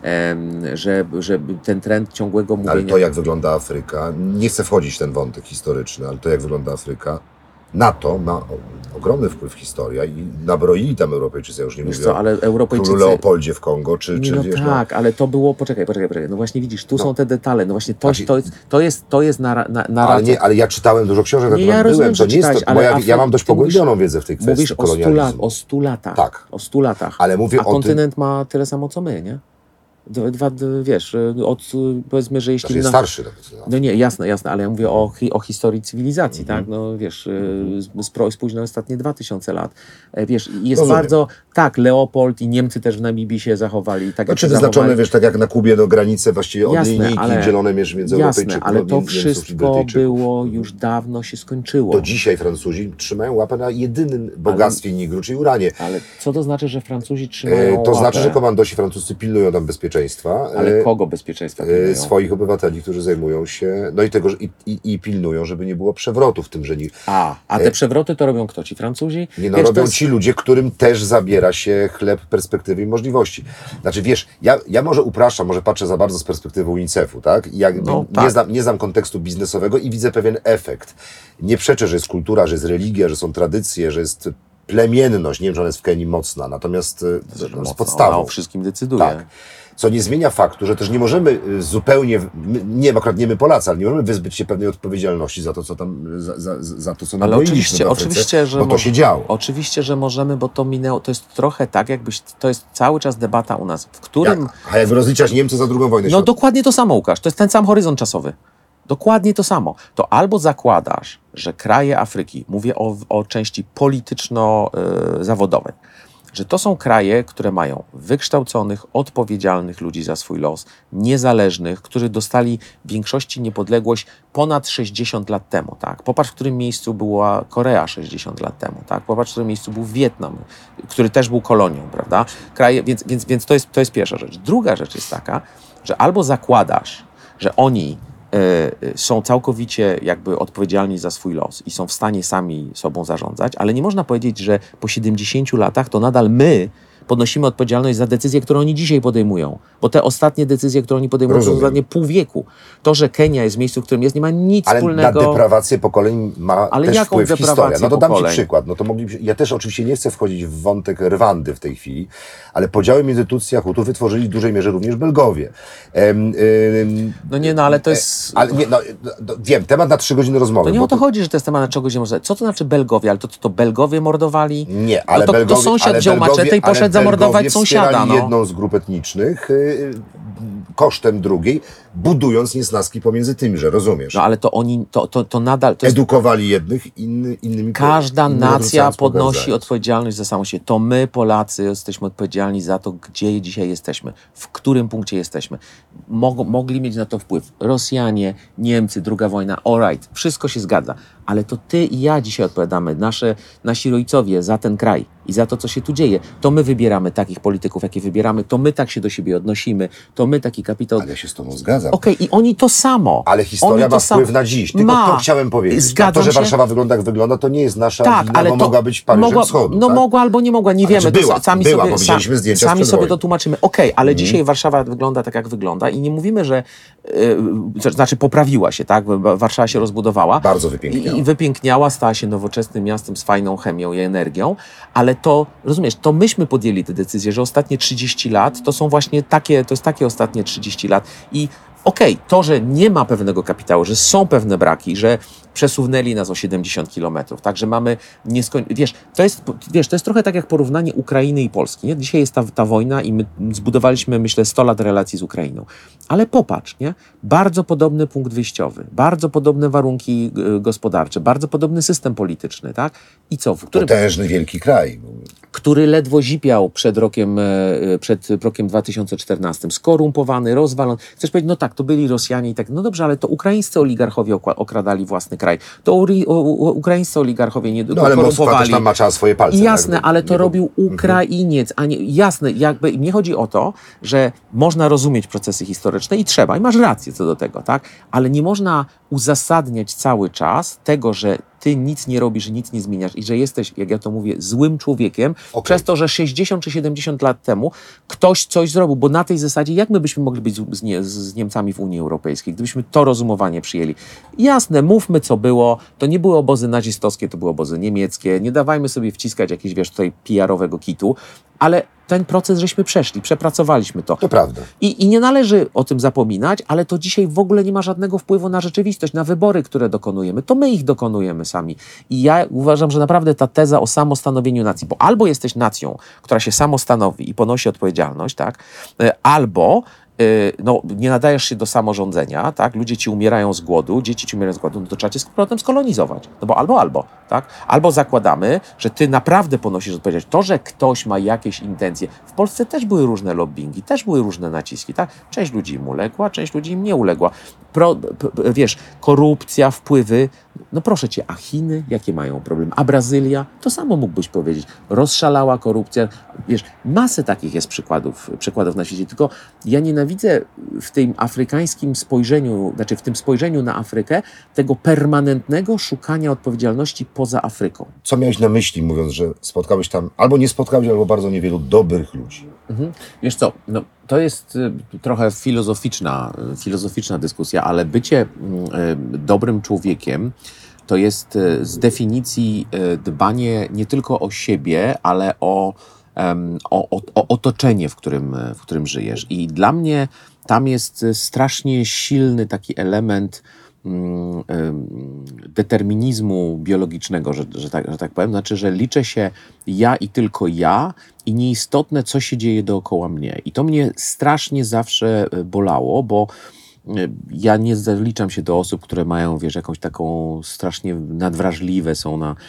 Speaker 2: Um, że, że ten trend ciągłego mówienia...
Speaker 1: Ale to, jak wygląda Afryka, nie chcę wchodzić w ten wątek historyczny, ale to, jak wygląda Afryka, na to ma ogromny wpływ historia i nabroili tam Europejczycy, ja już nie
Speaker 2: wiesz
Speaker 1: mówię
Speaker 2: co, ale Europejczycy...
Speaker 1: o królu Leopoldzie w Kongo, czy...
Speaker 2: Nie,
Speaker 1: czy
Speaker 2: no
Speaker 1: wiesz,
Speaker 2: tak, no... ale to było... Poczekaj, poczekaj, poczekaj. No właśnie widzisz, tu no. są te detale, no właśnie to, to jest, to jest, to jest na, na, na
Speaker 1: ale, nie, ale ja czytałem dużo książek, na
Speaker 2: nie, ja rozumiem,
Speaker 1: byłem, to nie jest to,
Speaker 2: ale
Speaker 1: ja,
Speaker 2: Afry...
Speaker 1: ja mam dość pogłębioną mówisz, wiedzę w tej kwestii
Speaker 2: mówisz
Speaker 1: kolonializmu.
Speaker 2: o stu latach.
Speaker 1: Tak.
Speaker 2: O stu latach.
Speaker 1: Ale mówię
Speaker 2: A
Speaker 1: o
Speaker 2: kontynent
Speaker 1: tym...
Speaker 2: ma tyle samo, co my, nie? Dwa, wiesz, od, powiedzmy, że jeśli...
Speaker 1: To jest
Speaker 2: na...
Speaker 1: starszy nawet.
Speaker 2: No nie, jasne, jasne, ale ja mówię o, o historii cywilizacji, mm-hmm. tak? No wiesz, mm-hmm. spóźnione ostatnie dwa tysiące lat. Wiesz, jest Rozumiem. bardzo... Tak, Leopold i Niemcy też w Namibii się zachowali. Tak,
Speaker 1: znaczy wyznaczone, zachowali... wiesz, tak jak na Kubie, no granice właściwie od jasne, linijki ale... dzielone między Europejczyków.
Speaker 2: ale to wszystko było już dawno się skończyło.
Speaker 1: To dzisiaj Francuzi trzymają łapę na jedynym bogactwie ale... nigru, czyli uranie.
Speaker 2: Ale co to znaczy, że Francuzi trzymają
Speaker 1: e, To
Speaker 2: łapę?
Speaker 1: znaczy, że komandosi francuscy pilnują tam bezpieczeństwa.
Speaker 2: Ale kogo bezpieczeństwa pilnują?
Speaker 1: Swoich obywateli, którzy zajmują się, no i tego, i, i, i pilnują, żeby nie było przewrotu w tym, że nie...
Speaker 2: A, a te przewroty to robią kto? Ci Francuzi?
Speaker 1: Nie, no wiesz, robią jest... ci ludzie, którym też zabiera się chleb, perspektywy i możliwości. Znaczy, wiesz, ja, ja może upraszczam, może patrzę za bardzo z perspektywy UNICEF-u, tak? Ja
Speaker 2: no,
Speaker 1: nie,
Speaker 2: tak.
Speaker 1: Nie, znam, nie znam kontekstu biznesowego i widzę pewien efekt. Nie przeczę, że jest kultura, że jest religia, że są tradycje, że jest plemienność. Nie wiem, że ona jest w Kenii mocna, natomiast to no, z podstawą.
Speaker 2: Ona o wszystkim decyduje.
Speaker 1: Tak. Co nie zmienia faktu, że też nie możemy zupełnie, nie akurat nie my Polacy, ale nie możemy wyzbyć się pewnej odpowiedzialności za to, co tam, za, za, za to, co
Speaker 2: ale oczywiście, w Afryce, oczywiście, że
Speaker 1: bo to się działo.
Speaker 2: Oczywiście, że możemy, bo to minęło, to jest trochę tak, jakbyś, to jest cały czas debata u nas, w którym...
Speaker 1: Jak? A jakby rozliczasz Niemcy za drugą wojnę
Speaker 2: No światową? Dokładnie to samo, Łukasz, to jest ten sam horyzont czasowy. Dokładnie to samo. To albo zakładasz, że kraje Afryki, mówię o, o części polityczno-zawodowej, że to są kraje, które mają wykształconych, odpowiedzialnych ludzi za swój los, niezależnych, którzy dostali w większości niepodległość ponad sześćdziesiąt lat temu. Tak? Popatrz, w którym miejscu była Korea sześćdziesiąt lat temu. Tak? Popatrz, w którym miejscu był Wietnam, który też był kolonią, prawda? Kraje, więc więc, więc to, jest, to jest pierwsza rzecz. Druga rzecz jest taka, że albo zakładasz, że oni są całkowicie jakby odpowiedzialni za swój los i są w stanie sami sobą zarządzać, ale nie można powiedzieć, że po siedemdziesięciu latach to nadal my ponosimy odpowiedzialność za decyzje, które oni dzisiaj podejmują. Bo te ostatnie decyzje, które oni podejmują, Rozumiem. to ostatnie pół wieku. To, że Kenia jest w miejscu, w którym jest, nie ma nic
Speaker 1: ale
Speaker 2: wspólnego...
Speaker 1: Ale na deprawację pokoleń ma
Speaker 2: ale
Speaker 1: też wpływ historia. No to dam
Speaker 2: pokoleń?
Speaker 1: Ci przykład. No to moglibyśmy... Ja też oczywiście nie chcę wchodzić w wątek Rwandy w tej chwili, ale podziały między Tutsi a Hutu wytworzyli w dużej mierze również Belgowie. Ehm, ehm,
Speaker 2: no nie, no ale to jest...
Speaker 1: Ale nie, no, no, wiem, temat na trzy godziny rozmowy.
Speaker 2: To nie o to, to chodzi, że to jest temat na trzy godziny rozmowy. Co to znaczy Belgowie? Ale to, to, to Belgowie mordowali?
Speaker 1: Nie, ale
Speaker 2: no to,
Speaker 1: Belgowie...
Speaker 2: to sąsiad
Speaker 1: ale
Speaker 2: wziął
Speaker 1: Belgowie,
Speaker 2: maczetę i poszedł zamordować sąsiada. No.
Speaker 1: jedną z grup etnicznych, kosztem drugiej, budując niesnaski pomiędzy tymże, rozumiesz?
Speaker 2: No ale to oni, to, to, to nadal... To jest...
Speaker 1: Edukowali jednych, inny, innymi...
Speaker 2: Każda
Speaker 1: innymi
Speaker 2: nacja podnosi
Speaker 1: pogadzając.
Speaker 2: odpowiedzialność za samą siebie. To my, Polacy, jesteśmy odpowiedzialni za to, gdzie dzisiaj jesteśmy, w którym punkcie jesteśmy. Mog, mogli mieć na to wpływ Rosjanie, Niemcy, druga wojna, all right, wszystko się zgadza. Ale to ty i ja dzisiaj odpowiadamy, nasze, nasi ojcowie za ten kraj i za to, co się tu dzieje. To my wybieramy takich polityków, jakie wybieramy, to my tak się do siebie odnosimy, to my taki kapitał...
Speaker 1: Ale ja się z tobą zgadzam.
Speaker 2: Okej, okay, i oni to samo.
Speaker 1: Ale historia
Speaker 2: oni
Speaker 1: ma wpływ na dziś. Tylko
Speaker 2: ma.
Speaker 1: to chciałem powiedzieć.
Speaker 2: Zgadzam
Speaker 1: to, że
Speaker 2: się.
Speaker 1: Warszawa wygląda jak wygląda, to nie jest nasza
Speaker 2: tak,
Speaker 1: wina,
Speaker 2: ale
Speaker 1: bo
Speaker 2: to
Speaker 1: mogła być Paryżem
Speaker 2: mogła,
Speaker 1: Wschodu.
Speaker 2: No
Speaker 1: tak?
Speaker 2: mogła albo nie mogła, nie wiemy.
Speaker 1: Była,
Speaker 2: to sami
Speaker 1: była,
Speaker 2: sobie,
Speaker 1: bo widzieliśmy zdjęcia
Speaker 2: sami
Speaker 1: sprzed
Speaker 2: sobie
Speaker 1: wojny.
Speaker 2: to tłumaczymy. Okej, okay, ale
Speaker 1: mm.
Speaker 2: dzisiaj Warszawa wygląda tak, jak wygląda i nie mówimy, że yy, znaczy poprawiła się, tak? Warszawa się rozbudowała.
Speaker 1: Bardzo wypiękniała.
Speaker 2: I, I wypiękniała, stała się nowoczesnym miastem z fajną chemią i energią, ale to, rozumiesz, to myśmy podjęli tę decyzję, że ostatnie trzydzieści lat to są właśnie takie, to jest takie ostatnie trzydzieści lat i okej, okay, to, że nie ma pewnego kapitału, że są pewne braki, że przesunęli nas o siedemdziesiąt kilometrów, tak, że mamy nieskończone... Wiesz, to jest, wiesz, to jest trochę tak jak porównanie Ukrainy i Polski, nie? Dzisiaj jest ta, ta wojna i my zbudowaliśmy, myślę, sto lat relacji z Ukrainą. Ale popatrz, nie? Bardzo podobny punkt wyjściowy, bardzo podobne warunki y, gospodarcze, bardzo podobny system polityczny, tak? I co? W którym...
Speaker 1: Potężny, wielki kraj.
Speaker 2: Który ledwo zipiał przed rokiem, przed rokiem dwa tysiące czternastym, skorumpowany, rozwalony. Chcesz powiedzieć, no tak, to byli Rosjanie i tak, no dobrze, ale to ukraińscy oligarchowie okradali własny kraj. To uri, u, u, ukraińscy oligarchowie nie
Speaker 1: no, ale Moskwa też tam maczała swoje palce.
Speaker 2: Jasne,
Speaker 1: tak?
Speaker 2: ale to
Speaker 1: nie
Speaker 2: robił Ukrainiec, a nie, jasne, jakby nie chodzi o to, że można rozumieć procesy historyczne i trzeba, i masz rację co do tego, tak? Ale nie można uzasadniać cały czas tego, że ty nic nie robisz, nic nie zmieniasz i że jesteś, jak ja to mówię, złym człowiekiem, okay. przez to, że sześćdziesiąt czy siedemdziesiąt lat temu ktoś coś zrobił, bo na tej zasadzie jak my byśmy mogli być z, nie, z Niemcami w Unii Europejskiej, gdybyśmy to rozumowanie przyjęli. Jasne, mówmy co było, to nie były obozy nazistowskie, to były obozy niemieckie, nie dawajmy sobie wciskać jakiegoś, wiesz, tutaj P R-owego kitu, ale ten proces żeśmy przeszli, przepracowaliśmy to.
Speaker 1: To prawda.
Speaker 2: I, I nie należy o tym zapominać, ale to dzisiaj w ogóle nie ma żadnego wpływu na rzeczywistość, na wybory, które dokonujemy. To my ich dokonujemy sami. I ja uważam, że naprawdę ta teza o samostanowieniu nacji, bo albo jesteś nacją, która się samostanowi i ponosi odpowiedzialność, tak, albo no, nie nadajesz się do samorządzenia, tak? Ludzie ci umierają z głodu, dzieci ci umierają z głodu, no to trzeba cię z powrotem skolonizować. No bo albo, albo, tak? Albo zakładamy, że ty naprawdę ponosisz odpowiedzialność. To, że ktoś ma jakieś intencje. W Polsce też były różne lobbingi, też były różne naciski, tak? Część ludzi im uległa, część ludzi im nie uległa. Pro, p, p, wiesz, korupcja, wpływy, no proszę cię, a Chiny jakie mają problemy? A Brazylia? To samo mógłbyś powiedzieć. Rozszalała korupcja. Wiesz, masę takich jest przykładów, przykładów na świecie, tylko ja nienawidzę w tym afrykańskim spojrzeniu, znaczy w tym spojrzeniu na Afrykę, tego permanentnego szukania odpowiedzialności poza Afryką.
Speaker 1: Co miałeś na myśli, mówiąc, że spotkałeś tam, albo nie spotkałeś, albo bardzo niewielu dobrych ludzi?
Speaker 2: Mhm. Wiesz co, no, to jest y, trochę filozoficzna, y, filozoficzna dyskusja, ale bycie y, dobrym człowiekiem to jest y, z definicji y, dbanie nie tylko o siebie, ale o O, o, o otoczenie, w którym, w którym żyjesz. I dla mnie tam jest strasznie silny taki element um, determinizmu biologicznego, że, że, tak, że tak powiem. Znaczy, że liczę się ja i tylko ja i nieistotne, co się dzieje dookoła mnie. I to mnie strasznie zawsze bolało, bo ja nie zaliczam się do osób, które mają, wiesz, jakąś taką strasznie nadwrażliwe są na,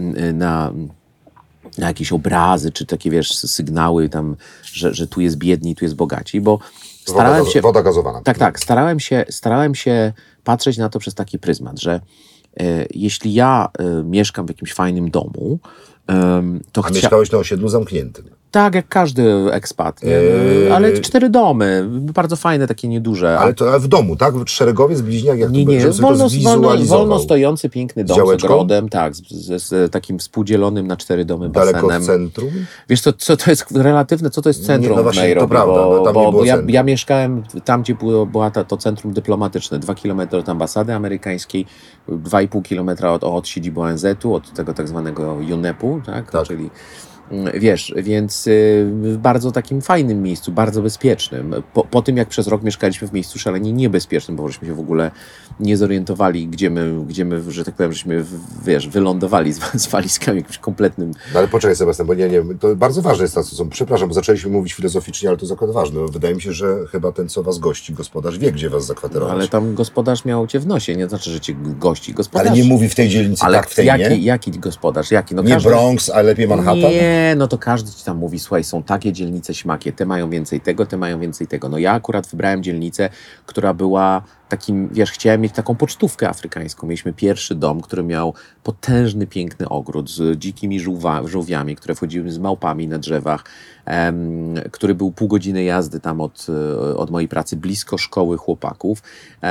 Speaker 2: na na jakieś obrazy, czy takie, wiesz, sygnały tam, że, że tu jest biedni, tu jest bogaci, bo starałem
Speaker 1: woda,
Speaker 2: się...
Speaker 1: Woda gazowana.
Speaker 2: Tak, tak. Starałem się, starałem się patrzeć na to przez taki pryzmat, że e, jeśli ja e, mieszkam w jakimś fajnym domu, e, to
Speaker 1: A
Speaker 2: chcia...
Speaker 1: mieszkałeś na osiedlu zamkniętym.
Speaker 2: Tak, jak każdy ekspat, nie?
Speaker 1: Eee...
Speaker 2: ale cztery domy, bardzo fajne, takie nieduże.
Speaker 1: Ale to ale w domu, tak? Szeregowiec, bliźniak, jak
Speaker 2: nie,
Speaker 1: to
Speaker 2: nie, wolno, wolno, wolno stojący piękny dom z, z ogrodem, tak, z, z, z takim współdzielonym na cztery domy basenem.
Speaker 1: Daleko od centrum?
Speaker 2: Wiesz, co, co to jest relatywne, co to jest centrum
Speaker 1: nie, no właśnie,
Speaker 2: w Nairobi,
Speaker 1: to prawda,
Speaker 2: bo,
Speaker 1: tam
Speaker 2: bo,
Speaker 1: nie było
Speaker 2: bo ja,
Speaker 1: centrum.
Speaker 2: ja mieszkałem tam, gdzie było, była ta, to centrum dyplomatyczne, dwa kilometry od ambasady amerykańskiej, dwa i pół kilometra od, od siedziby O N Z u, od tego tak zwanego U N E P u, tak,
Speaker 1: tak.
Speaker 2: czyli Wiesz, więc w bardzo takim fajnym miejscu, bardzo bezpiecznym. Po, po tym, jak przez rok mieszkaliśmy w miejscu szalenie niebezpiecznym, bo żeśmy się w ogóle nie zorientowali, gdzie my, gdzie my że tak powiem, żeśmy, wiesz, wylądowali z, z walizkami jakimś kompletnym...
Speaker 1: No ale poczekaj, Sebastian, bo nie, nie, to bardzo ważne jest to, co są... Przepraszam, bo zaczęliśmy mówić filozoficznie, ale to jest akurat ważne. Wydaje mi się, że chyba ten, co was gości, gospodarz, wie, gdzie was zakwaterować.
Speaker 2: No, ale tam gospodarz miał cię w nosie, nie znaczy, że cię gości. Gospodarz...
Speaker 1: Ale nie mówi w tej dzielnicy
Speaker 2: ale
Speaker 1: tak, w tej
Speaker 2: jaki,
Speaker 1: nie?
Speaker 2: jaki gospodarz? Jaki? No
Speaker 1: nie
Speaker 2: każdy...
Speaker 1: Bronx, a lepiej Manhattan?
Speaker 2: Nie, no to każdy ci tam mówi, słuchaj, są takie dzielnice śmakie, te mają więcej tego, te mają więcej tego. No ja akurat wybrałem dzielnicę, która była takim, wiesz, chciałem mieć taką pocztówkę afrykańską. Mieliśmy pierwszy dom, który miał potężny, piękny ogród z dzikimi żółwa, żółwiami, które wchodziły z małpami na drzewach, um, który był pół godziny jazdy tam od, od mojej pracy, blisko szkoły chłopaków.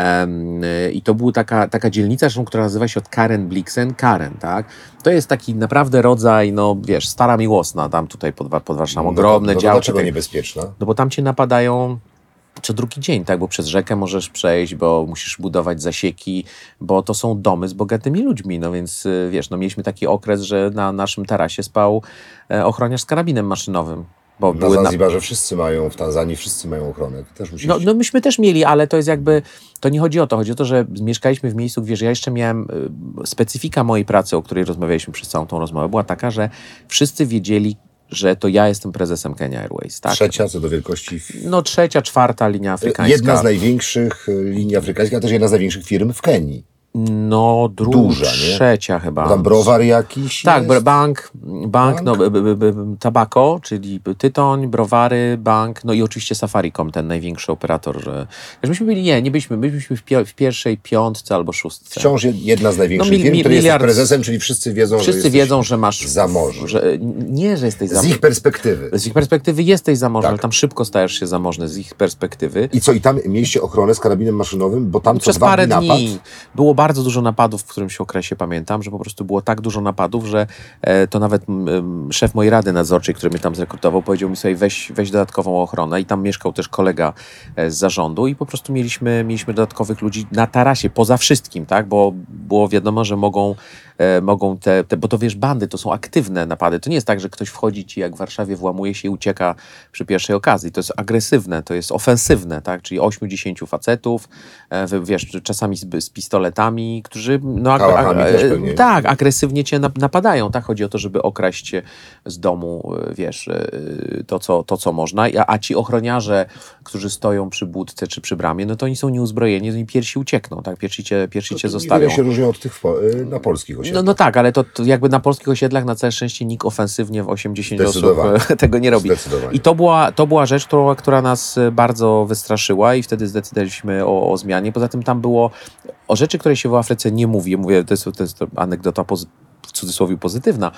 Speaker 2: Um, I to była taka, taka dzielnica, która nazywa się od Karen Blixen, Karen, tak? To jest taki naprawdę rodzaj, no wiesz, Stara Miłosna, tam tutaj pod, pod Warszawą, ogromne
Speaker 1: no to,
Speaker 2: działki.
Speaker 1: Dlaczego niebezpieczna?
Speaker 2: No bo tam cię napadają co drugi dzień, tak, bo przez rzekę możesz przejść, bo musisz budować zasieki, bo to są domy z bogatymi ludźmi, no więc wiesz, no mieliśmy taki okres, że na naszym tarasie spał ochroniarz z karabinem maszynowym. Bo
Speaker 1: na Zanzibarze na... wszyscy mają, w Tanzanii wszyscy mają ochronę. Też musisz...
Speaker 2: no, no myśmy też mieli, ale to jest jakby, to nie chodzi o to, chodzi o to, że mieszkaliśmy w miejscu, wiesz, ja jeszcze miałem, specyfika mojej pracy, o której rozmawialiśmy przez całą tą rozmowę, była taka, że wszyscy wiedzieli, że to ja jestem prezesem Kenya Airways. Tak?
Speaker 1: Trzecia co do wielkości?
Speaker 2: No trzecia, czwarta linia afrykańska.
Speaker 1: Jedna z największych linii afrykańskich, a też jedna z największych firm w Kenii.
Speaker 2: No, druga, Duża, trzecia nie? chyba.
Speaker 1: Tam browar jakiś
Speaker 2: Tak,
Speaker 1: jest?
Speaker 2: bank, bank, bank? No, b, b, b, tabako, czyli tytoń, browary, bank, no i oczywiście Safaricom, ten największy operator. Że... Myśmy byli, nie, nie byliśmy, byliśmy w, pi- w pierwszej piątce albo szóstce.
Speaker 1: Wciąż jedna z największych no, mi, mi, firm, który miliard... jesteś prezesem, czyli wszyscy wiedzą,
Speaker 2: wszyscy
Speaker 1: że
Speaker 2: wiedzą, że masz
Speaker 1: zamożny.
Speaker 2: Że, nie, że jesteś zamożny.
Speaker 1: Z ich perspektywy.
Speaker 2: Z ich perspektywy jesteś zamożny,
Speaker 1: tak.
Speaker 2: ale tam szybko stajesz się zamożny z ich perspektywy.
Speaker 1: I co, i tam mieliście ochronę z karabinem maszynowym, bo tam
Speaker 2: Przez
Speaker 1: co
Speaker 2: parę
Speaker 1: dwa dni
Speaker 2: dni
Speaker 1: napad?
Speaker 2: było bardzo dużo napadów, w którymś okresie pamiętam, że po prostu było tak dużo napadów, że e, to nawet m, szef mojej rady nadzorczej, który mnie tam zrekrutował, powiedział mi sobie, weź, weź dodatkową ochronę i tam mieszkał też kolega e, z zarządu i po prostu mieliśmy, mieliśmy dodatkowych ludzi na tarasie, poza wszystkim, tak, bo było wiadomo, że mogą, e, mogą te, te, bo to wiesz, bandy, to są aktywne napady, to nie jest tak, że ktoś wchodzi ci jak w Warszawie, włamuje się i ucieka przy pierwszej okazji, to jest agresywne, to jest ofensywne, tak, czyli ośmiu, dziesięciu facetów, e, wiesz, czasami z, z pistoletami, którzy no, ag- ag- tak, agresywnie cię napadają. Tak, chodzi o to, żeby okraść cię z domu, wiesz, to co, to, co można. A, a ci ochroniarze, którzy stoją przy budce czy przy bramie, no to oni są nieuzbrojeni, oni pierwsi uciekną, tak, pierwsi cię, pierwsi cię zostawią.
Speaker 1: się różnią od tych na polskich osiedlach.
Speaker 2: No, no tak, ale to, to jakby na polskich osiedlach na całe szczęście nikt ofensywnie w osiemdziesiąt osób tego nie robi. I to była, to była rzecz, która, która nas bardzo wystraszyła i wtedy zdecydowaliśmy o, o zmianie. Poza tym tam było o rzeczy, które się w Afryce nie mówi. Mówię, to jest, to jest anegdota pozy- w cudzysłowie pozytywna.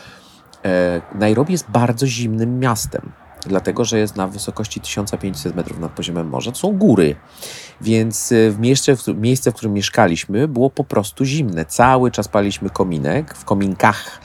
Speaker 2: E, Nairobi jest bardzo zimnym miastem, dlatego że jest na wysokości tysiąc pięćset metrów nad poziomem morza. To są góry, więc w miejsce, w, miejsce, w którym mieszkaliśmy, było po prostu zimne. Cały czas paliśmy kominek, w kominkach.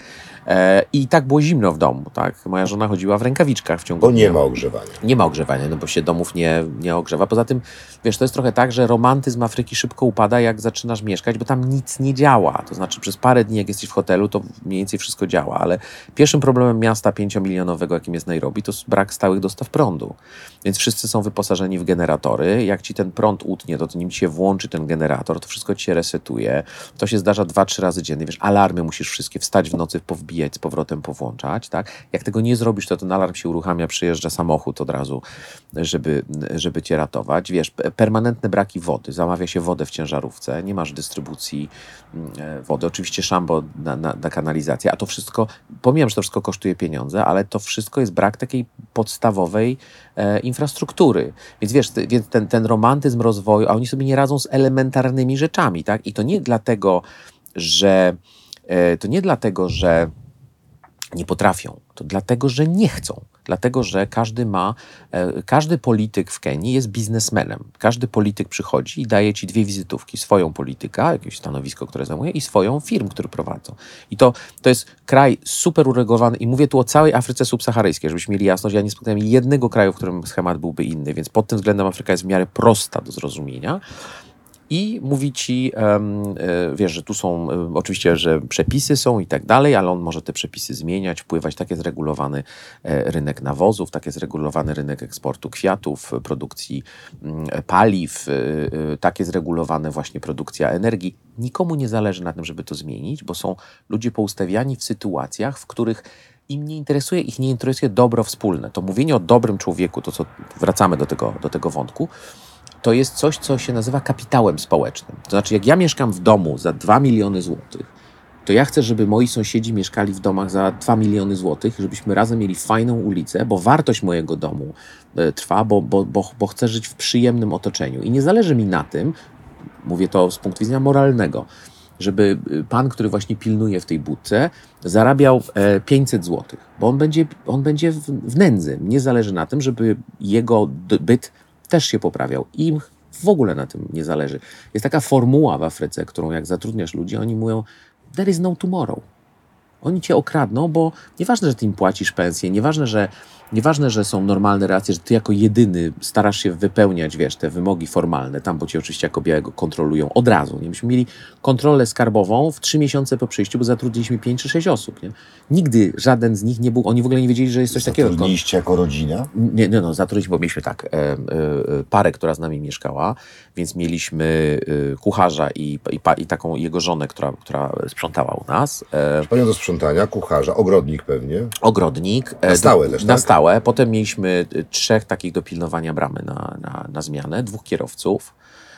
Speaker 2: I tak było zimno w domu, tak? Moja żona chodziła w rękawiczkach w ciągu
Speaker 1: Bo nie
Speaker 2: dnia.
Speaker 1: ma ogrzewania.
Speaker 2: Nie ma ogrzewania, no bo się domów nie, nie ogrzewa. Poza tym, wiesz, to jest trochę tak, że romantyzm Afryki szybko upada, jak zaczynasz mieszkać, bo tam nic nie działa. To znaczy przez parę dni, jak jesteś w hotelu, to mniej więcej wszystko działa, ale pierwszym problemem miasta pięciomilionowego, jakim jest Nairobi, to brak stałych dostaw prądu. Więc wszyscy są wyposażeni w generatory. Jak ci ten prąd utnie, to, to nim się włączy ten generator, to wszystko ci się resetuje. To się zdarza dwa, trzy razy dziennie. Wiesz, alarmy musisz wszystkie wstać w nocy, powbijać, z powrotem powłączać, tak? Jak tego nie zrobisz, to ten alarm się uruchamia, przyjeżdża samochód od razu, żeby, żeby cię ratować. Wiesz, permanentne braki wody, zamawia się wodę w ciężarówce, nie masz dystrybucji wody, oczywiście szambo na, na, na kanalizację, a to wszystko, pomijam, że to wszystko kosztuje pieniądze, ale to wszystko jest brak takiej podstawowej e, infrastruktury. Więc wiesz, ty, więc ten, ten romantyzm rozwoju, a oni sobie nie radzą z elementarnymi rzeczami, tak? I to nie dlatego, że to nie dlatego, że nie potrafią, to dlatego, że nie chcą. Dlatego, że każdy ma, każdy polityk w Kenii jest biznesmenem. Każdy polityk przychodzi i daje ci dwie wizytówki. Swoją polityka, jakieś stanowisko, które zajmuje i swoją firmę, którą prowadzą. I to, to jest kraj super uregulowany i mówię tu o całej Afryce subsaharyjskiej, żebyśmy mieli jasność, ja nie spotkałem jednego kraju, w którym schemat byłby inny, więc pod tym względem Afryka jest w miarę prosta do zrozumienia. i mówi ci, um, y, wiesz, że tu są y, oczywiście, że przepisy są i tak dalej, ale on może te przepisy zmieniać, wpływać. Tak jest regulowany y, rynek nawozów, tak jest regulowany rynek eksportu kwiatów, produkcji y, paliw, y, y, tak jest regulowana właśnie produkcja energii. Nikomu nie zależy na tym, żeby to zmienić, bo są ludzie poustawiani w sytuacjach, w których im nie interesuje, ich nie interesuje dobro wspólne. To mówienie o dobrym człowieku, to co wracamy do tego, do tego wątku, to jest coś, co się nazywa kapitałem społecznym. To znaczy, jak ja mieszkam w domu za dwa miliony złotych, to ja chcę, żeby moi sąsiedzi mieszkali w domach za dwa miliony złotych, żebyśmy razem mieli fajną ulicę, bo wartość mojego domu y, trwa, bo, bo, bo, bo chcę żyć w przyjemnym otoczeniu. I nie zależy mi na tym, mówię to z punktu widzenia moralnego, żeby pan, który właśnie pilnuje w tej budce, zarabiał pięćset złotych, bo on będzie, on będzie w nędzy. Mnie zależy na tym, żeby jego byt też się poprawiał. Im w ogóle na tym nie zależy. Jest taka formuła w Afryce, którą jak zatrudniasz ludzi, oni mówią there is no tomorrow. Oni cię okradną, bo nieważne, że ty im płacisz pensję, nieważne, że Nieważne, że są normalne relacje, że ty jako jedyny starasz się wypełniać, wiesz, te wymogi formalne, tam, bo cię oczywiście jako białego kontrolują od razu. Nie? Myśmy mieli kontrolę skarbową w trzy miesiące po przyjściu, bo zatrudniliśmy pięć czy sześć osób. Nie? Nigdy żaden z nich nie był, oni w ogóle nie wiedzieli, że jest coś takiego.
Speaker 1: Zatrudniliście jako rodzina?
Speaker 2: Nie, nie no, zatrudniliśmy, bo mieliśmy tak, e, e, parę, która z nami mieszkała, więc mieliśmy e, kucharza i, i, i taką jego żonę, która, która sprzątała u nas.
Speaker 1: E, Panią do sprzątania, kucharza, ogrodnik pewnie.
Speaker 2: Ogrodnik.
Speaker 1: Na stałe też,
Speaker 2: na
Speaker 1: tak?
Speaker 2: stałe. Potem mieliśmy trzech takich do pilnowania bramy na, na, na zmianę, dwóch kierowców.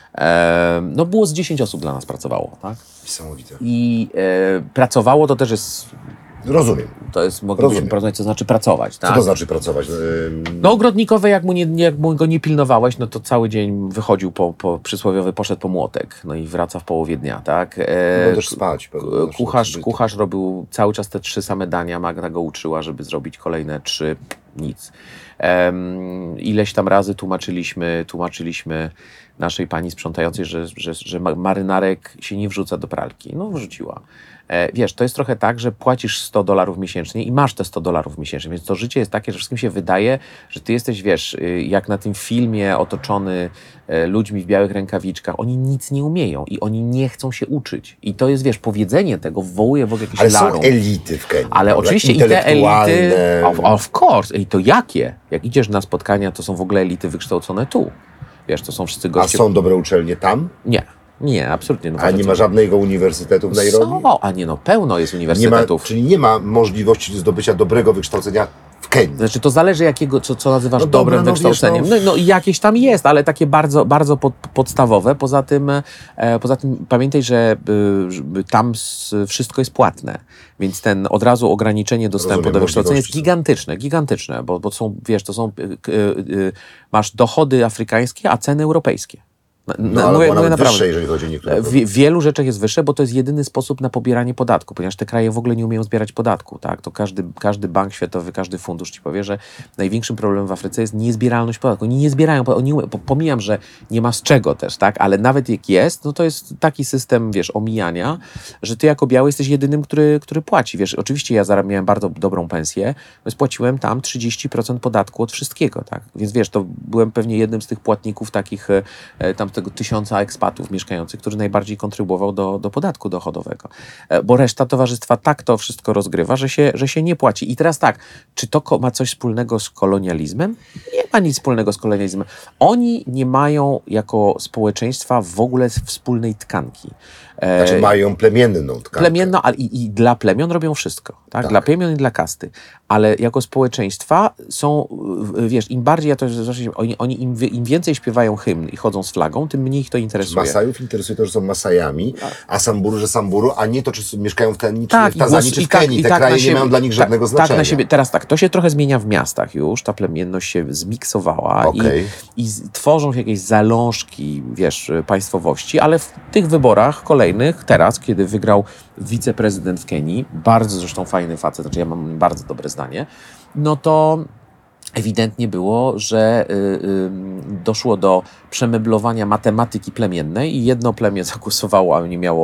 Speaker 2: E, no było z dziesięć osób dla nas pracowało, tak?
Speaker 1: Niesamowite.
Speaker 2: I e, pracowało to też jest...
Speaker 1: Rozumiem.
Speaker 2: To jest, moglibyśmy porównać, co znaczy pracować, tak?
Speaker 1: Co to znaczy pracować?
Speaker 2: No ogrodnikowe, jak mu, nie, jak mu go nie pilnowałeś, no to cały dzień wychodził po, po przysłowiowy, poszedł po młotek, no i wraca w połowie dnia, tak? E,
Speaker 1: no też spać.
Speaker 2: Kucharz, kucharz robił cały czas te trzy same dania, Magda go uczyła, żeby zrobić kolejne trzy, nic. E, ileś tam razy tłumaczyliśmy, tłumaczyliśmy naszej pani sprzątającej, że, że, że marynarek się nie wrzuca do pralki. No wrzuciła. Wiesz, to jest trochę tak, że płacisz sto dolarów miesięcznie i masz te sto dolarów miesięcznie, więc to życie jest takie, że wszystkim się wydaje, że ty jesteś, wiesz, jak na tym filmie otoczony ludźmi w białych rękawiczkach, oni nic nie umieją i oni nie chcą się uczyć. I to jest, wiesz, powiedzenie tego wywołuje w ogóle jakieś
Speaker 1: Ale
Speaker 2: larum.
Speaker 1: są elity w Kenii.
Speaker 2: Ale oczywiście i te elity, of, of course, i to jakie? Jak idziesz na spotkania, to są w ogóle elity wykształcone tu. Wiesz, to są wszyscy goście...
Speaker 1: A są dobre uczelnie tam?
Speaker 2: Nie. Nie, absolutnie. No,
Speaker 1: a nie ma żadnego uniwersytetu w Nairobi?
Speaker 2: Są, a nie no, pełno jest uniwersytetów.
Speaker 1: Nie ma, czyli nie ma możliwości zdobycia dobrego wykształcenia w Kenii.
Speaker 2: Znaczy to zależy jakiego, co, co nazywasz
Speaker 1: no
Speaker 2: dobrym
Speaker 1: dobra,
Speaker 2: wykształceniem. No, no i jakieś tam jest, ale takie bardzo, bardzo pod, podstawowe. Poza tym, e, poza tym pamiętaj, że y, tam s, wszystko jest płatne, więc ten od razu ograniczenie dostępu Rozumiem, do wykształcenia jest gigantyczne, gigantyczne, bo, bo są, wiesz, to są, y, y, y, masz dochody afrykańskie, a ceny europejskie.
Speaker 1: No, no, mówię, mówię naprawdę. Wyższe, jeżeli chodzi o niektóre
Speaker 2: w, w wielu rzeczach jest wyższe, bo to jest jedyny sposób na pobieranie podatku, ponieważ te kraje w ogóle nie umieją zbierać podatku. Tak? To każdy, każdy bank światowy, każdy fundusz ci powie, że największym problemem w Afryce jest niezbieralność podatku. Oni nie zbierają, oni, pomijam, że nie ma z czego też, tak? Ale nawet jak jest, no to jest taki system, wiesz, omijania, że ty jako biały jesteś jedynym, który, który płaci. Wiesz, oczywiście ja zarabiałem bardzo dobrą pensję, więc płaciłem tam trzydzieści procent podatku od wszystkiego, tak? Więc wiesz, to byłem pewnie jednym z tych płatników takich e, tam tego tysiąca ekspatów mieszkających, który najbardziej kontrybuował do, do podatku dochodowego. Bo reszta towarzystwa tak to wszystko rozgrywa, że się, że się nie płaci. I teraz tak, czy to ma coś wspólnego z kolonializmem? Nie ma nic wspólnego z kolonializmem. Oni nie mają jako społeczeństwa w ogóle wspólnej tkanki.
Speaker 1: Znaczy mają plemienną tkankę.
Speaker 2: Plemienną, ale i, i dla plemion robią wszystko. Tak? Tak. Dla plemion i dla kasty. Ale jako społeczeństwa są, wiesz, im bardziej, ja to oni, oni im, im więcej śpiewają hymn i chodzą z flagą, tym mniej ich to interesuje.
Speaker 1: Masajów interesuje to, że są Masajami, a Samburu, że Samburu, a nie to, czy mieszkają w Kenii,
Speaker 2: tak,
Speaker 1: czy w Tanzanii, czy w Kenii.
Speaker 2: I
Speaker 1: Te
Speaker 2: tak
Speaker 1: kraje
Speaker 2: siebie,
Speaker 1: nie mają dla nich żadnego
Speaker 2: tak,
Speaker 1: znaczenia.
Speaker 2: Tak na siebie. Teraz tak, to się trochę zmienia w miastach już, ta plemienność się zmiksowała okay. i, i tworzą się jakieś zalążki, wiesz, państwowości, ale w tych wyborach kolejnych, teraz, kiedy wygrał wiceprezydent w Kenii, bardzo zresztą fajny facet, znaczy ja mam bardzo dobre zdanie, no to ewidentnie było, że y, y, doszło do przemeblowania matematyki plemiennej i jedno plemię zagłosowało, a nie miało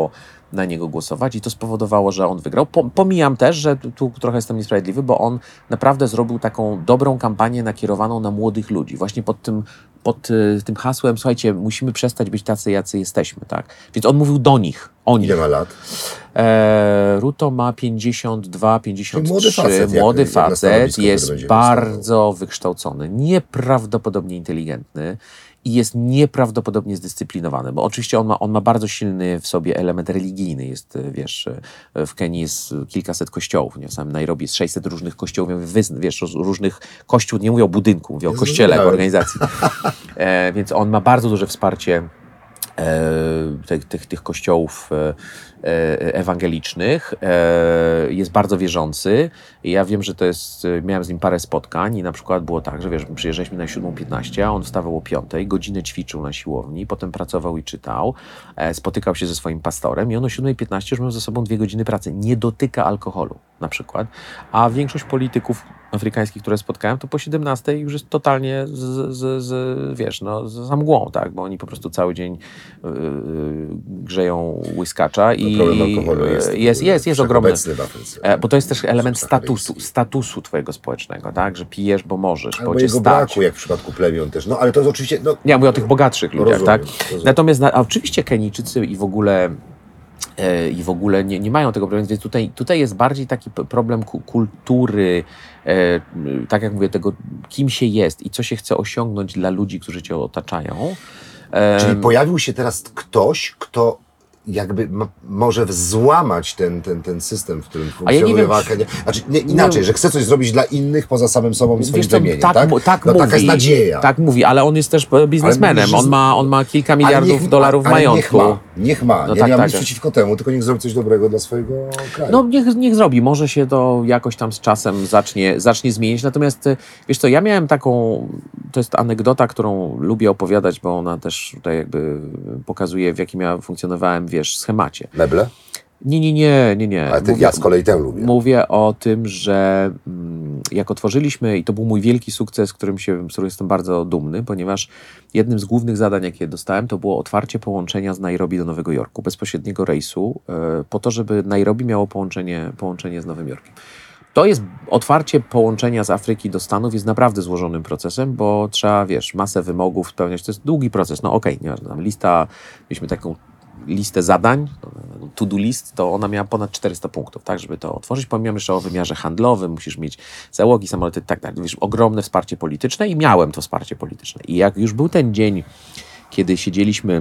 Speaker 2: na niego głosować i to spowodowało, że on wygrał. Pomijam też, że tu trochę jestem niesprawiedliwy, bo on naprawdę zrobił taką dobrą kampanię nakierowaną na młodych ludzi. Właśnie pod tym, pod tym hasłem, słuchajcie, musimy przestać być tacy, jacy jesteśmy, tak? Więc on mówił do nich, o nich.
Speaker 1: Ile ma lat?
Speaker 2: E, Ruto ma pięćdziesiąt dwa, pięćdziesiąt trzy.
Speaker 1: Młody facet,
Speaker 2: młody
Speaker 1: jak,
Speaker 2: facet
Speaker 1: jak
Speaker 2: jest bardzo wykształcony, nieprawdopodobnie inteligentny i jest nieprawdopodobnie zdyscyplinowany, bo oczywiście on ma, on ma bardzo silny w sobie element religijny. Jest, wiesz, w Kenii jest kilkaset kościołów, nie? W samym Nairobi jest sześćset różnych kościołów, wiesz, różnych kościół, nie mówię o budynku, mówię o kościele jako organizacji. E, więc on ma bardzo duże wsparcie e, tych, tych, tych kościołów e, ewangelicznych, jest bardzo wierzący. Ja wiem, że to jest, miałem z nim parę spotkań i na przykład było tak, że wiesz, przyjeżdżaliśmy na siódmą piętnaście, a on wstawał o piątej, godzinę ćwiczył na siłowni, potem pracował i czytał, spotykał się ze swoim pastorem i on o siódmej piętnaście już miał ze sobą dwie godziny pracy. Nie dotyka alkoholu na przykład, a większość polityków afrykańskich, które spotkałem, to po siedemnastej już jest totalnie z, z, z, wiesz, no, za mgłą, tak, bo oni po prostu cały dzień yy, grzeją łyskacza i
Speaker 1: problem alkoholu jest,
Speaker 2: jest, jest, jest ogromny,
Speaker 1: w
Speaker 2: bo to jest też element statusu, statusu twojego społecznego, tak, że pijesz, bo możesz,
Speaker 1: albo
Speaker 2: bo cię
Speaker 1: jego
Speaker 2: stać.
Speaker 1: braku, jak w przypadku plemion też, no ale to jest oczywiście... No,
Speaker 2: ja mówię o tych bogatszych ludziach,
Speaker 1: rozumiem,
Speaker 2: tak,
Speaker 1: rozumiem.
Speaker 2: Natomiast na, oczywiście Kenijczycy i w ogóle i w ogóle nie, nie mają tego problemu, więc tutaj, tutaj jest bardziej taki problem kultury, e, tak jak mówię, tego, kim się jest i co się chce osiągnąć dla ludzi, którzy cię otaczają. E,
Speaker 1: Czyli pojawił się teraz ktoś, kto jakby ma, może złamać ten, ten, ten system, w którym funkcjonuje walka. Ja znaczy, nie, inaczej, nie, że chce coś zrobić dla innych poza samym sobą i swoim plemieniem, tak?
Speaker 2: Tak, tak
Speaker 1: no,
Speaker 2: mówi,
Speaker 1: taka jest nadzieja.
Speaker 2: Tak mówi, ale on jest też biznesmenem. On ma, on ma kilka miliardów niech, dolarów
Speaker 1: ale
Speaker 2: majątku.
Speaker 1: Niech ma, niech ma.
Speaker 2: No
Speaker 1: ja
Speaker 2: tak,
Speaker 1: nie mam
Speaker 2: tak,
Speaker 1: nic
Speaker 2: tak.
Speaker 1: przeciwko temu, tylko niech zrobi coś dobrego dla swojego kraju.
Speaker 2: No niech, niech zrobi. Może się to jakoś tam z czasem zacznie, zacznie zmienić. Natomiast wiesz co, ja miałem taką, to jest anegdota, którą lubię opowiadać, bo ona też tutaj jakby pokazuje, w jakim ja funkcjonowałem, wiesz, schemacie.
Speaker 1: Meble?
Speaker 2: Nie, nie, nie, nie, nie.
Speaker 1: Ale ty,
Speaker 2: mówię,
Speaker 1: ja z kolei tę lubię.
Speaker 2: Mówię o tym, że mm, jak otworzyliśmy, i to był mój wielki sukces, którym się, z którym jestem bardzo dumny, ponieważ jednym z głównych zadań, jakie dostałem, to było otwarcie połączenia z Nairobi do Nowego Jorku, bezpośredniego rejsu, yy, po to, żeby Nairobi miało połączenie, połączenie z Nowym Jorkiem. To jest otwarcie połączenia z Afryki do Stanów jest naprawdę złożonym procesem, bo trzeba, wiesz, masę wymogów spełniać. To jest długi proces. No okej, okay, nie, lista, mieliśmy taką listę zadań, to-do list, to ona miała ponad czterysta punktów, tak, żeby to otworzyć. Pomijam jeszcze o wymiarze handlowym, musisz mieć załogi, samoloty, tak, tak, wiesz, ogromne wsparcie polityczne i miałem to wsparcie polityczne. I jak już był ten dzień, kiedy siedzieliśmy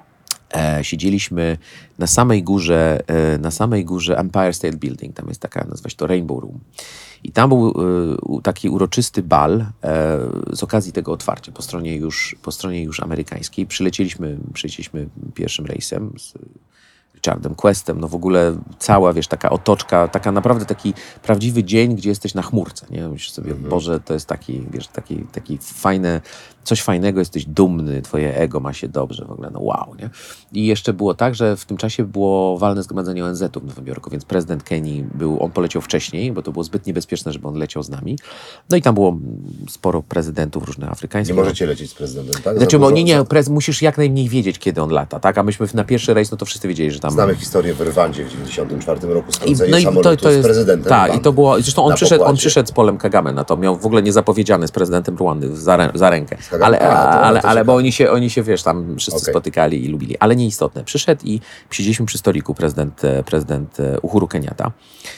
Speaker 2: E, siedzieliśmy na samej górze, e, na samej górze Empire State Building, tam jest taka, nazywa się to Rainbow Room. I tam był e, taki uroczysty bal e, z okazji tego otwarcia po stronie już, po stronie już amerykańskiej. Przylecieliśmy, przylecieliśmy pierwszym rejsem z Richardem Questem, no w ogóle cała, wiesz, taka otoczka, taka naprawdę taki prawdziwy dzień, gdzie jesteś na chmurce, nie? Myślisz sobie, mm. Boże, to jest taki, wiesz, taki, taki fajne, coś fajnego, jesteś dumny, twoje ego ma się dobrze, w ogóle, no wow, nie? I jeszcze było tak, że w tym czasie było walne zgromadzenie O N Z-u w Nowym Jorku, więc prezydent Kenii był, on poleciał wcześniej, bo to było zbyt niebezpieczne, żeby on leciał z nami. No i tam było sporo prezydentów różnych afrykańskich.
Speaker 1: Nie możecie lecieć z prezydentem, tak?
Speaker 2: Znaczy, bo nie, nie, prez, musisz jak najmniej wiedzieć, kiedy on lata, tak? A myśmy na pierwszy rejs, no to wszyscy wiedzieli, że tam...
Speaker 1: Znamy historię w Rwandzie w dziewięćdziesiątym czwartym roku,
Speaker 2: I,
Speaker 1: skrócenie
Speaker 2: no i
Speaker 1: samolotu
Speaker 2: to, to jest,
Speaker 1: z prezydentem
Speaker 2: Tak,
Speaker 1: Rwandy,
Speaker 2: i to było, zresztą on przyszedł, on przyszedł z Polem Kagame na to, miał w ogóle niezapowiedziane z prezydentem Rwandy za, rę, za rękę, ale, A, ale, ale bo oni się, oni się, wiesz, tam wszyscy okay. spotykali i lubili, ale nieistotne. Przyszedł i siedzieliśmy przy stoliku prezydent, prezydent Uhuru Kenyatta.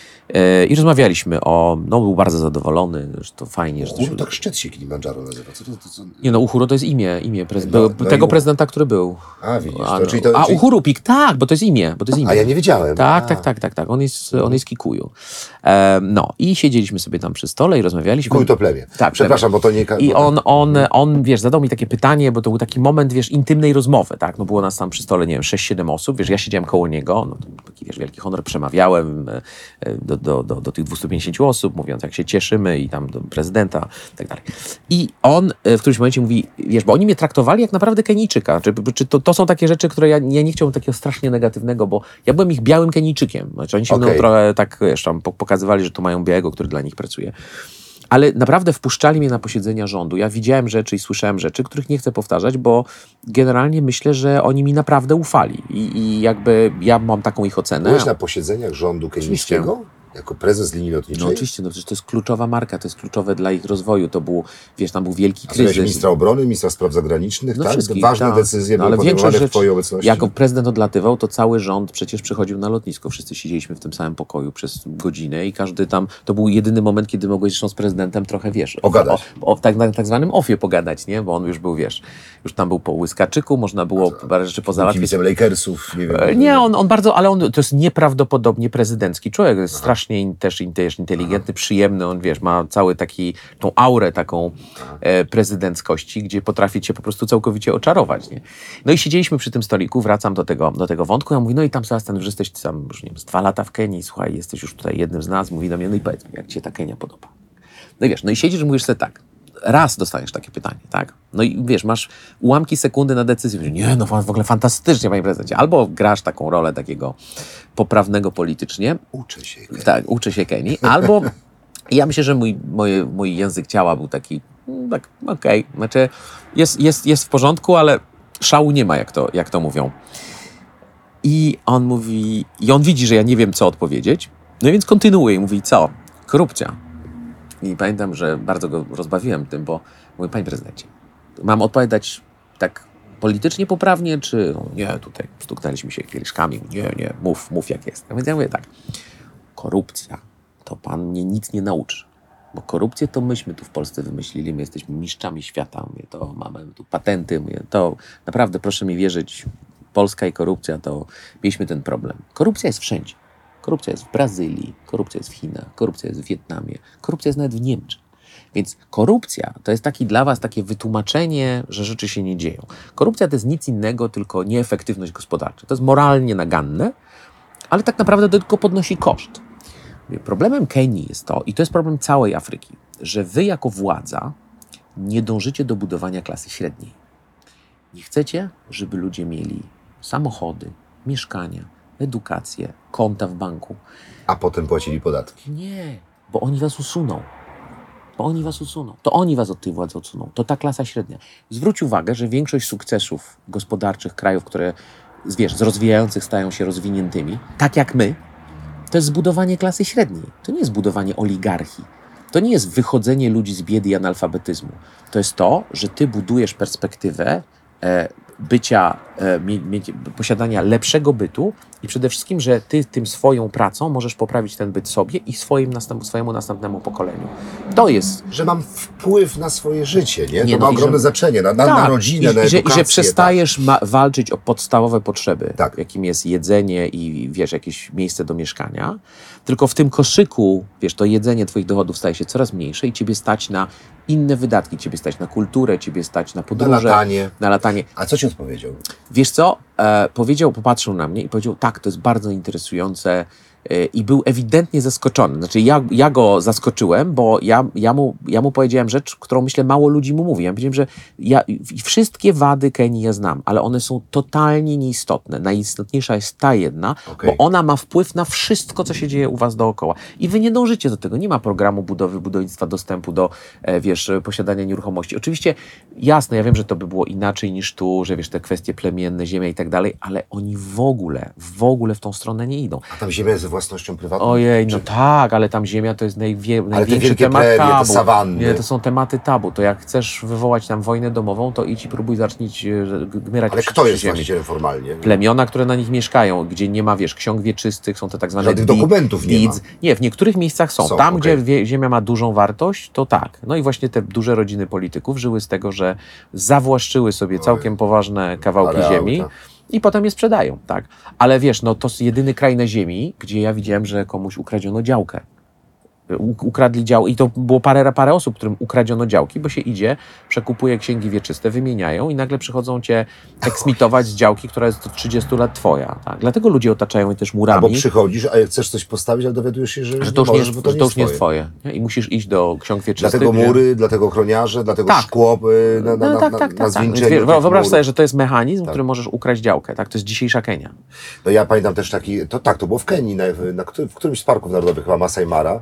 Speaker 2: I rozmawialiśmy o, no był bardzo zadowolony, że to fajnie. Że
Speaker 1: Uhuru
Speaker 2: to się...
Speaker 1: tak szczyt się Kilimandżaro nazywa. Co to, to, co...
Speaker 2: Nie no, Uhuru to jest imię, imię prez...
Speaker 1: no, no
Speaker 2: tego
Speaker 1: i...
Speaker 2: prezydenta, który był.
Speaker 1: A widzisz,
Speaker 2: a,
Speaker 1: to, czyli to,
Speaker 2: a
Speaker 1: czyli...
Speaker 2: Uhuru Pik, tak, bo to jest imię, bo to jest imię.
Speaker 1: A ja nie wiedziałem.
Speaker 2: Tak,
Speaker 1: a.
Speaker 2: tak, tak, tak, tak, on jest, on jest Kikuju. Um, no i siedzieliśmy sobie tam przy stole i rozmawialiśmy.
Speaker 1: Kikuju to plemię.
Speaker 2: Tak,
Speaker 1: przepraszam, bo to nie...
Speaker 2: I on, on, on, wiesz, zadał mi takie pytanie, bo to był taki moment, wiesz, intymnej rozmowy, tak, no było nas tam przy stole, nie wiem, sześć siedem osób, wiesz, ja siedziałem koło niego, no taki, wiesz, wielki honor, przemawiałem do, do, do, do tych dwieście pięćdziesiąt osób, mówiąc, jak się cieszymy i tam do prezydenta i tak dalej. I on w którymś momencie mówi, wiesz, bo oni mnie traktowali jak naprawdę Kenijczyka. Czy, czy to, to są takie rzeczy, które ja, ja nie chciałbym takiego strasznie negatywnego, bo ja byłem ich białym Kenijczykiem. Znaczy oni się okay. mną trochę tak, wiesz, tam pokazywali, że to mają białego, który dla nich pracuje. ale naprawdę wpuszczali mnie na posiedzenia rządu. Ja widziałem rzeczy i słyszałem rzeczy, których nie chcę powtarzać, bo generalnie myślę, że oni mi naprawdę ufali i, i jakby ja mam taką ich ocenę.
Speaker 1: Byłeś na posiedzeniach rządu kenijskiego? Jako prezes linii lotniczej?
Speaker 2: No oczywiście, no przecież to jest kluczowa marka, to jest kluczowe dla ich rozwoju. To był, wiesz, tam był wielki
Speaker 1: A
Speaker 2: kryzys.
Speaker 1: ministra obrony, ministra spraw zagranicznych,
Speaker 2: no
Speaker 1: tak? Ważne
Speaker 2: tak.
Speaker 1: decyzje
Speaker 2: no,
Speaker 1: były podejmowane w twojej obecności.
Speaker 2: Jako prezydent odlatywał, to cały rząd przecież przychodził na lotnisko. Wszyscy siedzieliśmy w tym samym pokoju przez godzinę i każdy tam, to był jedyny moment, kiedy mogłeś zresztą z prezydentem trochę, wiesz,
Speaker 1: pogadać.
Speaker 2: O, o tak, na tak zwanym ofie pogadać, nie? Bo on już był, wiesz, już tam był po łyskaczyku, można było
Speaker 1: A,
Speaker 2: parę rzeczy pozałatwić.
Speaker 1: Kibicem Lakersów, nie wiem.
Speaker 2: Nie, on, on bardzo, ale on to jest nieprawdopodobnie prezydencki człowiek, jest strasznie też, też inteligentny, Aha. przyjemny, on wiesz, ma cały taki, tą aurę taką e, prezydenckości, gdzie potrafi cię po prostu całkowicie oczarować, nie? No i siedzieliśmy przy tym stoliku, wracam do tego, do tego wątku, ja mówię, no i tam Sebastian, że jesteś tam już, nie wiem, z dwa lata w Kenii, słuchaj, jesteś już tutaj jednym z nas, mówi do mnie, no i powiedz mi, jak ci się ta Kenia podoba? No i wiesz, no i siedzisz i mówisz sobie tak, raz dostajesz takie pytanie, tak? No i wiesz, masz ułamki sekundy na decyzję. Mówisz, nie, no w ogóle fantastycznie, panie prezydencie. Albo grasz taką rolę takiego poprawnego politycznie.
Speaker 1: Uczę się Kenii.
Speaker 2: Tak, uczę się Kenii. Albo ja myślę, że mój, mój, mój język ciała był taki, tak, okej, okay. Znaczy jest, jest, jest w porządku, ale szału nie ma, jak to, jak to mówią. I on mówi, i on widzi, że ja nie wiem, co odpowiedzieć. No więc kontynuuje i mówi, co? Korupcja. I pamiętam, że bardzo go rozbawiłem tym, bo mówię, panie prezydencie, mam odpowiadać tak politycznie poprawnie, czy no, nie, tutaj stuknęliśmy się kieliszkami, nie, nie, mów, mów jak jest. A więc ja mówię tak, korupcja, to pan mnie nic nie nauczy, bo korupcję to myśmy tu w Polsce wymyślili, my jesteśmy mistrzami świata, mówię, to mamy tu patenty, mówię, to naprawdę proszę mi wierzyć, Polska i korupcja, to mieliśmy ten problem. Korupcja jest wszędzie. Korupcja jest w Brazylii, korupcja jest w Chinach, korupcja jest w Wietnamie, korupcja jest nawet w Niemczech. Więc korupcja to jest taki dla was takie wytłumaczenie, że rzeczy się nie dzieją. Korupcja to jest nic innego, tylko nieefektywność gospodarcza. To jest moralnie naganne, ale tak naprawdę to tylko podnosi koszt. Problemem Kenii jest to, i to jest problem całej Afryki, że wy jako władza nie dążycie do budowania klasy średniej. Nie chcecie, żeby ludzie mieli samochody, mieszkania, edukację, konta w banku.
Speaker 1: A potem płacili podatki.
Speaker 2: Nie, bo oni was usuną. Bo oni was usuną. To oni was od tej władzy odsuną. To ta klasa średnia. Zwróć uwagę, że większość sukcesów gospodarczych krajów, które wiesz, z rozwijających stają się rozwiniętymi, tak jak my, to jest zbudowanie klasy średniej. To nie jest budowanie oligarchii. To nie jest wychodzenie ludzi z biedy i analfabetyzmu. To jest to, że ty budujesz perspektywę e, bycia, e, mie, mie, posiadania lepszego bytu i przede wszystkim, że ty tym swoją pracą możesz poprawić ten byt sobie i swoim następ, swojemu następnemu pokoleniu. To jest...
Speaker 1: Że mam wpływ na swoje życie, nie?
Speaker 2: nie
Speaker 1: to
Speaker 2: no,
Speaker 1: ma ogromne
Speaker 2: że,
Speaker 1: znaczenie, na, na,
Speaker 2: tak,
Speaker 1: na rodzinę,
Speaker 2: i,
Speaker 1: na
Speaker 2: i że,
Speaker 1: edukację.
Speaker 2: I że przestajesz
Speaker 1: tak.
Speaker 2: ma, walczyć o podstawowe potrzeby,
Speaker 1: tak.
Speaker 2: jakim jest jedzenie i wiesz, jakieś miejsce do mieszkania, tylko w tym koszyku, wiesz, to jedzenie twoich dochodów staje się coraz mniejsze i ciebie stać na inne wydatki, ciebie stać na kulturę, ciebie stać na podróże.
Speaker 1: Na latanie.
Speaker 2: Na latanie.
Speaker 1: A co ci odpowiedział?
Speaker 2: Wiesz co? E, powiedział, popatrzył na mnie i powiedział, tak, to jest bardzo interesujące e, i był ewidentnie zaskoczony. Znaczy ja, ja go zaskoczyłem, bo ja, ja, mu, ja mu powiedziałem rzecz, którą myślę mało ludzi mu mówi. Ja powiedziałem, że ja, wszystkie wady Kenii ja znam, ale one są totalnie nieistotne. Najistotniejsza jest ta jedna, okay. bo ona ma wpływ na wszystko, co się dzieje u was dookoła. I wy nie dążycie do tego. Nie ma programu budowy, budownictwa, dostępu do, e, wiesz, posiadania nieruchomości. Oczywiście, jasne, ja wiem, że to by było inaczej niż tu, że wiesz, te kwestie plemienne, ziemia i tak dalej, ale oni w ogóle, w ogóle w tą stronę nie idą.
Speaker 1: A tam ziemia jest własnością prywatną?
Speaker 2: Ojej, no
Speaker 1: Czy...
Speaker 2: tak, ale tam ziemia to jest najwie... największy temat
Speaker 1: prerie,
Speaker 2: tabu.
Speaker 1: Te sawanny.
Speaker 2: Nie, to są tematy tabu. To jak chcesz wywołać tam wojnę domową, to idź i próbuj zacząć gmyrać.
Speaker 1: Ale kto jest właścicielem formalnie?
Speaker 2: Plemiona, które na nich mieszkają, gdzie nie ma, wiesz, ksiąg wieczystych, są te tak zwane...
Speaker 1: Żadnych dokumentów nie ma.
Speaker 2: Nie, w niektórych miejscach są.
Speaker 1: są
Speaker 2: tam,
Speaker 1: okay.
Speaker 2: gdzie ziemia ma dużą wartość, to tak. No i właśnie te duże rodziny polityków żyły z tego, że zawłaszczyły sobie całkiem poważne kawałki
Speaker 1: Areały,
Speaker 2: ziemi.
Speaker 1: Tak.
Speaker 2: I potem je sprzedają, tak. Ale wiesz, no to jest jedyny kraj na ziemi, gdzie ja widziałem, że komuś ukradziono działkę. Ukradli dział i to było parę, parę osób, którym ukradziono działki, bo się idzie, przekupuje księgi wieczyste, wymieniają i nagle przychodzą cię eksmitować z działki, która jest od trzydziestu lat twoja. Tak? Dlatego ludzie otaczają je też murami.
Speaker 1: Albo przychodzisz, a jak chcesz coś postawić, ale dowiadujesz się, że,
Speaker 2: że to już nie,
Speaker 1: możesz,
Speaker 2: jest,
Speaker 1: to
Speaker 2: że to już nie jest twoje. Nie? I musisz iść do ksiąg wieczystych.
Speaker 1: Dlatego
Speaker 2: gdzie...
Speaker 1: mury, dlatego ochroniarze, dlatego tak. szkło na, na,
Speaker 2: no,
Speaker 1: na,
Speaker 2: tak,
Speaker 1: na,
Speaker 2: tak,
Speaker 1: na
Speaker 2: tak,
Speaker 1: zwieńczenie.
Speaker 2: Tak. Wyobraź
Speaker 1: murów.
Speaker 2: sobie, że to jest mechanizm,
Speaker 1: tak.
Speaker 2: który możesz ukraść działkę. Tak? To jest dzisiejsza Kenia.
Speaker 1: No ja pamiętam też taki, to tak, to było w Kenii, na, na, w którymś z parków narodowych, chyba Masai Mara.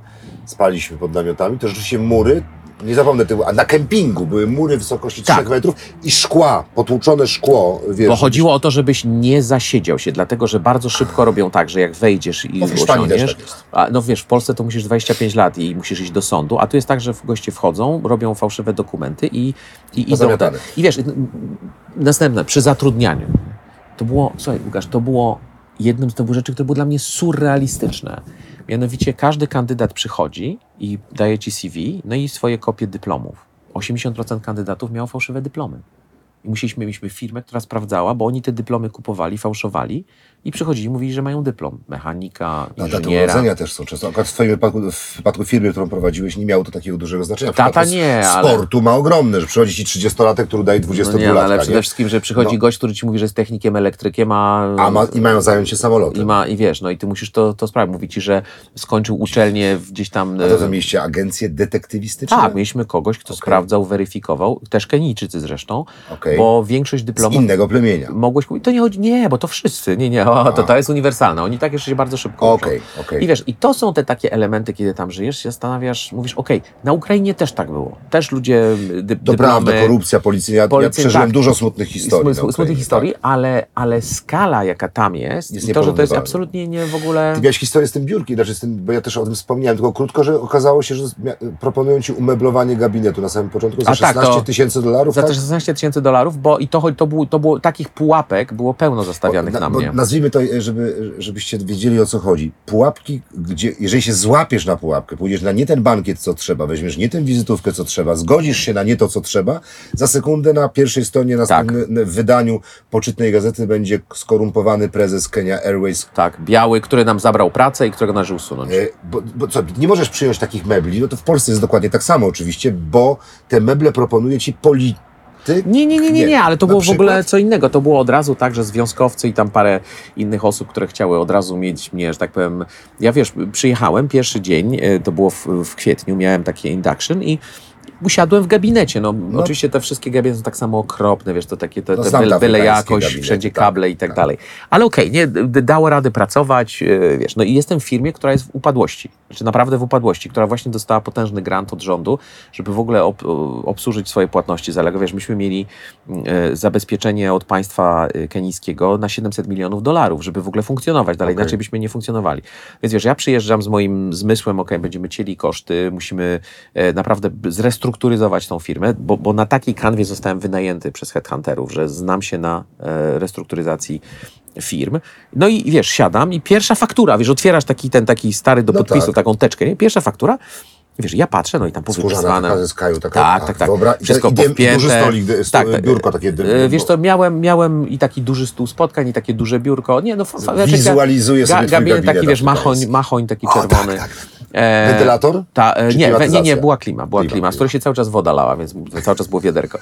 Speaker 1: spaliśmy pod namiotami, to rzeczywiście mury, nie zapomnę tego, a na kempingu były mury wysokości trzech metrów i szkła, potłuczone szkło. Wiesz,
Speaker 2: bo chodziło żebyś... o to, żebyś nie zasiedział się, dlatego, że bardzo szybko robią tak, że jak wejdziesz i
Speaker 1: no,
Speaker 2: osiągniesz, a, no wiesz, w Polsce to musisz dwadzieścia pięć lat i musisz iść do sądu, a tu jest tak, że goście wchodzą, robią fałszywe dokumenty i, i idą. Te, I wiesz, następne, przy zatrudnianiu. To było, słuchaj Łukasz, to było jednym z tych rzeczy, które było dla mnie surrealistyczne. Mianowicie każdy kandydat przychodzi i daje ci C V, no i swoje kopie dyplomów. osiemdziesiąt procent kandydatów miało fałszywe dyplomy. I musieliśmy, mieliśmy firmę, która sprawdzała, bo oni te dyplomy kupowali, fałszowali i przychodzili i mówili, że mają dyplom. Mechanika, inżyniera.
Speaker 1: Daty urodzenia też są często. Akurat w twoim wypadku, w wypadku firmy, którą prowadziłeś, nie miało to takiego dużego znaczenia. W
Speaker 2: Tata nie,
Speaker 1: sportu
Speaker 2: ale...
Speaker 1: ma ogromne, że przychodzi ci trzydziestolatek, który daje dwudziestodwulatka.
Speaker 2: No nie, ale przede wszystkim, że przychodzi no. gość, który ci mówi, że jest technikiem, elektrykiem, a...
Speaker 1: a ma, i mają zająć się samolotem.
Speaker 2: I, ma, I wiesz, no i ty musisz to, to sprawić. Mówi ci, że skończył uczelnię gdzieś tam...
Speaker 1: A to, to mieliście agencje detektywistyczne?
Speaker 2: Tak, mieliśmy kogoś, kto okay. sprawdzał, weryfikował, też Kenijczycy zresztą, okay. bo większość dyplomów...
Speaker 1: Z innego plemienia.
Speaker 2: Mogłeś mówić, to nie chodzi, nie, bo to wszyscy, nie, nie, o, to, to jest uniwersalne. Oni tak jeszcze się bardzo szybko
Speaker 1: okay, okay.
Speaker 2: I wiesz, i to są te takie elementy, kiedy tam żyjesz, się zastanawiasz, mówisz, okej, okay, na Ukrainie też tak było. Też ludzie dy,
Speaker 1: To prawda, korupcja, policja, ja, ja przeżyłem
Speaker 2: tak,
Speaker 1: dużo smutnych historii.
Speaker 2: Sm, smutnych historii, tak. ale, ale skala, jaka tam jest, jest i to, że to jest absolutnie nie w ogóle...
Speaker 1: Ty miałeś historię z tym biurkiem, znaczy z tym, bo ja też o tym wspomniałem, tylko krótko, że okazało się, że proponują ci umeblowanie gabinetu na samym początku za szesnaście tysięcy dolarów.
Speaker 2: Za tak? szesnaście tysięcy dolarów, bo i to, to, było, to było takich pułapek, było pełno zastawianych
Speaker 1: bo, na,
Speaker 2: na mnie.
Speaker 1: Nazwijmy to, żeby, żebyście wiedzieli, o co chodzi. Pułapki, gdzie, jeżeli się złapiesz na pułapkę, pójdziesz na nie ten bankiet, co trzeba, weźmiesz nie tę wizytówkę, co trzeba, zgodzisz się na nie to, co trzeba, za sekundę na pierwszej stronie, na tak. wydaniu poczytnej gazety będzie skorumpowany prezes Kenya Airways.
Speaker 2: Tak, biały, który nam zabrał pracę i którego należy usunąć. E,
Speaker 1: bo, bo co, nie możesz przyjąć takich mebli, no to w Polsce jest dokładnie tak samo oczywiście, bo te meble proponuje ci polityk. Ty?
Speaker 2: Nie, nie, nie, nie, nie, ale to było przykład? w ogóle co innego. To było od razu tak, że związkowcy i tam parę innych osób, które chciały od razu mieć mnie, że tak powiem... Ja wiesz, przyjechałem pierwszy dzień, to było w, w kwietniu, miałem takie induction i usiadłem w gabinecie. No, no, oczywiście te wszystkie gabinety są tak samo okropne, wiesz, to takie te,
Speaker 1: no,
Speaker 2: te byle, byle jakość, wszędzie kable tak, i tak, tak dalej. Ale okej, okay, nie, dało radę pracować, wiesz, no i jestem w firmie, która jest w upadłości, znaczy naprawdę w upadłości, która właśnie dostała potężny grant od rządu, żeby w ogóle ob, obsłużyć swoje płatności zaległe. Wiesz, myśmy mieli e, zabezpieczenie od państwa kenijskiego na siedemset milionów dolarów, żeby w ogóle funkcjonować dalej, okay. Inaczej byśmy nie funkcjonowali. Więc wiesz, ja przyjeżdżam z moim zmysłem, okej, okay, będziemy cieli koszty, musimy e, naprawdę zrestrukturyzować strukturyzować tą firmę, bo, bo na takiej kanwie zostałem wynajęty przez headhunterów, że znam się na e, restrukturyzacji firm. No i wiesz, siadam i pierwsza faktura, wiesz, otwierasz taki ten taki stary do no podpisu, tak. taką teczkę, nie? Pierwsza faktura, wiesz, ja patrzę, no i tam
Speaker 1: powypisywane. Taka ze Skyu, taka,
Speaker 2: tak, tak, tak.
Speaker 1: Dobra.
Speaker 2: Wszystko
Speaker 1: I
Speaker 2: powpięte.
Speaker 1: Duży stolik, tak, tak. biurko takie.
Speaker 2: Wiesz co, miałem, miałem i taki duży stół spotkań, i takie duże biurko. Nie, no,
Speaker 1: wizualizuję sobie
Speaker 2: ga, gabinet, taki, wiesz, machoń, machoń taki o, czerwony. Tak, tak.
Speaker 1: E, Wentylator?
Speaker 2: Ta, e, nie, nie, nie, była klima, była klima, klima, z której się cały czas woda lała, więc cały czas było wiaderko.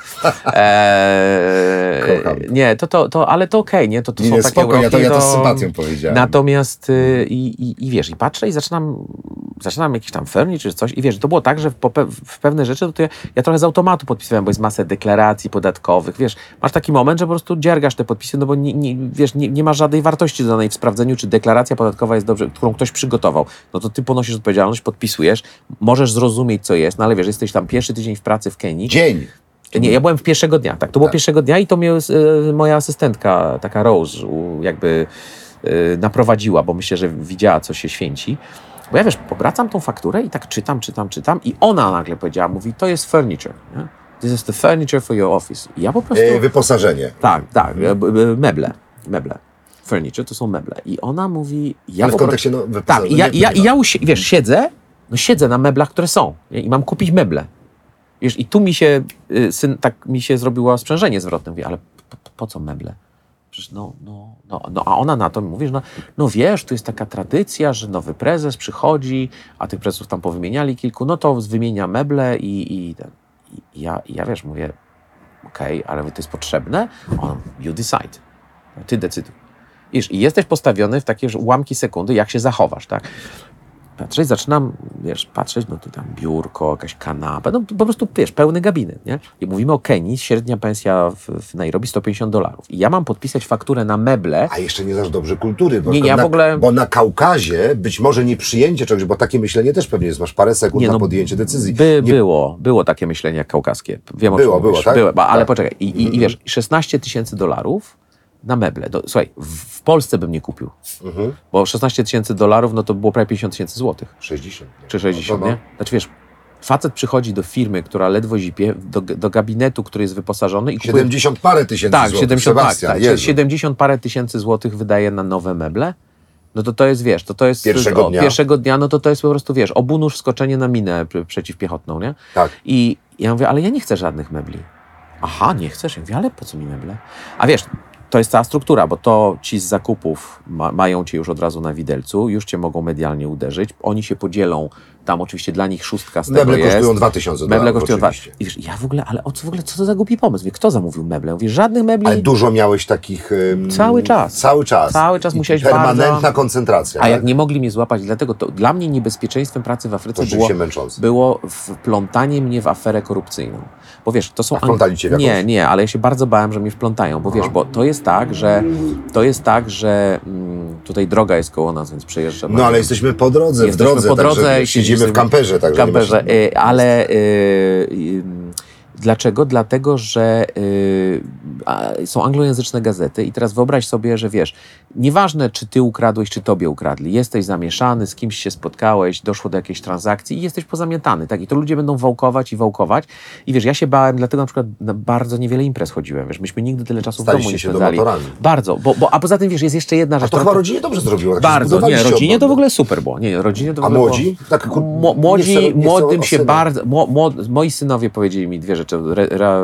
Speaker 2: E, nie, to, to, to, ale to okej, okay, nie? To, to
Speaker 1: nie,
Speaker 2: są
Speaker 1: nie,
Speaker 2: takie
Speaker 1: spoko,
Speaker 2: uroki,
Speaker 1: ja to, ja to
Speaker 2: to...
Speaker 1: z sympatią powiedziałem.
Speaker 2: Natomiast y, i, i wiesz, i patrzę i zaczynam, zaczynam jakiś tam furniture czy coś i wiesz, to było tak, że w, pe w pewne rzeczy to ja, ja trochę z automatu podpisywałem, bo jest masę deklaracji podatkowych, wiesz, masz taki moment, że po prostu dziergasz te podpisy, no bo nie, nie, wiesz, nie, nie ma żadnej wartości dodanej w sprawdzeniu, czy deklaracja podatkowa jest dobrze, którą ktoś przygotował. No to ty ponosisz odpowiedzialność, podpisujesz, możesz zrozumieć, co jest, no ale wiesz, jesteś tam pierwszy tydzień w pracy w Kenii.
Speaker 1: Dzień!
Speaker 2: Nie, ja byłem w pierwszego dnia, tak, to było tak. pierwszego dnia i to mnie y, moja asystentka, taka Rose, u, jakby y, naprowadziła, bo myślę, że widziała, co się święci. Bo ja wiesz, obracam tą fakturę i tak czytam, czytam, czytam i ona nagle powiedziała, mówi, to jest furniture, nie? This is the furniture for your office. I ja po prostu...
Speaker 1: E, wyposażenie.
Speaker 2: Tak, tak, meble, meble. Furniture to są meble. I ona mówi... Ja
Speaker 1: Ale w kontekście,
Speaker 2: prostu,
Speaker 1: no, wyposażenie.
Speaker 2: Tak, i ja, ja, ja, ja wiesz, siedzę, no siedzę na meblach, które są nie? I mam kupić meble. Wiesz, i tu mi się, syn, tak mi się zrobiło sprzężenie zwrotne. Mówię, ale po, po, po co meble? Przecież no, no, no, no, a ona na to mi mówi, że no, no wiesz, tu jest taka tradycja, że nowy prezes przychodzi, a tych prezesów tam powymieniali kilku, no to wymienia meble i, i, ten. I ja, ja wiesz, mówię, okej, okay, ale to jest potrzebne? On, you decide. Ty decyduj. Wiesz, i jesteś postawiony w takie ułamki sekundy, jak się zachowasz, tak? patrzeć, zaczynam, wiesz, patrzeć, no to tam biurko, jakaś kanapa, no po prostu, wiesz, pełny gabinet, nie? I mówimy o Kenii, średnia pensja w, w Nairobi sto pięćdziesiąt dolarów. I ja mam podpisać fakturę na meble.
Speaker 1: A jeszcze nie znasz dobrze kultury, bo,
Speaker 2: nie, ja
Speaker 1: na,
Speaker 2: w ogóle...
Speaker 1: bo na Kaukazie być może nie przyjęcie czegoś, bo takie myślenie też pewnie jest, masz parę sekund nie, no, na podjęcie decyzji.
Speaker 2: By,
Speaker 1: nie...
Speaker 2: Było, było takie myślenie jak kaukaskie. Wiem,
Speaker 1: było,
Speaker 2: o czym
Speaker 1: było,
Speaker 2: mówisz.
Speaker 1: tak?
Speaker 2: Było, ale
Speaker 1: tak.
Speaker 2: poczekaj, I, i, i wiesz, szesnaście tysięcy dolarów na meble. Do, słuchaj, w, w Polsce bym nie kupił, mhm. bo szesnaście tysięcy dolarów, no to było prawie pięćdziesiąt tysięcy złotych.
Speaker 1: sześćdziesiąt.
Speaker 2: Czy sześćdziesiąt,
Speaker 1: no, no.
Speaker 2: nie? Znaczy wiesz, facet przychodzi do firmy, która ledwo zipie, do, do gabinetu, który jest wyposażony i kupuje...
Speaker 1: siedemdziesiąt parę tysięcy
Speaker 2: tak,
Speaker 1: złotych.
Speaker 2: siedemdziesiąt,
Speaker 1: Sebastian,
Speaker 2: tak, tak, siedemdziesiąt parę tysięcy złotych wydaje na nowe meble. No to to jest, wiesz, to to jest...
Speaker 1: Pierwszego
Speaker 2: o,
Speaker 1: dnia.
Speaker 2: Pierwszego dnia, no to to jest po prostu, wiesz, obunusz, skoczenie na minę przeciwpiechotną, nie?
Speaker 1: Tak.
Speaker 2: I ja mówię, ale ja nie chcę żadnych mebli. Aha, nie chcesz? Ja mówię, ale po co mi meble? A wiesz, to jest cała struktura, bo to ci z zakupów ma, mają cię już od razu na widelcu, już cię mogą medialnie uderzyć. Oni się podzielą, tam oczywiście dla nich szóstka z tego
Speaker 1: meble
Speaker 2: jest.
Speaker 1: kosztują dwa tysiące dolarów.
Speaker 2: Meble kosztują dwa.
Speaker 1: I
Speaker 2: wiesz, ja w ogóle, ale o co w ogóle, co to za głupi pomysł? Mówię, kto zamówił meble? Mówię, żadnych mebli.
Speaker 1: Ale dużo miałeś takich... Um,
Speaker 2: cały czas.
Speaker 1: Cały czas.
Speaker 2: Cały czas musiałeś
Speaker 1: permanentna
Speaker 2: bardzo...
Speaker 1: koncentracja.
Speaker 2: A
Speaker 1: tak?
Speaker 2: jak nie mogli mnie złapać, dlatego to dla mnie niebezpieczeństwem pracy w Afryce
Speaker 1: to
Speaker 2: było,
Speaker 1: męczące.
Speaker 2: było wplątanie mnie w aferę korupcyjną. Bo wiesz, to są...
Speaker 1: A wplątali cię w jakąś?
Speaker 2: Nie, nie, ale ja się bardzo bałem, że mnie wplątają, bo wiesz, bo to jest tak, że to jest tak, że mm, tutaj droga jest koło nas, więc przejeżdżam.
Speaker 1: No ale jesteśmy po drodze,
Speaker 2: jesteśmy
Speaker 1: w drodze,
Speaker 2: po drodze i
Speaker 1: siedzimy w kamperze.
Speaker 2: W kamperze, y, ale y, y, dlaczego? Dlatego, że y, a, są anglojęzyczne gazety i teraz wyobraź sobie, że wiesz, nieważne czy ty ukradłeś, czy tobie ukradli, jesteś zamieszany, z kimś się spotkałeś, doszło do jakiejś transakcji i jesteś pozamiatany, tak? I to ludzie będą wałkować i wałkować i wiesz, ja się bałem, dlatego na przykład na bardzo niewiele imprez chodziłem, wiesz, myśmy nigdy tyle czasu
Speaker 1: Staliście
Speaker 2: w domu nie
Speaker 1: się
Speaker 2: spędzali.
Speaker 1: domatorami.
Speaker 2: Bardzo, bo, bo, a poza tym wiesz, jest jeszcze jedna rzecz.
Speaker 1: A to chyba rodzinie dobrze zrobiło. Tak
Speaker 2: bardzo, nie, rodzinie to w ogóle super było. Nie, rodzinie to w
Speaker 1: a
Speaker 2: ogóle
Speaker 1: młodzi?
Speaker 2: Było,
Speaker 1: Tak,
Speaker 2: mo, młodzi,
Speaker 1: nie chcę, nie
Speaker 2: młodym
Speaker 1: chcę
Speaker 2: się bardzo, mo, mo, moi synowie powiedzieli mi dwie rzeczy. Re, re,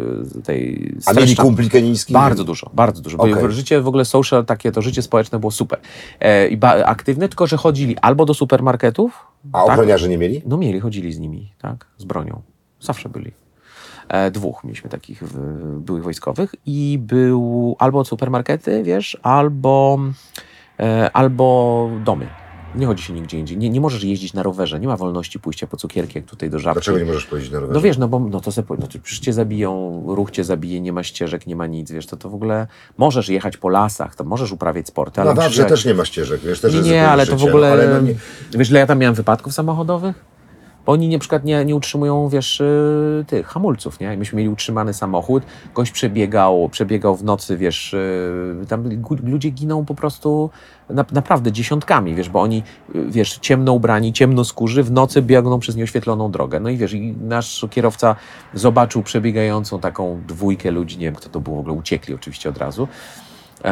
Speaker 2: tej
Speaker 1: a mieli kumpli kenijskich?
Speaker 2: Bardzo dużo, bardzo dużo. Okay. Bo życie w ogóle social, takie to życie społeczne było super. E, i ba, aktywne, tylko że chodzili albo do supermarketów.
Speaker 1: A
Speaker 2: tak?
Speaker 1: ochroniarze nie mieli?
Speaker 2: No mieli, chodzili z nimi, tak, z bronią. Zawsze byli. E, dwóch mieliśmy takich w, byłych wojskowych i był albo supermarkety, wiesz, albo, e, albo domy. Nie chodzi się nigdzie indziej. Nie, nie możesz jeździć na rowerze. Nie ma wolności pójścia po cukierki, jak tutaj do Żabki.
Speaker 1: Dlaczego nie możesz pojeździć na rowerze?
Speaker 2: No wiesz, no bo no to, se, no to przecież cię zabiją, ruch cię zabije, nie ma ścieżek, nie ma nic, wiesz, to to w ogóle możesz jechać po lasach, to możesz uprawiać sporty, ale...
Speaker 1: Na Wawrze też nie ma ścieżek, wiesz, też
Speaker 2: nie,
Speaker 1: jest
Speaker 2: nie, ale
Speaker 1: życie,
Speaker 2: to w ogóle...
Speaker 1: No, ale no nie...
Speaker 2: Wiesz, ile ja tam miałem wypadków samochodowych? Bo oni na przykład nie, nie utrzymują, wiesz, yy, tych hamulców, nie? Myśmy mieli utrzymany samochód, gość przebiegał, przebiegał w nocy, wiesz, yy, tam ludzie giną po prostu na, naprawdę dziesiątkami, wiesz, bo oni, yy, wiesz, ciemno ubrani, ciemno skórzy, w nocy biegną przez nieoświetloną drogę. No i wiesz, i nasz kierowca zobaczył przebiegającą taką dwójkę ludzi, nie wiem, kto to było, w ogóle uciekli oczywiście od razu. Yy.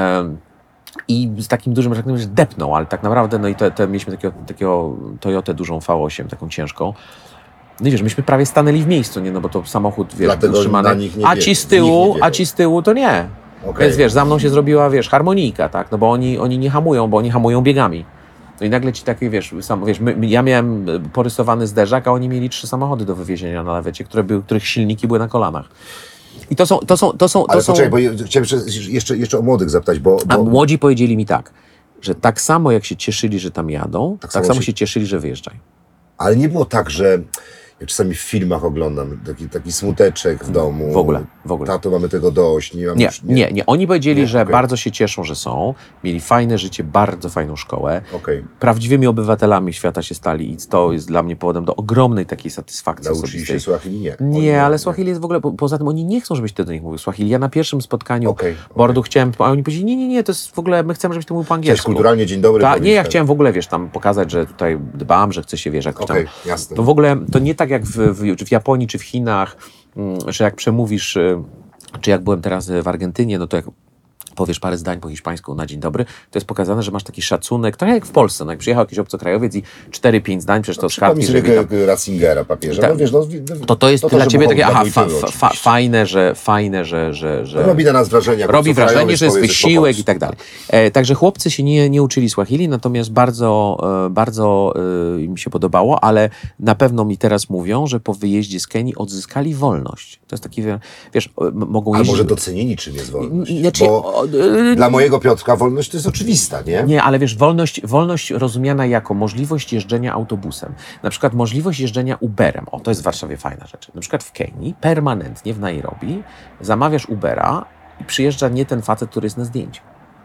Speaker 2: I z takim dużym rakiem, że depnął, ale tak naprawdę, no i te, te, mieliśmy takiego, takiego Toyotę dużą V osiem, taką ciężką. No i wiesz, myśmy prawie stanęli w miejscu, nie, no bo to samochód, wiesz,
Speaker 1: Dlatego
Speaker 2: utrzymany,
Speaker 1: na nich nie
Speaker 2: a ci z tyłu, a ci z tyłu to nie.
Speaker 1: Okay.
Speaker 2: Więc wiesz, za mną się zrobiła, wiesz, harmonijka, tak, no bo oni, oni nie hamują, bo oni hamują biegami. No i nagle ci takie, wiesz, sam, wiesz my, ja miałem porysowany zderzak, a oni mieli trzy samochody do wywiezienia na lawecie, które były, których silniki były na kolanach. I to są, to są, to są, to
Speaker 1: Ale
Speaker 2: są...
Speaker 1: poczekaj, bo chciałem jeszcze, jeszcze o młodych zapytać, bo, bo...
Speaker 2: A młodzi powiedzieli mi tak, że tak samo jak się cieszyli, że tam jadą, tak, tak samo, samo się... się cieszyli, że wyjeżdżają.
Speaker 1: Ale nie było tak, że ja czasami w filmach oglądam taki, taki smuteczek w domu.
Speaker 2: W ogóle, w ogóle.
Speaker 1: Tato, mamy tego dość. Nie,
Speaker 2: nie,
Speaker 1: już, nie.
Speaker 2: nie, nie. Oni powiedzieli,
Speaker 1: nie?
Speaker 2: że
Speaker 1: Okay.
Speaker 2: bardzo się cieszą, że są, mieli fajne życie, bardzo fajną szkołę,
Speaker 1: okay.
Speaker 2: prawdziwymi obywatelami świata się stali i to jest dla mnie powodem do ogromnej takiej satysfakcji.
Speaker 1: Nauczyli się Swahili? Nie.
Speaker 2: Nie, nie, ale Swahili jest w ogóle, po, poza tym oni nie chcą, żebyś ty do nich mówił Swahili. Ja na pierwszym spotkaniu
Speaker 1: okay,
Speaker 2: bordu
Speaker 1: okay.
Speaker 2: chciałem, a oni powiedzieli, nie, nie, nie, to jest w ogóle, my chcemy, żebyś ty mówił po angielsku.
Speaker 1: Cześć, kulturalnie, dzień dobry.
Speaker 2: Ta, nie, ja chciałem w ogóle, wiesz, tam pokazać, że tutaj dbam, że chcę się, wiesz, jak
Speaker 1: okay,
Speaker 2: tam...
Speaker 1: jasne.
Speaker 2: To w ogóle, to nie tak jak w, w, czy w Japonii, czy w Chinach, że jak przemówisz, czy jak byłem teraz w Argentynie, no to jak powiesz parę zdań po hiszpańsku na dzień dobry, to jest pokazane, że masz taki szacunek, tak jak w Polsce, no jak przyjechał jakiś obcokrajowiec i cztery pięć zdań, przecież to
Speaker 1: no,
Speaker 2: z kartki, że
Speaker 1: witam. Ratzingera, papieża,
Speaker 2: tak,
Speaker 1: no wiesz, no,
Speaker 2: to to jest to dla ciebie takie, aha, fa,
Speaker 1: tyłu,
Speaker 2: fa, fajne, że, fajne, że, że, że...
Speaker 1: Robi na nas wrażenie.
Speaker 2: Robi wrażenie, że jest wysiłek i tak dalej. E, także chłopcy się nie, nie uczyli Swahili, natomiast bardzo, e, bardzo e, im się podobało, ale na pewno mi teraz mówią, że po wyjeździe z Kenii odzyskali wolność. To jest taki, wiesz, mogą jeździć...
Speaker 1: A może docenili, czym jest wolność?
Speaker 2: Znaczy,
Speaker 1: bo, No, yy... Dla mojego Piotrka wolność to jest oczywista, nie?
Speaker 2: Nie, ale wiesz, wolność, wolność rozumiana jako możliwość jeżdżenia autobusem. Na przykład możliwość jeżdżenia Uberem. O, to jest w Warszawie fajna rzecz. Na przykład w Kenii permanentnie w Nairobi zamawiasz Ubera i przyjeżdża nie ten facet, który jest na zdjęciu.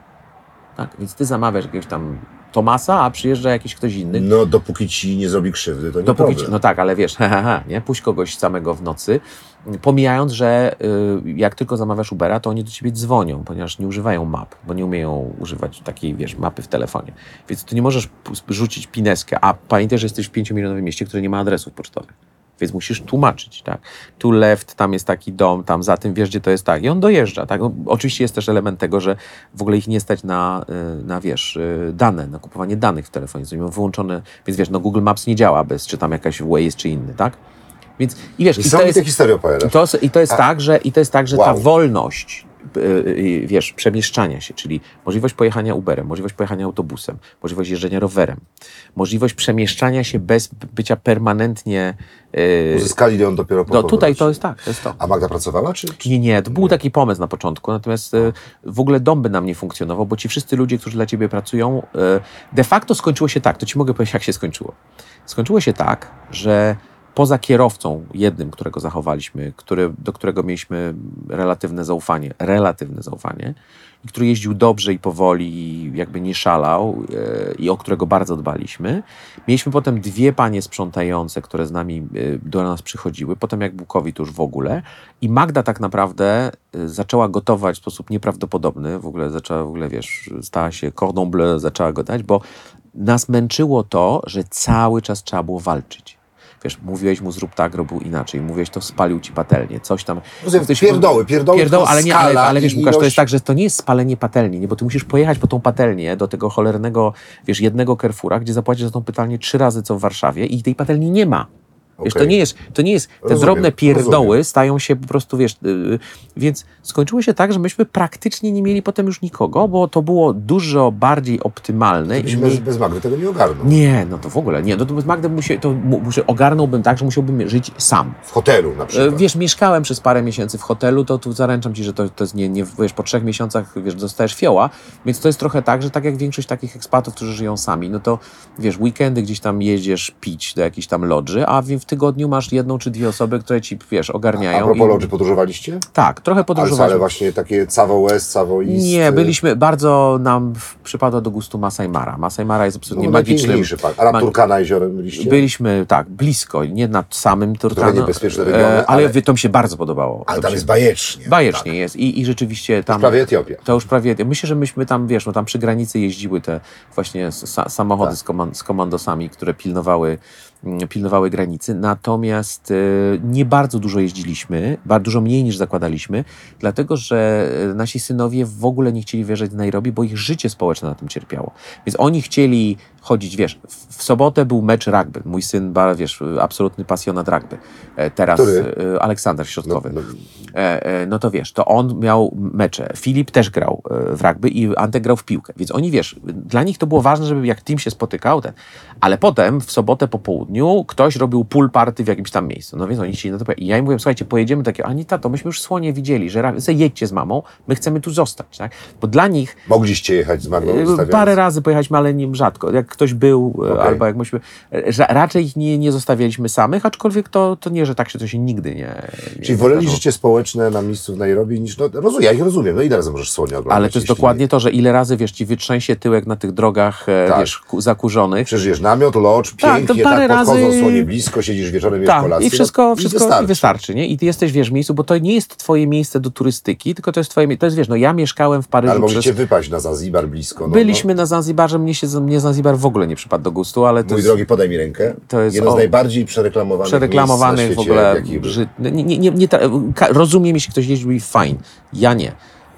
Speaker 2: Tak? Więc ty zamawiasz jakiegoś tam Tomasa, a przyjeżdża jakiś ktoś inny.
Speaker 1: No, dopóki ci nie zrobi krzywdy, to nie
Speaker 2: dopóki
Speaker 1: problem.
Speaker 2: Ci, no tak, ale wiesz, he, he, he, nie? Puść kogoś samego w nocy, pomijając, że y, jak tylko zamawiasz Ubera, to oni do ciebie dzwonią, ponieważ nie używają map, bo nie umieją używać takiej, wiesz, mapy w telefonie. Więc ty nie możesz rzucić pineskę, a pamiętaj, że jesteś w pięciomilionowym mieście, które nie ma adresów pocztowych. Więc musisz tłumaczyć, tak? Tu left, tam jest taki dom, tam za tym, wiesz, gdzie to jest tak. I on dojeżdża, tak? No, oczywiście jest też element tego, że w ogóle ich nie stać na, na wiesz, dane, na kupowanie danych w telefonie. Są wyłączone, więc wiesz, no Google Maps nie działa bez, czy tam jakaś Waze, czy inny, tak? Więc, i wiesz,
Speaker 1: i to jest, historię opowiadasz.
Speaker 2: To, I to jest
Speaker 1: A.
Speaker 2: tak, że, i to jest tak, że
Speaker 1: wow.
Speaker 2: ta wolność, yy, wiesz, przemieszczania się, czyli możliwość pojechania Uberem, możliwość pojechania autobusem, możliwość jeżdżenia rowerem, możliwość przemieszczania się bez bycia permanentnie...
Speaker 1: Yy, Uzyskali ją dopiero po
Speaker 2: no, tutaj to jest tak, to jest to.
Speaker 1: A Magda pracowała? Czy, czy...
Speaker 2: Nie, nie, to był taki pomysł na początku, natomiast yy, w ogóle dom by nam nie funkcjonował, bo ci wszyscy ludzie, którzy dla ciebie pracują, yy, de facto skończyło się tak, to ci mogę powiedzieć, jak się skończyło. Skończyło się tak, że poza kierowcą jednym, którego zachowaliśmy, który, do którego mieliśmy relatywne zaufanie, relatywne zaufanie, i który jeździł dobrze i powoli, i jakby nie szalał yy, i o którego bardzo dbaliśmy. Mieliśmy potem dwie panie sprzątające, które z nami yy, do nas przychodziły, potem jak był COVID już w ogóle, i Magda tak naprawdę yy, zaczęła gotować w sposób nieprawdopodobny, w ogóle zaczęła, w ogóle wiesz, stała się cordon bleu, zaczęła gotować, bo nas męczyło to, że cały czas trzeba było walczyć. Wiesz, mówiłeś mu zrób tak, robił inaczej. Mówiłeś to, spalił ci patelnię, coś tam.
Speaker 1: Ktoś, pierdoły, pierdoły,
Speaker 2: pierdoły ale, nie, ale, ale wiesz,
Speaker 1: ilość...
Speaker 2: Łukasz, to jest tak, że to nie jest spalenie patelni, nie, bo ty musisz pojechać po tą patelnię do tego cholernego, wiesz, jednego Carrefoura, gdzie zapłacisz za tą patelnię trzy razy co w Warszawie i tej patelni nie ma. Wiesz, okay. to nie jest, to nie jest, te rozumiem, drobne pierdoły rozumiem. Stają się po prostu, wiesz, yy, więc skończyło się tak, że myśmy praktycznie nie mieli potem już nikogo, bo to było dużo bardziej optymalne.
Speaker 1: I my... bez Magdy tego nie ogarnął.
Speaker 2: Nie, no to w ogóle nie, no to bez Magdy musi, to musi, ogarnąłbym tak, że musiałbym żyć sam.
Speaker 1: W hotelu na przykład.
Speaker 2: Wiesz, mieszkałem przez parę miesięcy w hotelu, to tu zaręczam ci, że to, to jest nie, nie, wiesz, po trzech miesiącach, wiesz, dostajesz fioła, więc to jest trochę tak, że tak jak większość takich ekspatów, którzy żyją sami, no to, wiesz, weekendy gdzieś tam jeździesz pić do jakiejś tam lodży, a w tygodniu masz jedną czy dwie osoby, które ci, wiesz, ogarniają.
Speaker 1: A, a propos
Speaker 2: i...
Speaker 1: lodży, podróżowaliście?
Speaker 2: Tak, trochę podróżowaliśmy.
Speaker 1: Ale właśnie takie Savo West, Savo East?
Speaker 2: Nie, byliśmy, bardzo nam przypadło do gustu Masai Mara. Masai Mara jest absolutnie no, magicznym.
Speaker 1: A nad Turkana jeziorem byliście?
Speaker 2: Byliśmy, tak, blisko, nie nad samym Turkanem.
Speaker 1: Trochę niebezpieczne regiony,
Speaker 2: ale, ale to mi się bardzo podobało.
Speaker 1: Ale tam jest bajecznie.
Speaker 2: Bajecznie
Speaker 1: tak.
Speaker 2: jest I, i rzeczywiście tam...
Speaker 1: To już prawie Etiopia.
Speaker 2: To już prawie Myślę, że myśmy tam, wiesz, no tam przy granicy jeździły te właśnie sa samochody tak. z, komand z komandosami, które pilnowały pilnowały granicy, natomiast y, nie bardzo dużo jeździliśmy, bardzo dużo mniej niż zakładaliśmy, dlatego, że nasi synowie w ogóle nie chcieli wyjeżdżać do Nairobi, bo ich życie społeczne na tym cierpiało. Więc oni chcieli chodzić, wiesz, w, w sobotę był mecz rugby. Mój syn, wiesz, absolutny pasjonat rugby. E, teraz e, Aleksander Środkowy. No, no. E, e, no to wiesz, to on miał mecze. Filip też grał w rugby i Antek grał w piłkę. Więc oni, wiesz, dla nich to było ważne, żeby jak team się spotykał, ten. Ale potem w sobotę po południu ktoś robił pool party w jakimś tam miejscu. No więc oni chcieli na to. I ja im mówiłem, słuchajcie, pojedziemy takie, ani tato, myśmy już słonie widzieli, że jedźcie z mamą, my chcemy tu zostać, tak? Bo dla nich...
Speaker 1: Mogliście jechać z mamą?
Speaker 2: Parę razy pojechaliśmy, ale nie rzadko. Jak ktoś był, okay. albo jak myśmy... Raczej ich nie, nie zostawialiśmy samych, aczkolwiek to, to nie, że tak się to się nigdy nie... nie
Speaker 1: Czyli woleli życie społeczne na miejscu w Nairobi niż... No, rozumiem, ja ich rozumiem. No ile razy możesz słonie oglądać?
Speaker 2: Ale to jest dokładnie nie... to, że ile razy, wiesz, ci wytrzęsie tyłek na tych drogach, tak. wiesz, zakurzonych.
Speaker 1: Przeżyjesz namiot, lodż,
Speaker 2: tak,
Speaker 1: pięknie,
Speaker 2: to parę
Speaker 1: tak podchodzą
Speaker 2: razy...
Speaker 1: słonie blisko, siedzisz wieczorem, jesz
Speaker 2: tak,
Speaker 1: kolację.
Speaker 2: i wszystko,
Speaker 1: no,
Speaker 2: wszystko
Speaker 1: i wystarczy.
Speaker 2: I wystarczy, nie? I ty jesteś, wiesz, w miejscu, bo to nie jest twoje miejsce do turystyki, tylko to jest twoje miejsce, to jest, wiesz, no ja mieszkałem w Paryżu.
Speaker 1: Ale mogliście
Speaker 2: przez...
Speaker 1: wypaść na Zanzibar blisko. No,
Speaker 2: Byliśmy
Speaker 1: no.
Speaker 2: na Zanzibarze, mnie się mnie Zanzibar w ogóle nie przypadł do gustu, ale to
Speaker 1: Mój
Speaker 2: jest...
Speaker 1: drogi, podaj mi rękę.
Speaker 2: To jest
Speaker 1: jedno
Speaker 2: o...
Speaker 1: z najbardziej przereklamowanych
Speaker 2: przereklamowanych
Speaker 1: miejsc na
Speaker 2: w ogóle.
Speaker 1: świecie,
Speaker 2: Nie, nie, nie, nie, rozumiem, jeśli ktoś jeździł i fajnie. Ja nie.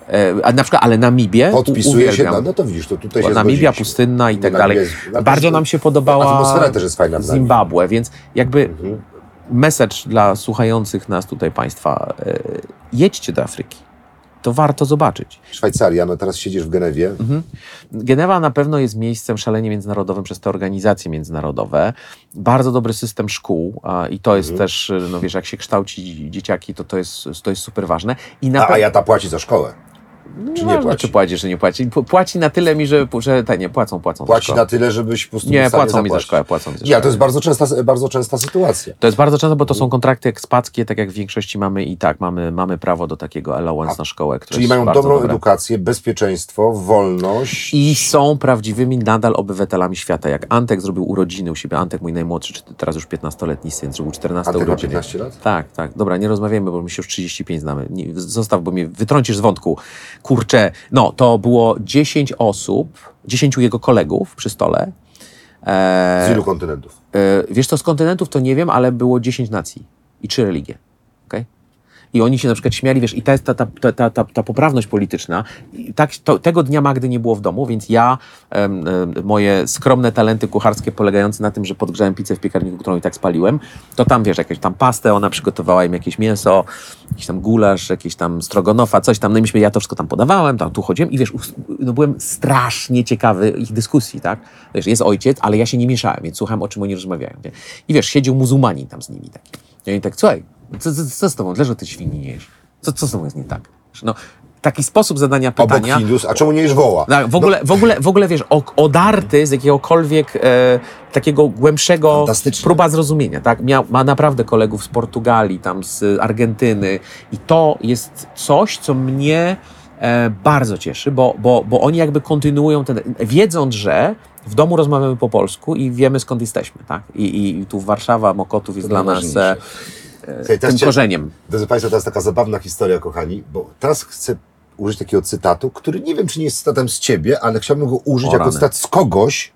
Speaker 2: A na przykład, ale Namibię
Speaker 1: podpisuje się, no, no to widzisz, to tutaj się
Speaker 2: Namibia pustynna i tak dalej. Jest, bardzo nam się podobała
Speaker 1: atmosfera też jest fajna w
Speaker 2: Zimbabwe, więc jakby
Speaker 1: mhm.
Speaker 2: message dla słuchających nas tutaj państwa, e, jedźcie do Afryki. To warto zobaczyć.
Speaker 1: Szwajcaria, no teraz siedzisz w Genewie.
Speaker 2: Mhm. Genewa na pewno jest miejscem szalenie międzynarodowym przez te organizacje międzynarodowe. Bardzo dobry system szkół a, i to jest
Speaker 1: mhm.
Speaker 2: też, no wiesz, jak się kształci dzieciaki, to to jest, to jest super ważne. I na
Speaker 1: a, a ja ta płaci za szkołę.
Speaker 2: No, czy nie płaci? Czy płaci, czy nie płaci. Płaci na tyle mi, że, że te nie płacą, płacą
Speaker 1: Płaci na tyle, żebyś po prostu
Speaker 2: nie, płacą mi za szkołę, płacą mi za szkołę.
Speaker 1: Ja, to jest bardzo częsta, bardzo częsta sytuacja.
Speaker 2: To jest bardzo często, bo to są kontrakty ekspackie, tak jak w większości mamy i tak, mamy, mamy prawo do takiego allowance A, na szkołę. Które
Speaker 1: czyli
Speaker 2: jest
Speaker 1: mają dobrą
Speaker 2: dobre.
Speaker 1: edukację, bezpieczeństwo, wolność.
Speaker 2: I są prawdziwymi nadal obywatelami świata. Jak Antek zrobił urodziny u siebie, Antek mój najmłodszy, czy teraz już piętnastoletni syn, zrobił czternaste
Speaker 1: Antek
Speaker 2: urodziny.
Speaker 1: ma piętnaście lat?
Speaker 2: Tak, tak. Dobra, nie rozmawiamy, bo my się już trzydzieści pięć znamy. Nie, zostaw, bo mnie wytrącisz z wątku. Kurczę, no to było dziesięć osób, dziesięciu jego kolegów przy stole.
Speaker 1: E, z ilu kontynentów?
Speaker 2: E, wiesz co, z kontynentów to nie wiem, ale było dziesięć nacji i trzy religie. Okay? I oni się na przykład śmiali, wiesz, i ta jest ta, ta, ta, ta, ta poprawność polityczna. I tak, to, tego dnia Magdy nie było w domu, więc ja, em, em, moje skromne talenty kucharskie polegające na tym, że podgrzałem pizzę w piekarniku, którą i tak spaliłem, to tam, wiesz, jakąś tam pastę, ona przygotowała im jakieś mięso, jakiś tam gulasz, jakieś tam strogonofa, coś tam, no i myśmy, ja to wszystko tam podawałem, tam tu chodziłem i wiesz, no byłem strasznie ciekawy ich dyskusji, tak? Wiesz, jest ojciec, ale ja się nie mieszałem, więc słuchałem, o czym oni rozmawiają. Nie? I wiesz, siedział muzułmanin tam z nimi taki. I oni tak, słuchaj, Co, co, co z tobą? Dlaczego ty świni nie jesz? Co, co z tobą jest nie tak? No, taki sposób zadania pytania...
Speaker 1: Obok Hindus, a czemu nie jesz woła?
Speaker 2: Tak, w ogóle, no. w ogóle, w ogóle wiesz, odarty z jakiegokolwiek e, takiego głębszego próba zrozumienia. Tak? Miał, ma naprawdę kolegów z Portugalii, tam z Argentyny i to jest coś, co mnie e, bardzo cieszy, bo, bo, bo oni jakby kontynuują ten... Wiedząc, że w domu rozmawiamy po polsku i wiemy, skąd jesteśmy, tak? I, i tu Warszawa, Mokotów jest to dla nas e, e, tym korzeniem.
Speaker 1: Drodzy Państwo, to jest taka zabawna historia, kochani, bo teraz chcę użyć takiego cytatu, który nie wiem, czy nie jest cytatem z ciebie, ale chciałbym go użyć o, jako rany. cytat z kogoś,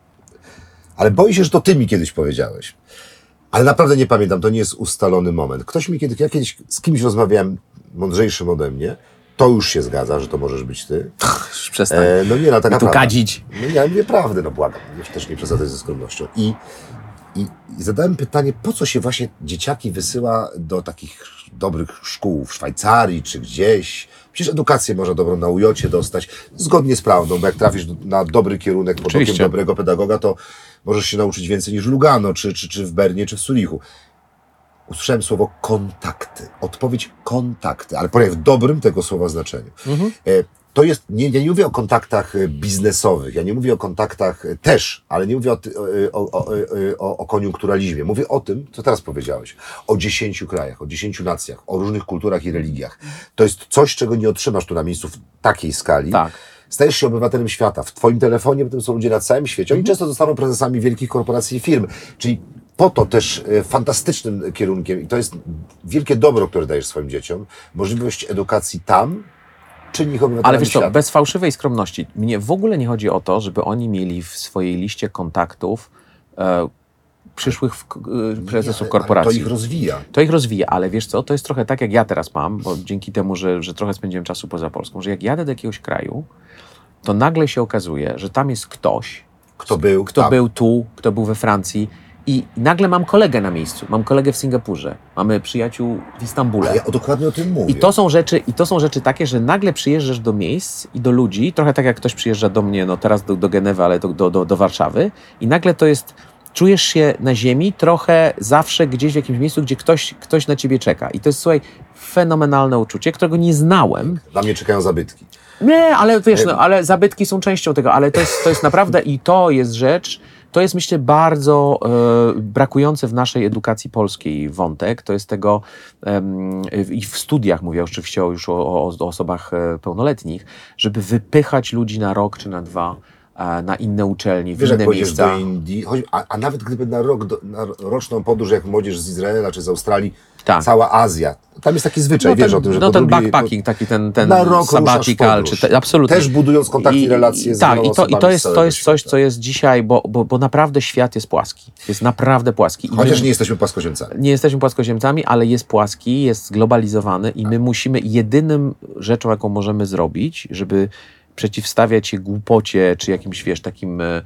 Speaker 1: ale boję się, że to ty mi kiedyś powiedziałeś. Ale naprawdę nie pamiętam, to nie jest ustalony moment. Ktoś mi kiedyś, ja kiedyś z kimś rozmawiałem, mądrzejszym ode mnie, to już się zgadza, że to możesz być ty.
Speaker 2: Przestań.
Speaker 1: E, no nie, no taka
Speaker 2: tu
Speaker 1: prawda.
Speaker 2: kadzić.
Speaker 1: No ja mówię prawdę, no błagam. Też nie przesadzaj ze skromnością. I, i, I zadałem pytanie, po co się właśnie dzieciaki wysyła do takich dobrych szkół w Szwajcarii czy gdzieś. Przecież edukację można dobrą na ujocie dostać, zgodnie z prawdą, bo jak trafisz na dobry kierunek pod okiem dobrego pedagoga, to możesz się nauczyć więcej niż w Lugano, czy, czy, czy w Bernie, czy w Zulichu. Usłyszałem słowo kontakty. Odpowiedź kontakty, ale powiem w dobrym tego słowa znaczeniu. Mhm. To jest, nie, ja nie mówię o kontaktach biznesowych, ja nie mówię o kontaktach też, ale nie mówię o, o, o, o, o koniunkturalizmie. Mówię o tym, co teraz powiedziałeś, o dziesięciu krajach, o dziesięciu nacjach, o różnych kulturach i religiach. To jest coś, czego nie otrzymasz tu na miejscu w takiej skali.
Speaker 2: Tak.
Speaker 1: Stajesz się obywatelem świata. W twoim telefonie potem są ludzie na całym świecie. Oni mhm. często zostaną prezesami wielkich korporacji i firm. Czyli po to też e, fantastycznym kierunkiem, i to jest wielkie dobro, które dajesz swoim dzieciom, możliwość edukacji tam, czyni ich obywatelami
Speaker 2: Ale wiesz
Speaker 1: świata.
Speaker 2: co, bez fałszywej skromności, mnie w ogóle nie chodzi o to, żeby oni mieli w swojej liście kontaktów e, przyszłych w, e, prezesów
Speaker 1: nie,
Speaker 2: korporacji.
Speaker 1: To ich rozwija.
Speaker 2: To ich rozwija, ale wiesz co, to jest trochę tak, jak ja teraz mam, bo dzięki temu, że, że trochę spędziłem czasu poza Polską, że jak jadę do jakiegoś kraju, to nagle się okazuje, że tam jest ktoś,
Speaker 1: kto był,
Speaker 2: kto
Speaker 1: tam.
Speaker 2: był tu, kto był we Francji, i nagle mam kolegę na miejscu. Mam kolegę w Singapurze. Mamy przyjaciół w Istambule.
Speaker 1: A ja dokładnie o tym mówię.
Speaker 2: I to są rzeczy, i to są rzeczy takie, że nagle przyjeżdżasz do miejsc i do ludzi, trochę tak jak ktoś przyjeżdża do mnie, no teraz do, do Genewy, ale do, do, do Warszawy, i nagle to jest, czujesz się na ziemi trochę zawsze gdzieś w jakimś miejscu, gdzie ktoś, ktoś na ciebie czeka. I to jest, słuchaj, fenomenalne uczucie, którego nie znałem.
Speaker 1: Na mnie czekają zabytki.
Speaker 2: Nie, ale wiesz, no, ale zabytki są częścią tego, ale to jest, to jest naprawdę, i to jest rzecz, to jest, myślę, bardzo e, brakujący w naszej edukacji polskiej wątek. To jest tego, e, i w studiach mówię oczywiście już o, o, o osobach e, pełnoletnich, żeby wypychać ludzi na rok czy na dwa e, na inne uczelnie, w
Speaker 1: Wiesz,
Speaker 2: inne
Speaker 1: jak
Speaker 2: miejsca.
Speaker 1: do Indii, choć, a, a nawet gdyby na rok, do, na roczną podróż, jak młodzież z Izraela czy z Australii, tak. Cała Azja. Tam jest taki zwyczaj,
Speaker 2: no
Speaker 1: wiesz
Speaker 2: ten,
Speaker 1: o tym, że
Speaker 2: no
Speaker 1: to
Speaker 2: ten
Speaker 1: drugi,
Speaker 2: backpacking, taki ten, ten
Speaker 1: na rok
Speaker 2: sabbatical, czy te, absolutnie.
Speaker 1: Też budując kontakty i relacje z
Speaker 2: tak, i to, i to jest, to jest coś,
Speaker 1: świata.
Speaker 2: co jest dzisiaj, bo, bo, bo naprawdę świat jest płaski. Jest naprawdę płaski. I
Speaker 1: Chociaż
Speaker 2: my,
Speaker 1: nie jesteśmy płaskoziemcami.
Speaker 2: Nie jesteśmy płaskoziemcami, ale jest płaski, jest zglobalizowany i my musimy, jedynym rzeczą, jaką możemy zrobić, żeby przeciwstawiać się głupocie, czy jakimś, wiesz, takim y,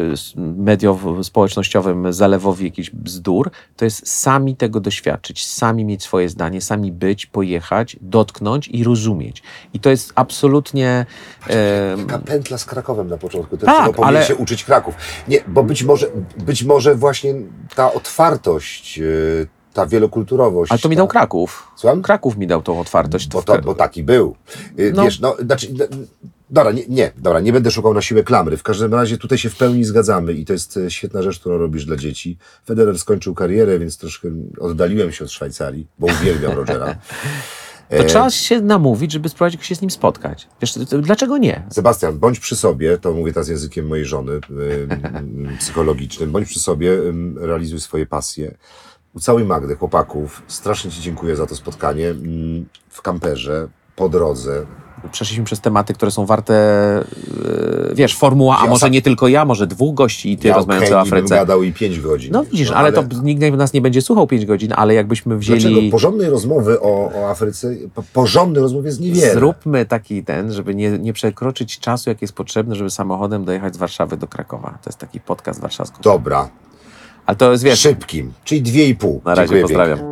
Speaker 2: medio-społecznościowym zalewowi jakichś bzdur, to jest sami tego doświadczyć, sami mieć swoje zdanie, sami być, pojechać, dotknąć i rozumieć. I to jest absolutnie...
Speaker 1: E, taka pętla z Krakowem na początku, to tak, powinien ale... się uczyć Kraków. Nie, bo być może, być może właśnie ta otwartość, Ta wielokulturowość.
Speaker 2: Ale to mi dał Kraków.
Speaker 1: Słucham?
Speaker 2: Kraków mi dał tą otwartość.
Speaker 1: Bo, to, bo taki był. No. Wiesz, no, znaczy, dobra, nie, nie, dobra, nie będę szukał na siłę klamry. W każdym razie tutaj się w pełni zgadzamy i to jest świetna rzecz, którą robisz dla dzieci. Federer skończył karierę, więc troszkę oddaliłem się od Szwajcarii, bo uwielbiam Rogera.
Speaker 2: To trzeba się namówić, żeby spróbować się z nim spotkać. Wiesz, dlaczego nie?
Speaker 1: Sebastian, bądź przy sobie, to mówię teraz językiem mojej żony, yy, psychologicznym, bądź przy sobie, yy, realizuj swoje pasje. Ucałuj Magdę, chłopaków. Strasznie Ci dziękuję za to spotkanie yy, w kamperze, po drodze.
Speaker 2: Przeszliśmy przez tematy, które są warte, yy, wiesz, formuła, a
Speaker 1: ja
Speaker 2: może
Speaker 1: sam...
Speaker 2: nie tylko ja, może dwóch gości i ty
Speaker 1: ja
Speaker 2: rozmawiający
Speaker 1: okay,
Speaker 2: o Afryce.
Speaker 1: Ja gadał i pięć godzin.
Speaker 2: No widzisz,
Speaker 1: no,
Speaker 2: ale,
Speaker 1: ale
Speaker 2: to nikt nas nie będzie słuchał pięć godzin, ale jakbyśmy wzięli...
Speaker 1: Dlaczego? Porządnej rozmowy o, o Afryce, porządnej rozmowy jest niewiele.
Speaker 2: Zróbmy taki ten, żeby nie, nie przekroczyć czasu, jaki jest potrzebny, żeby samochodem dojechać z Warszawy do Krakowa. To jest taki podcast warszawski.
Speaker 1: Dobra.
Speaker 2: Ale to jest, wiesz...
Speaker 1: Szybkim, czyli dwie i pół.
Speaker 2: Na razie,
Speaker 1: Dziękuję
Speaker 2: pozdrawiam.
Speaker 1: Pięknie.